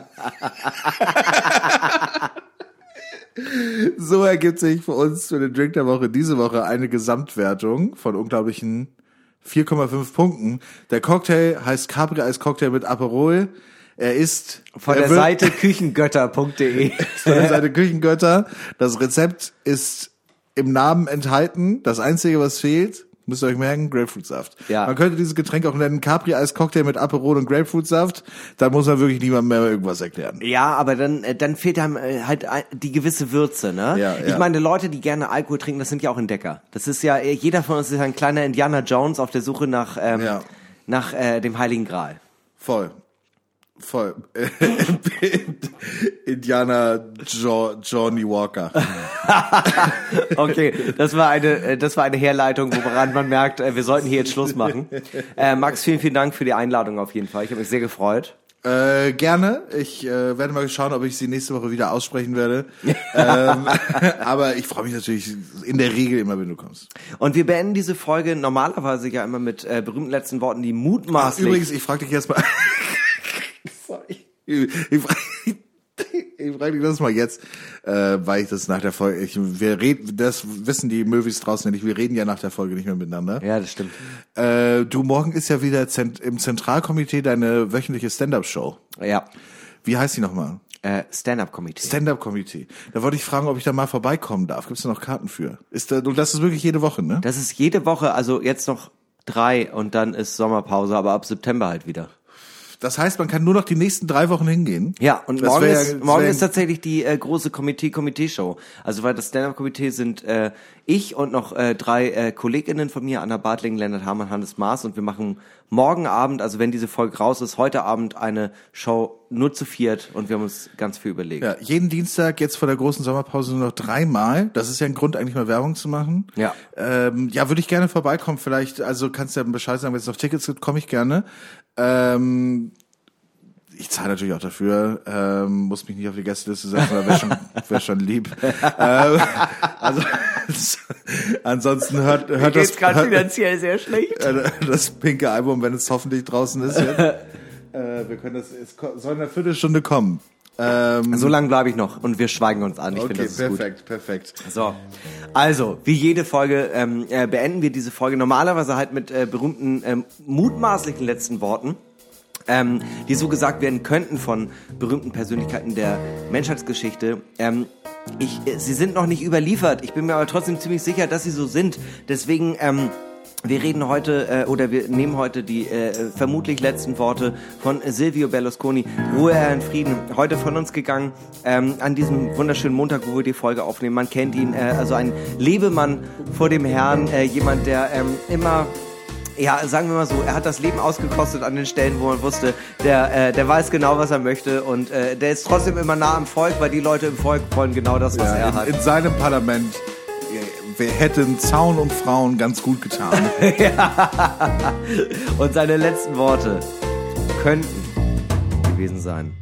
So ergibt sich für uns für den Drink der Woche diese Woche eine Gesamtwertung von unglaublichen vier Komma fünf Punkten. Der Cocktail heißt Capri-Eis Cocktail mit Aperol. Er ist
von
er
der
wird,
Seite küchengötter punkt de.
Von der Seite Küchengötter. Das Rezept ist im Namen enthalten. Das Einzige, was fehlt, müsst ihr euch merken, Grapefruitsaft.
Ja.
Man könnte dieses Getränk auch nennen Capri-Eis-Cocktail mit Aperol und Grapefruitsaft. Da muss man wirklich niemandem mehr irgendwas erklären.
Ja, aber dann äh, dann fehlt einem äh, halt ein- die gewisse Würze, ne?
Ja,
ich
ja.
meine, Leute, die gerne Alkohol trinken, das sind ja auch Entdecker. Das ist ja, äh, jeder von uns ist ein kleiner Indiana Jones auf der Suche nach ähm,
Ja.
nach äh, dem Heiligen Gral.
Voll. Voll. Indiana jo- Johnny Walker.
Okay, das war eine, äh, das war eine Herleitung, woran man merkt, äh, wir sollten hier jetzt Schluss machen. Äh, Max, vielen, vielen Dank für die Einladung auf jeden Fall. Ich habe mich sehr gefreut.
Äh, gerne. Ich äh, werde mal schauen, ob ich sie nächste Woche wieder aussprechen werde. ähm, aber ich freue mich natürlich in der Regel immer, wenn du kommst.
Und wir beenden diese Folge normalerweise ja immer mit äh, berühmten letzten Worten, die
Ach,
mutmaßlich...
übrigens, ich frage dich jetzt mal... Sorry. Ich, ich frage ich frag dich das mal jetzt, äh, weil ich das nach der Folge... Ich, wir reden, das wissen die Möwis draußen nicht. Wir reden ja nach der Folge nicht mehr miteinander.
Ja, das stimmt.
Äh, du, morgen ist ja wieder zent- im Zentralkomitee deine wöchentliche Stand-Up-Show.
Ja,
Wie heißt die nochmal?
äh, Stand-Up-Komitee.
Stand-Up-Komitee. Da wollte ich fragen, ob ich da mal vorbeikommen darf. Gibt es da noch Karten für? Ist da, und das ist wirklich jede Woche, ne?
Das ist jede Woche, also jetzt noch drei und dann ist Sommerpause, aber ab September halt wieder.
Das heißt, man kann nur noch die nächsten drei Wochen hingehen.
Ja, und
Das
morgen,
wär-
ist,
das
morgen
wär-
ist tatsächlich die äh, große Komitee-Komitee-Show. Also weil das Stand-Up-Komitee sind äh, ich und noch äh, drei äh, KollegInnen von mir, Anna Bartling, Lennart Hamann, Hannes Maas, und wir machen morgen Abend, also wenn diese Folge raus ist, heute Abend eine Show nur zu viert und wir haben uns ganz viel überlegt.
Ja, jeden Dienstag jetzt vor der großen Sommerpause nur noch dreimal. Das ist ja ein Grund, eigentlich mal Werbung zu machen.
Ja.
Ähm, ja, würde ich gerne vorbeikommen. Vielleicht, also kannst du ja Bescheid sagen, wenn es noch Tickets gibt, komme ich gerne. Ähm, ich zahle natürlich auch dafür, ähm, muss mich nicht auf die Gästeliste setzen, aber wäre schon, wär schon lieb. ähm, also ansonsten hört, hört das, hört,
finanziell sehr schlecht.
äh, das pinke Album, wenn es hoffentlich draußen ist jetzt. äh, wir können das, es ko- soll in einer Viertelstunde kommen. Ähm,
So lange bleibe ich noch und wir schweigen uns an. Ich finde,
okay,
das ist gut.
perfekt, perfekt.
So, also, wie jede Folge ähm, äh, beenden wir diese Folge normalerweise halt mit äh, berühmten, ähm, mutmaßlichen letzten Worten, ähm, die so gesagt werden könnten von berühmten Persönlichkeiten der Menschheitsgeschichte. Ähm, ich, äh, sie sind noch nicht überliefert, ich bin mir aber trotzdem ziemlich sicher, dass sie so sind. Deswegen... Ähm, Wir reden heute äh, oder wir nehmen heute die äh, vermutlich letzten Worte von Silvio Berlusconi. Ruhe er in Frieden. Heute von uns gegangen ähm, an diesem wunderschönen Montag, wo wir die Folge aufnehmen. Man kennt ihn, äh, also ein Lebemann vor dem Herrn, äh, jemand, der ähm, immer... Ja, sagen wir mal so, er hat das Leben ausgekostet an den Stellen, wo man wusste, der, äh, der weiß genau, was er möchte und äh, der ist trotzdem immer nah am Volk, weil die Leute im Volk wollen genau das, was
Ja,
er
in,
hat.
in seinem Parlament wir hätten Zaun und Frauen ganz gut getan.
Und seine letzten Worte könnten gewesen sein.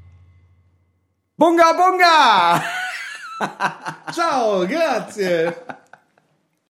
Bunga Bunga!
Ciao, grazie.